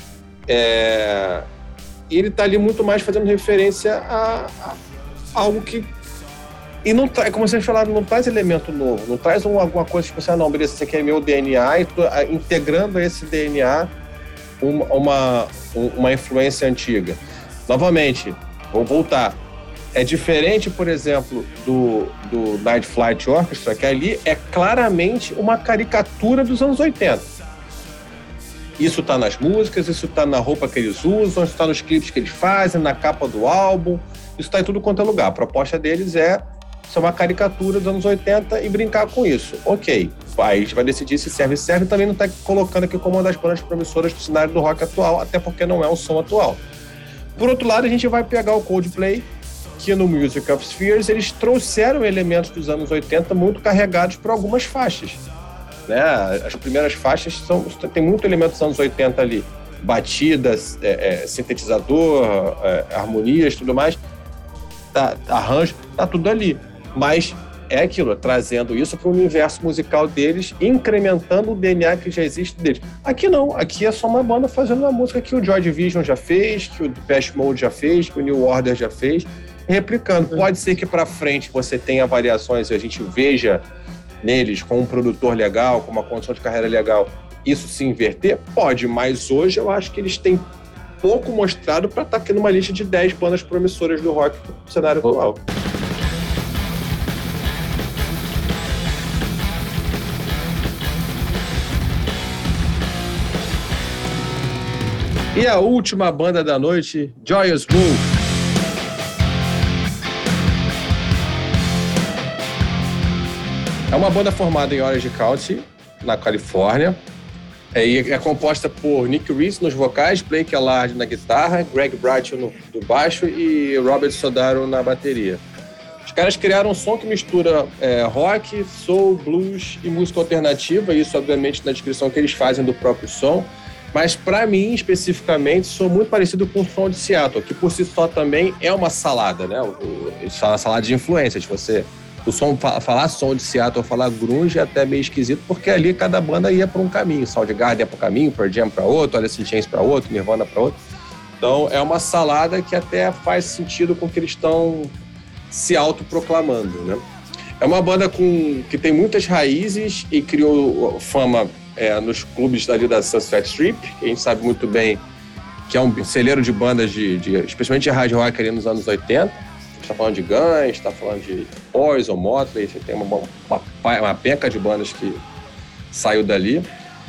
É, e ele está ali muito mais fazendo referência a, a algo que... E não traz, como vocês falaram, não traz elemento novo, não traz um, alguma coisa tipo assim, ah, não, beleza, esse aqui é meu D N A, e tô a, integrando a esse D N A uma, uma, uma influência antiga. Novamente, vou voltar. É diferente, por exemplo, do, do Night Flight Orchestra, que ali é claramente uma caricatura dos anos oitenta. Isso tá nas músicas, isso tá na roupa que eles usam, isso tá nos clipes que eles fazem, na capa do álbum, isso tá em tudo quanto é lugar. A proposta deles é ser uma caricatura dos anos oitenta e brincar com isso. Ok, aí a gente vai decidir se serve, serve, também não tá colocando aqui como uma das bandas promissoras do cenário do rock atual, até porque não é um som atual. Por outro lado, a gente vai pegar o Coldplay, que no Music of Spheres eles trouxeram elementos dos anos oitenta muito carregados por algumas faixas. Né? As primeiras faixas são, tem muito elemento dos anos oitenta ali. Batidas, é, é, sintetizador, é, harmonias, tudo mais. Tá, arranjo, tá tudo ali. Mas é aquilo, trazendo isso para o universo musical deles, incrementando o D N A que já existe deles. Aqui não, aqui é só uma banda fazendo uma música que o Joy Division já fez, que o Depeche Mode já fez, que o New Order já fez, replicando. Pode ser que para frente você tenha variações e a gente veja neles com um produtor legal, com uma condição de carreira legal, isso se inverter? Pode, mas hoje eu acho que eles têm pouco mostrado para estar aqui numa lista de dez bandas promissoras do rock no cenário atual. E a última banda da noite, Joyous Wolf. É uma banda formada em Orange County, na Califórnia. É, é composta por Nick Reese nos vocais, Blake Allard na guitarra, Greg Bradshaw no, no baixo e Robert Sodaro na bateria. Os caras criaram um som que mistura é, rock, soul, blues e música alternativa, isso obviamente na descrição que eles fazem do próprio som, mas para mim especificamente sou muito parecido com o som de Seattle, que por si só também é uma salada, né? Eles falam salada de influências, você... O som, falar som de Seattle ou falar grunge é até meio esquisito, porque ali cada banda ia para um caminho. Soundgarden ia para um caminho, Pearl Jam para outro, Alice in Chains para outro, Nirvana para outro. Então é uma salada que até faz sentido com que eles estão se autoproclamando, né? É uma banda com, que tem muitas raízes e criou fama é, nos clubes ali da Sunset Strip, que a gente sabe muito bem que é um celeiro de bandas, de, de, especialmente de hard rock ali nos anos oitenta. Está falando de Guns, está falando de Poison, Motley, tem uma, uma, uma penca de bandas que saiu dali.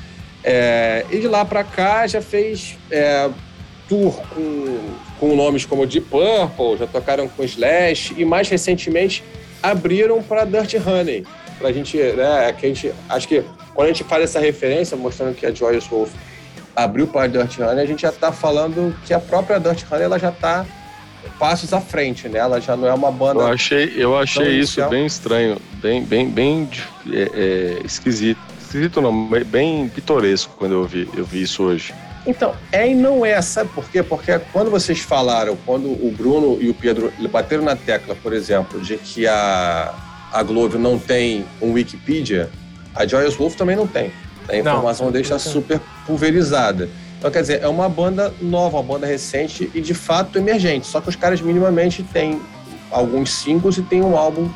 É, e de lá para cá já fez é, tour com, com nomes como Deep Purple, já tocaram com Slash e mais recentemente abriram para Dirty Honey. Pra gente, né, que a gente, acho que quando a gente faz essa referência, mostrando que a Joyous Wolf abriu para Dirty Honey, a gente já está falando que a própria Dirty Honey ela já está passos à frente, né? Ela já não é uma banda... Eu achei, eu achei isso inicial. bem estranho, bem, bem, bem é, é, esquisito. Esquisito não, bem pitoresco quando eu vi, eu vi isso hoje. Então, é e não é, sabe por quê? Porque quando vocês falaram, quando o Bruno e o Pedro bateram na tecla, por exemplo, de que a, a Globo não tem um Wikipedia, a Joyous Wolf também não tem. A informação deles está super pulverizada. Então, quer dizer, é uma banda nova, uma banda recente e, de fato, emergente. Só que os caras minimamente têm alguns singles e tem um álbum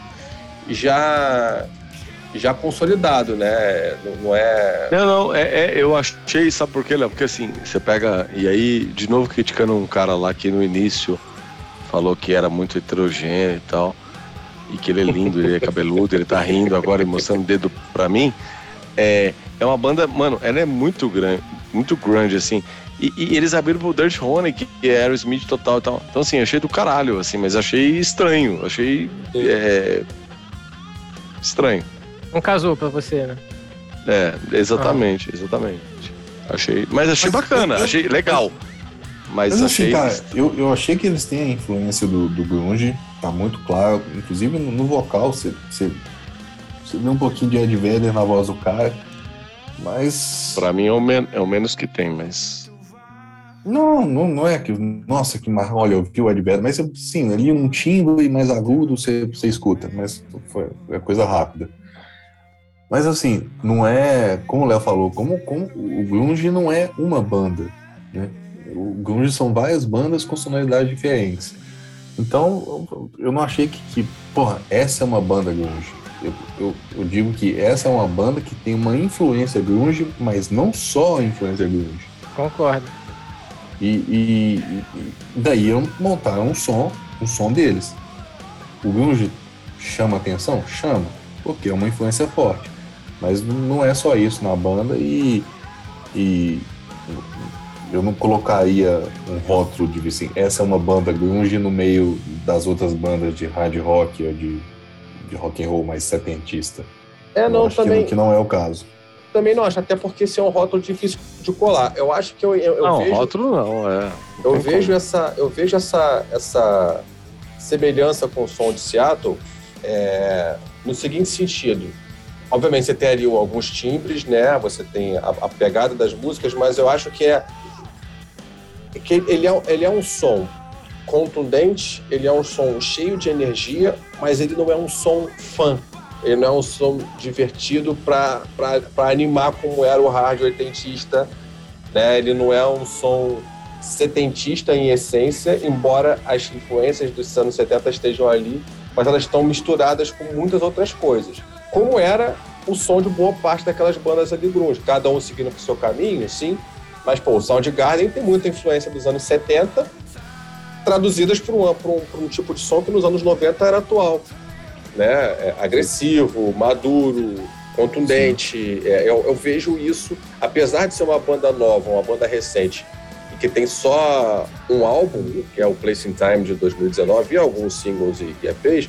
já, já consolidado, né? Não, não é... Não, não, é, é, eu achei, sabe por quê, Léo? Porque, assim, você pega... E aí, de novo, criticando um cara lá que no início falou que era muito heterogêneo e tal, e que ele é lindo, ele é cabeludo, ele tá rindo agora e mostrando o dedo pra mim. É, é uma banda, mano, ela é muito grande, muito grande, assim. E, e eles abriram pro Dirty Honey, que é Aerosmith total e tal. Então, assim, achei do caralho, assim, mas achei estranho. Achei é, estranho. Não casou pra você, né? É, exatamente, ah. exatamente. Achei, mas achei mas, bacana, eu, achei legal. Mas, mas achei... assim, cara, eu, eu achei que eles têm a influência do, do grunge, tá muito claro. Inclusive, no, no vocal, você... você... Você vê um pouquinho de Ed Vedder na voz do cara, mas... Pra mim é o, men- é o menos que tem, mas... Não, não, não é que... Nossa, que mar... Olha, eu vi o Ed Vedder, mas sim, ali um timbre mais agudo você, você escuta, mas foi, é coisa rápida. Mas assim, não é... Como o Léo falou, como, como o grunge não é uma banda, né? O grunge são várias bandas com sonoridades diferentes. Então, eu, eu não achei que, que... Porra, essa é uma banda grunge. Eu, eu, eu digo que essa é uma banda que tem uma influência grunge, mas não só a influência grunge. Concordo. E, e, e daí montaram um som, um som deles. O grunge chama atenção? Chama, porque é uma influência forte. Mas não é só isso na banda e, e eu não colocaria um rótulo de assim, essa é uma banda grunge no meio das outras bandas de hard rock ou de de rock and roll mais setentista. É, não, acho também... Que, que não é o caso. Também não acho, até porque esse é um rótulo difícil de colar. Eu acho que eu, eu, eu não, vejo... Não, rótulo não, é... Não eu vejo, essa, eu vejo essa, essa semelhança com o som de Seattle é, no seguinte sentido. Obviamente você tem ali alguns timbres, né? Você tem a, a pegada das músicas, mas eu acho que é... que ele é, ele é um som contundente, ele é um som cheio de energia, mas ele não é um som fã. Ele não é um som divertido para animar como era o hard oitentista, né? Ele não é um som setentista em essência, embora as influências dos anos setenta estejam ali, mas elas estão misturadas com muitas outras coisas. Como era o som de boa parte daquelas bandas ali grunge, cada um seguindo pro seu caminho, sim, mas pô, o Soundgarden tem muita influência dos anos setenta, traduzidas para um, um, um tipo de som que nos anos noventa era atual, né? É agressivo, maduro, contundente. É, eu, eu vejo isso, apesar de ser uma banda nova, uma banda recente, e que tem só um álbum, que é o Place in Time de dois mil e dezenove, e alguns singles e E Ps,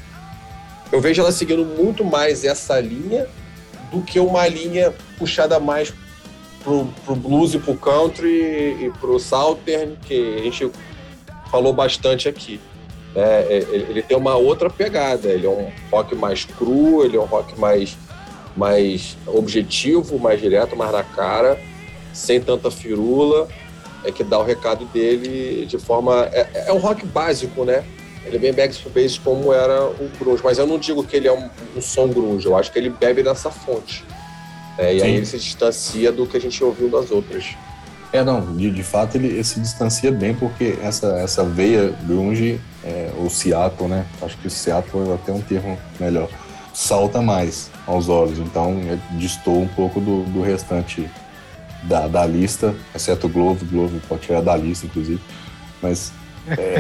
eu vejo ela seguindo muito mais essa linha do que uma linha puxada mais pro, pro blues e pro country e pro southern, que a gente falou bastante aqui. É, ele tem uma outra pegada, ele é um rock mais cru, ele é um rock mais, mais objetivo, mais direto, mais na cara, sem tanta firula, é que dá o recado dele de forma... É, é um rock básico, né? Ele é bem back to basics como era o grunge, mas eu não digo que ele é um, um som grunge, eu acho que ele bebe dessa fonte. É, e Sim. aí ele se distancia do que a gente ouviu das outras. É, não, de, de fato ele, ele se distancia bem porque essa, essa veia grunge, é, o Seattle, né? Acho que o Seattle é até um termo melhor. Salta mais aos olhos, então distou um pouco do, do restante da, da lista, exceto o Glove, Glove pode tirar da lista, inclusive, mas é,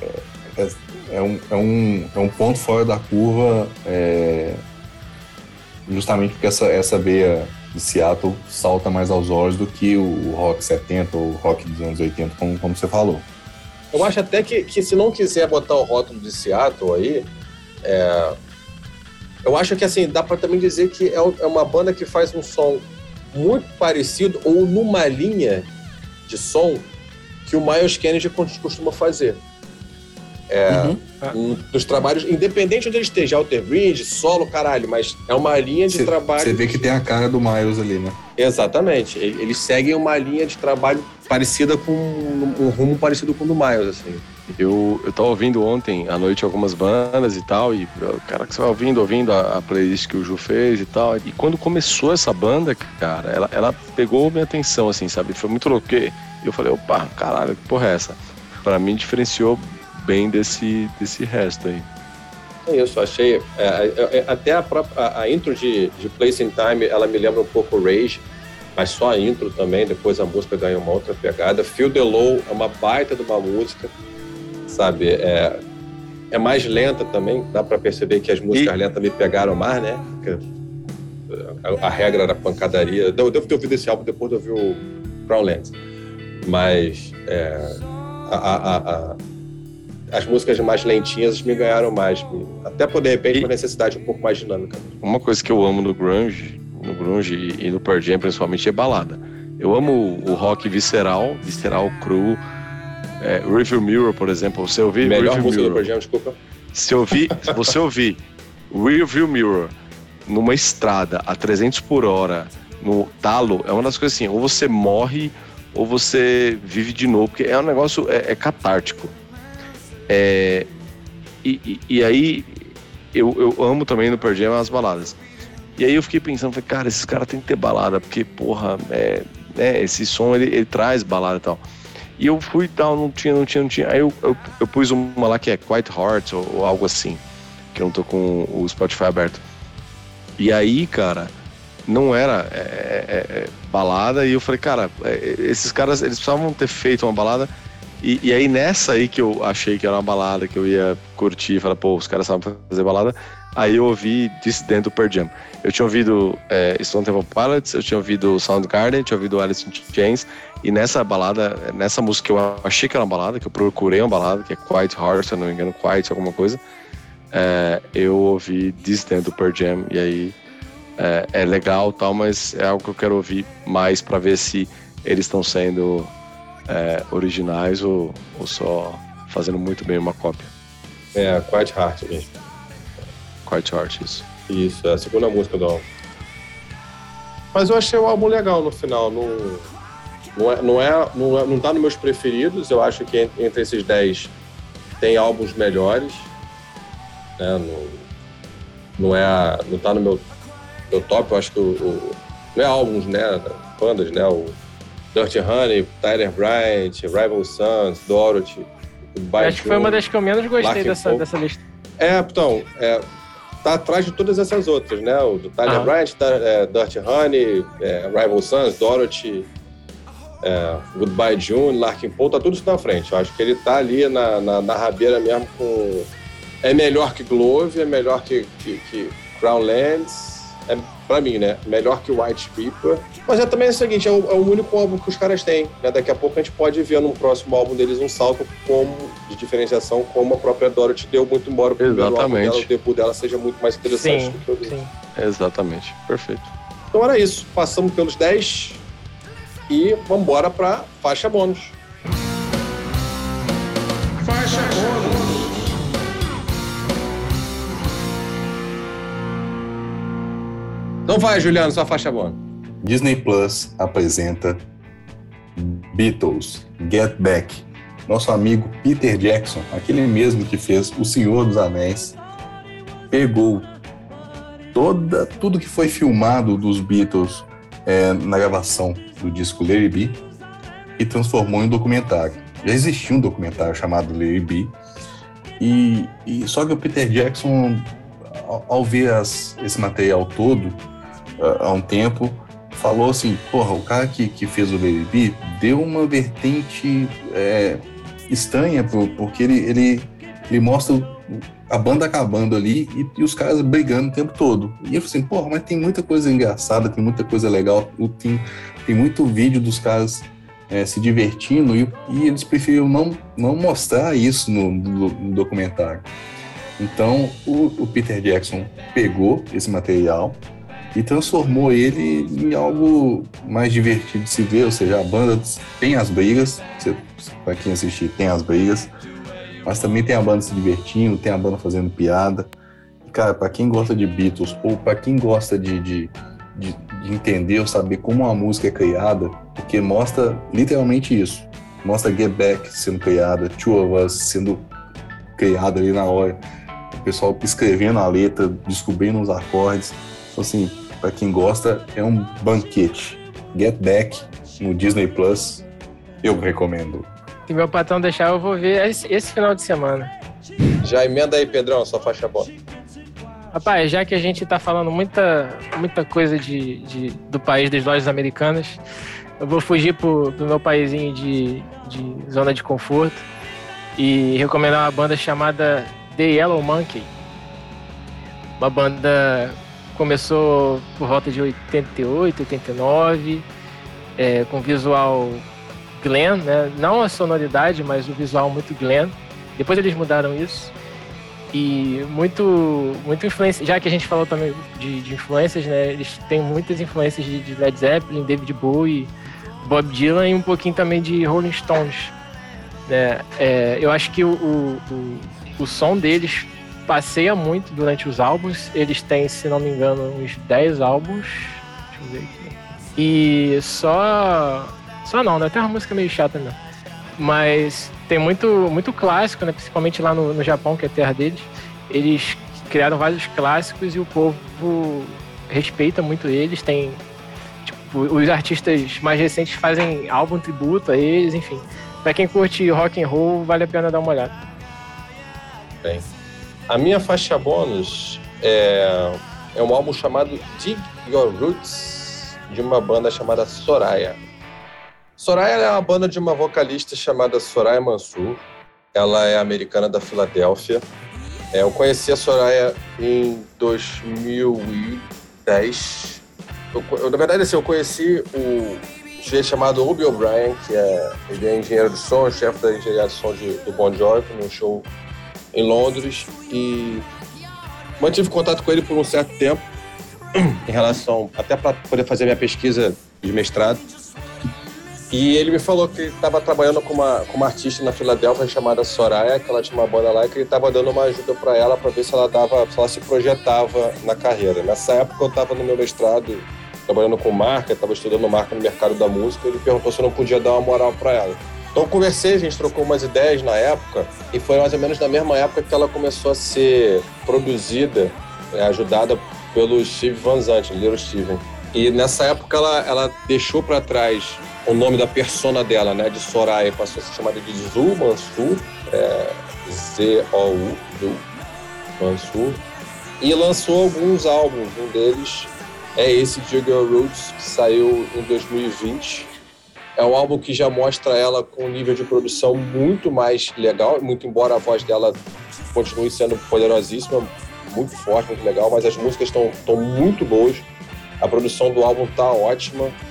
é, é, um, é, um, é um ponto fora da curva, é, justamente porque essa, essa veia de Seattle salta mais aos olhos do que o rock setenta ou o rock dos anos oitenta, como, como você falou. Eu acho até que, que se não quiser botar o rótulo de Seattle aí, é, eu acho que assim, dá para também dizer que é, é uma banda que faz um som muito parecido ou numa linha de som que o Myles Kennedy costuma fazer. É, Uhum. um, dos trabalhos, independente onde ele esteja, Alter Bridge, solo, caralho, mas é uma linha de Cê, trabalho... Você vê que tem a cara do Miles ali, né? Exatamente. Eles seguem uma linha de trabalho parecida com... um rumo parecido com o do Miles, assim. Eu, eu tava ouvindo ontem à noite algumas bandas e tal, e cara, que você vai ouvindo, ouvindo a, a playlist que o Ju fez e tal, e quando começou essa banda, cara, ela, ela pegou minha atenção, assim, sabe? Foi muito louco, e eu falei, opa, caralho, que porra é essa? Pra mim, diferenciou bem desse, desse resto aí. É isso, achei... É, é, é, até a, própria, a, a intro de, de Place in Time, ela me lembra um pouco Rage, mas só a intro também, depois a música ganha uma outra pegada. Feel the Low é uma baita de uma música, sabe? É, é mais lenta também, dá pra perceber que as músicas e... lentas me pegaram mais, né? Porque a, a regra era pancadaria. Eu devo ter ouvido esse álbum depois de ouvir o Crownlands. Mas é, a, a, a, as músicas mais lentinhas me ganharam mais. Até por, de repente, e... uma necessidade um pouco mais dinâmica. Uma coisa que eu amo no grunge, no grunge e no Pearl Jam, principalmente, é balada. Eu amo o rock visceral, visceral cru. É, Rearview Mirror, por exemplo, você ouvir melhor Rearview música Mirror, do Pearl Jam, desculpa. Se ouvir, se você ouvir Rearview Mirror numa estrada a trezentos por hora no talo, é uma das coisas assim, ou você morre ou você vive de novo, porque é um negócio, é, é catártico. É, e, e, e aí eu, eu amo também no Pearl Jam as baladas. E aí eu fiquei pensando, falei, cara, esses caras tem que ter balada, porque porra, é, é, esse som ele, ele traz balada e tal. E eu fui e tal, não tinha, não tinha, não tinha. Aí eu, eu, eu pus uma lá que é Quiet Heart ou, ou algo assim, que eu não tô com o Spotify aberto. E aí, cara, não era é, é, é, balada, e eu falei, cara, é, esses caras, eles precisavam ter feito uma balada. E, e aí nessa aí que eu achei que era uma balada, que eu ia curtir, falar, pô, os caras sabem fazer balada. Aí eu ouvi Dissident do Pearl Jam. Eu tinha ouvido é, Stone Temple Pilots, eu tinha ouvido Soundgarden, tinha ouvido Alice in Chains. E nessa balada, nessa música que eu achei que era uma balada, que eu procurei uma balada, que é Quiet Heart, se eu não me engano, Quiet alguma coisa, é, eu ouvi Dissident do Pearl Jam. E aí é, é legal e tal, mas é algo que eu quero ouvir mais pra ver se eles estão sendo é, originais ou, ou só fazendo muito bem uma cópia. É, Quiet Heart mesmo. Quiet Heart, isso. Isso, é a segunda música do álbum. Mas eu achei o álbum legal no final. Não, não, é, não, é, não, é, não tá nos meus preferidos. Eu acho que entre esses dez tem álbuns melhores. Né? Não, não, é, não tá no meu, meu top. Eu acho que o, o, não é álbuns, né? Bandas, né? O Dirty Honey, Tyler Bryant, Rival Sons, Dorothy. Acho que foi uma das que eu menos gostei dessa, dessa lista. É, então, é, tá atrás de todas essas outras, né? O do Tyler ah. Bryant, é, Dirty Honey, é, Rival Sons, Dorothy, é, Goodbye June, Larkin Poe, tá tudo isso na frente. Eu acho que ele tá ali na, na, na rabeira mesmo com... É melhor que Glove, é melhor que, que, que Crownlands, é, pra mim, né? Melhor que White Stripper. Mas é também o seguinte, é o, é o único álbum que os caras têm, né? Daqui a pouco a gente pode ver no próximo álbum deles um salto como, de diferenciação, como a própria Dorothy deu, muito embora o primeiro álbum dela, o debut dela seja muito mais interessante Sim, do que o dele. sim. Exatamente, perfeito. Então era isso, passamos pelos dez e vamos embora pra faixa bônus. Faixa bônus. Então vai, Juliano, sua faixa bônus. Disney Plus apresenta Beatles, Get Back. Nosso amigo Peter Jackson, aquele mesmo que fez O Senhor dos Anéis, pegou toda, tudo que foi filmado dos Beatles é, na gravação do disco Let It Be e transformou em um documentário. Já existia um documentário chamado Let It Be, e, e só que o Peter Jackson, ao, ao ver as, esse material todo, uh, há um tempo, falou assim, porra, o cara que, que fez o Let It Be deu uma vertente é, estranha, porque ele, ele, ele mostra a banda acabando ali e, e os caras brigando o tempo todo. E eu falei assim, porra, mas tem muita coisa engraçada, tem muita coisa legal, tem, tem muito vídeo dos caras é, se divertindo e, e eles preferiram não, não mostrar isso no, no, no documentário. Então o, o Peter Jackson pegou esse material e transformou ele em algo mais divertido de se ver, ou seja, a banda tem as brigas, para quem assistir tem as brigas, mas também tem a banda se divertindo, tem a banda fazendo piada. E, cara, para quem gosta de Beatles, ou para quem gosta de, de, de, de entender ou saber como uma música é criada, porque mostra literalmente isso, mostra Get Back sendo criada, Two of Us sendo criada ali na hora, o pessoal escrevendo a letra, descobrindo os acordes. Então, assim, para quem gosta, é um banquete. Get Back no Disney Plus, eu recomendo. Se meu patrão deixar, eu vou ver esse, esse final de semana. Já emenda aí, Pedrão, sua faixa boa. Rapaz, já que a gente tá falando muita, muita coisa de, de, do país das lojas americanas, eu vou fugir pro, pro meu paizinho de, de zona de conforto e recomendar uma banda chamada The Yellow Monkey. Uma banda começou por volta de oitenta e oito, oitenta e nove, é, com visual glam, né? Não a sonoridade, mas o visual muito glam. Depois eles mudaram isso. E muito, muito influência, já que a gente falou também de, de influências, né? Eles têm muitas influências de, de Led Zeppelin, David Bowie, Bob Dylan e um pouquinho também de Rolling Stones, né? É, eu acho que o, o, o, o som deles passeia muito durante os álbuns. Eles têm, se não me engano, uns dez álbuns. Deixa eu ver aqui. E só... Só não, né? Tem uma música meio chata mesmo. Mas tem muito, muito clássico, né? Principalmente lá no, no Japão, que é a terra deles. Eles criaram vários clássicos e o povo respeita muito eles. Tem, tipo, os artistas mais recentes fazem álbum tributo a eles, enfim. Pra quem curte rock and roll, vale a pena dar uma olhada. Bem, a minha faixa bônus é, é um álbum chamado Dig Your Roots, de uma banda chamada Soraya. Soraya é uma banda de uma vocalista chamada Soraya Mansour. Ela é americana da Filadélfia. É, eu conheci a Soraya em dois mil e dez. Eu, eu, na verdade, assim, eu conheci o sujeito chamado Obi O'Brien, que é, ele é engenheiro de som, chefe da engenharia de som de, do Bon Jovi, num show em Londres. E mantive contato com ele por um certo tempo, em relação, até para poder fazer minha pesquisa de mestrado. E ele me falou que estava trabalhando com uma, com uma artista na Filadélfia chamada Soraya, que ela tinha uma banda lá e que ele estava dando uma ajuda para ela para ver se ela, dava, se ela se projetava na carreira. Nessa época eu estava no meu mestrado trabalhando com marca, estava estudando marca no mercado da música. Ele perguntou se eu não podia dar uma moral para ela. Então eu conversei, a gente trocou umas ideias na época e foi mais ou menos na mesma época que ela começou a ser produzida, é, ajudada pelo Steve Van Zandt, Little Steven. E nessa época ela, ela deixou para trás o nome da persona dela, né, de Soraya, passou a ser chamada de Zu Mansour, é, Z O U, Zu Mansour, e lançou alguns álbuns. Um deles é esse Dig Your Roots, que saiu em dois mil e vinte. É um álbum que já mostra ela com um nível de produção muito mais legal, muito embora a voz dela continue sendo poderosíssima, muito forte, muito legal, mas as músicas estão muito boas. A produção do álbum tá ótima.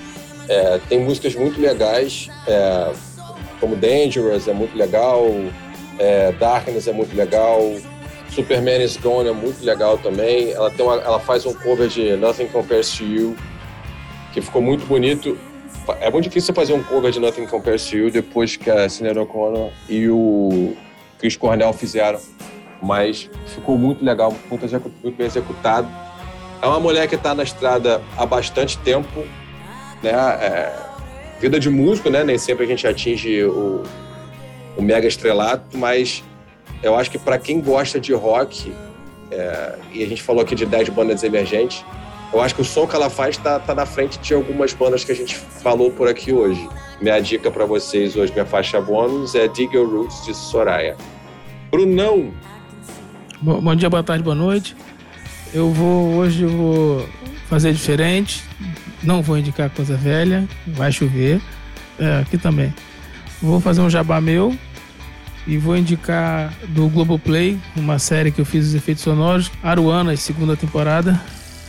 É, tem músicas muito legais, é, como Dangerous é muito legal, é, Darkness é muito legal, Superman is Gone é muito legal também. Ela, tem uma, ela faz um cover de Nothing Compares to You, que ficou muito bonito. É muito difícil fazer um cover de Nothing Compares to You depois que a Sinéad O'Connor e o Chris Cornell fizeram, mas ficou muito legal, muito, muito bem executado. É uma mulher que está na estrada há bastante tempo, né? É, vida de músico, né? Nem sempre a gente atinge o, o mega estrelato, mas eu acho que para quem gosta de rock, é, e a gente falou aqui de dez bandas emergentes, eu acho que o som que ela faz está tá na frente de algumas bandas que a gente falou por aqui hoje. Minha dica para vocês hoje, minha faixa bônus, é Dig Your Roots, de Soraya. Brunão. Bom, bom dia, boa tarde, boa noite. Eu vou, hoje eu vou fazer diferente. Não vou indicar coisa velha, vai chover. É, aqui também. Vou fazer um jabá meu e vou indicar do Globoplay, uma série que eu fiz os efeitos sonoros, Aruanas, segunda temporada,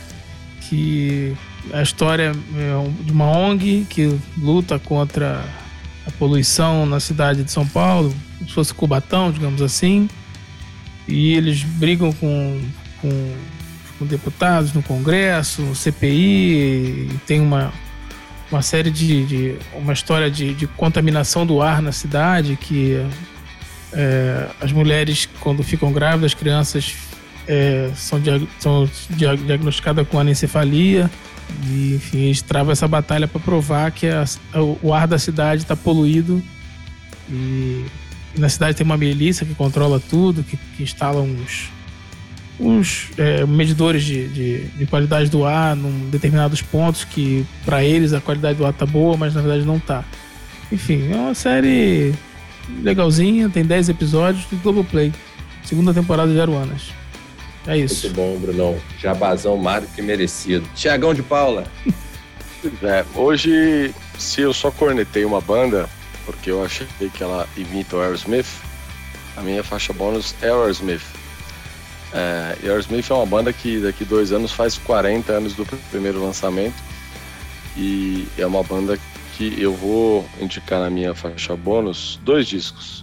que a história é de uma O N G que luta contra a poluição na cidade de São Paulo, como se fosse Cubatão, digamos assim, e eles brigam com, com, com deputados no Congresso, C P I, e tem uma, uma série de, de uma história de, de contaminação do ar na cidade, que é, as mulheres, quando ficam grávidas, as crianças é, são, diag- são diagnosticadas com anencefalia. E, enfim, eles travam essa batalha para provar que a, o ar da cidade está poluído. E, e na cidade tem uma milícia que controla tudo, que, que instala uns, uns é, medidores de, de, de qualidade do ar em determinados pontos que, para eles, a qualidade do ar tá boa, mas na verdade não tá. Enfim, é uma série legalzinha, tem dez episódios do Globoplay. Segunda temporada de Aruanas. É isso. Muito bom, Brunão. Jabazão mais do que merecido. Tiagão de Paula. É, hoje, se eu só cornetei uma banda, porque eu achei que ela imita o Aerosmith, a minha faixa bônus é o Aerosmith. É, e Aerosmith é uma banda que daqui dois anos faz quarenta anos do primeiro lançamento, e é uma banda que eu vou indicar na minha faixa bônus dois discos.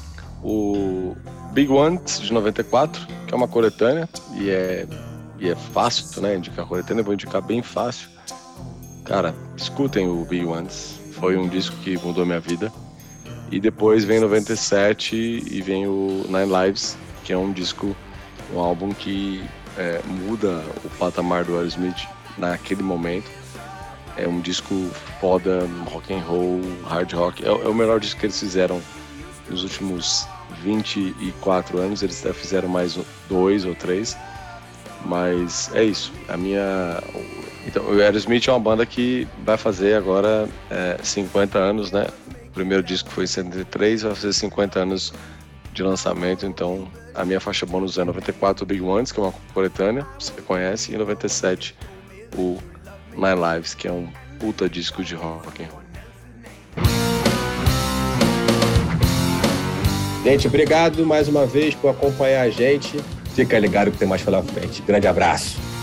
O Big Ones, de noventa e quatro, que é uma coletânea, e é, e é fácil, né, indicar coletânea, eu vou indicar bem fácil. Cara, escutem o Big Ones, foi um disco que mudou minha vida. E depois vem noventa e sete e vem o Nine Lives, que é um disco, um álbum que é, muda o patamar do Aerosmith naquele momento. É um disco foda, rock and roll, hard rock, é, é o melhor disco que eles fizeram nos últimos vinte e quatro anos. Eles até fizeram mais dois ou três, mas é isso. A minha, então, o Aerosmith é uma banda que vai fazer agora é, cinquenta anos, né? O primeiro disco foi em setenta e três, vai fazer cinquenta anos de lançamento. Então a minha faixa bônus é noventa e quatro, o Big Ones, que é uma coletânea, você conhece, e noventa e sete, o Nine Lives, que é um puta disco de rock and roll. Gente, obrigado mais uma vez por acompanhar a gente. Fica ligado que tem mais pela frente. Grande abraço.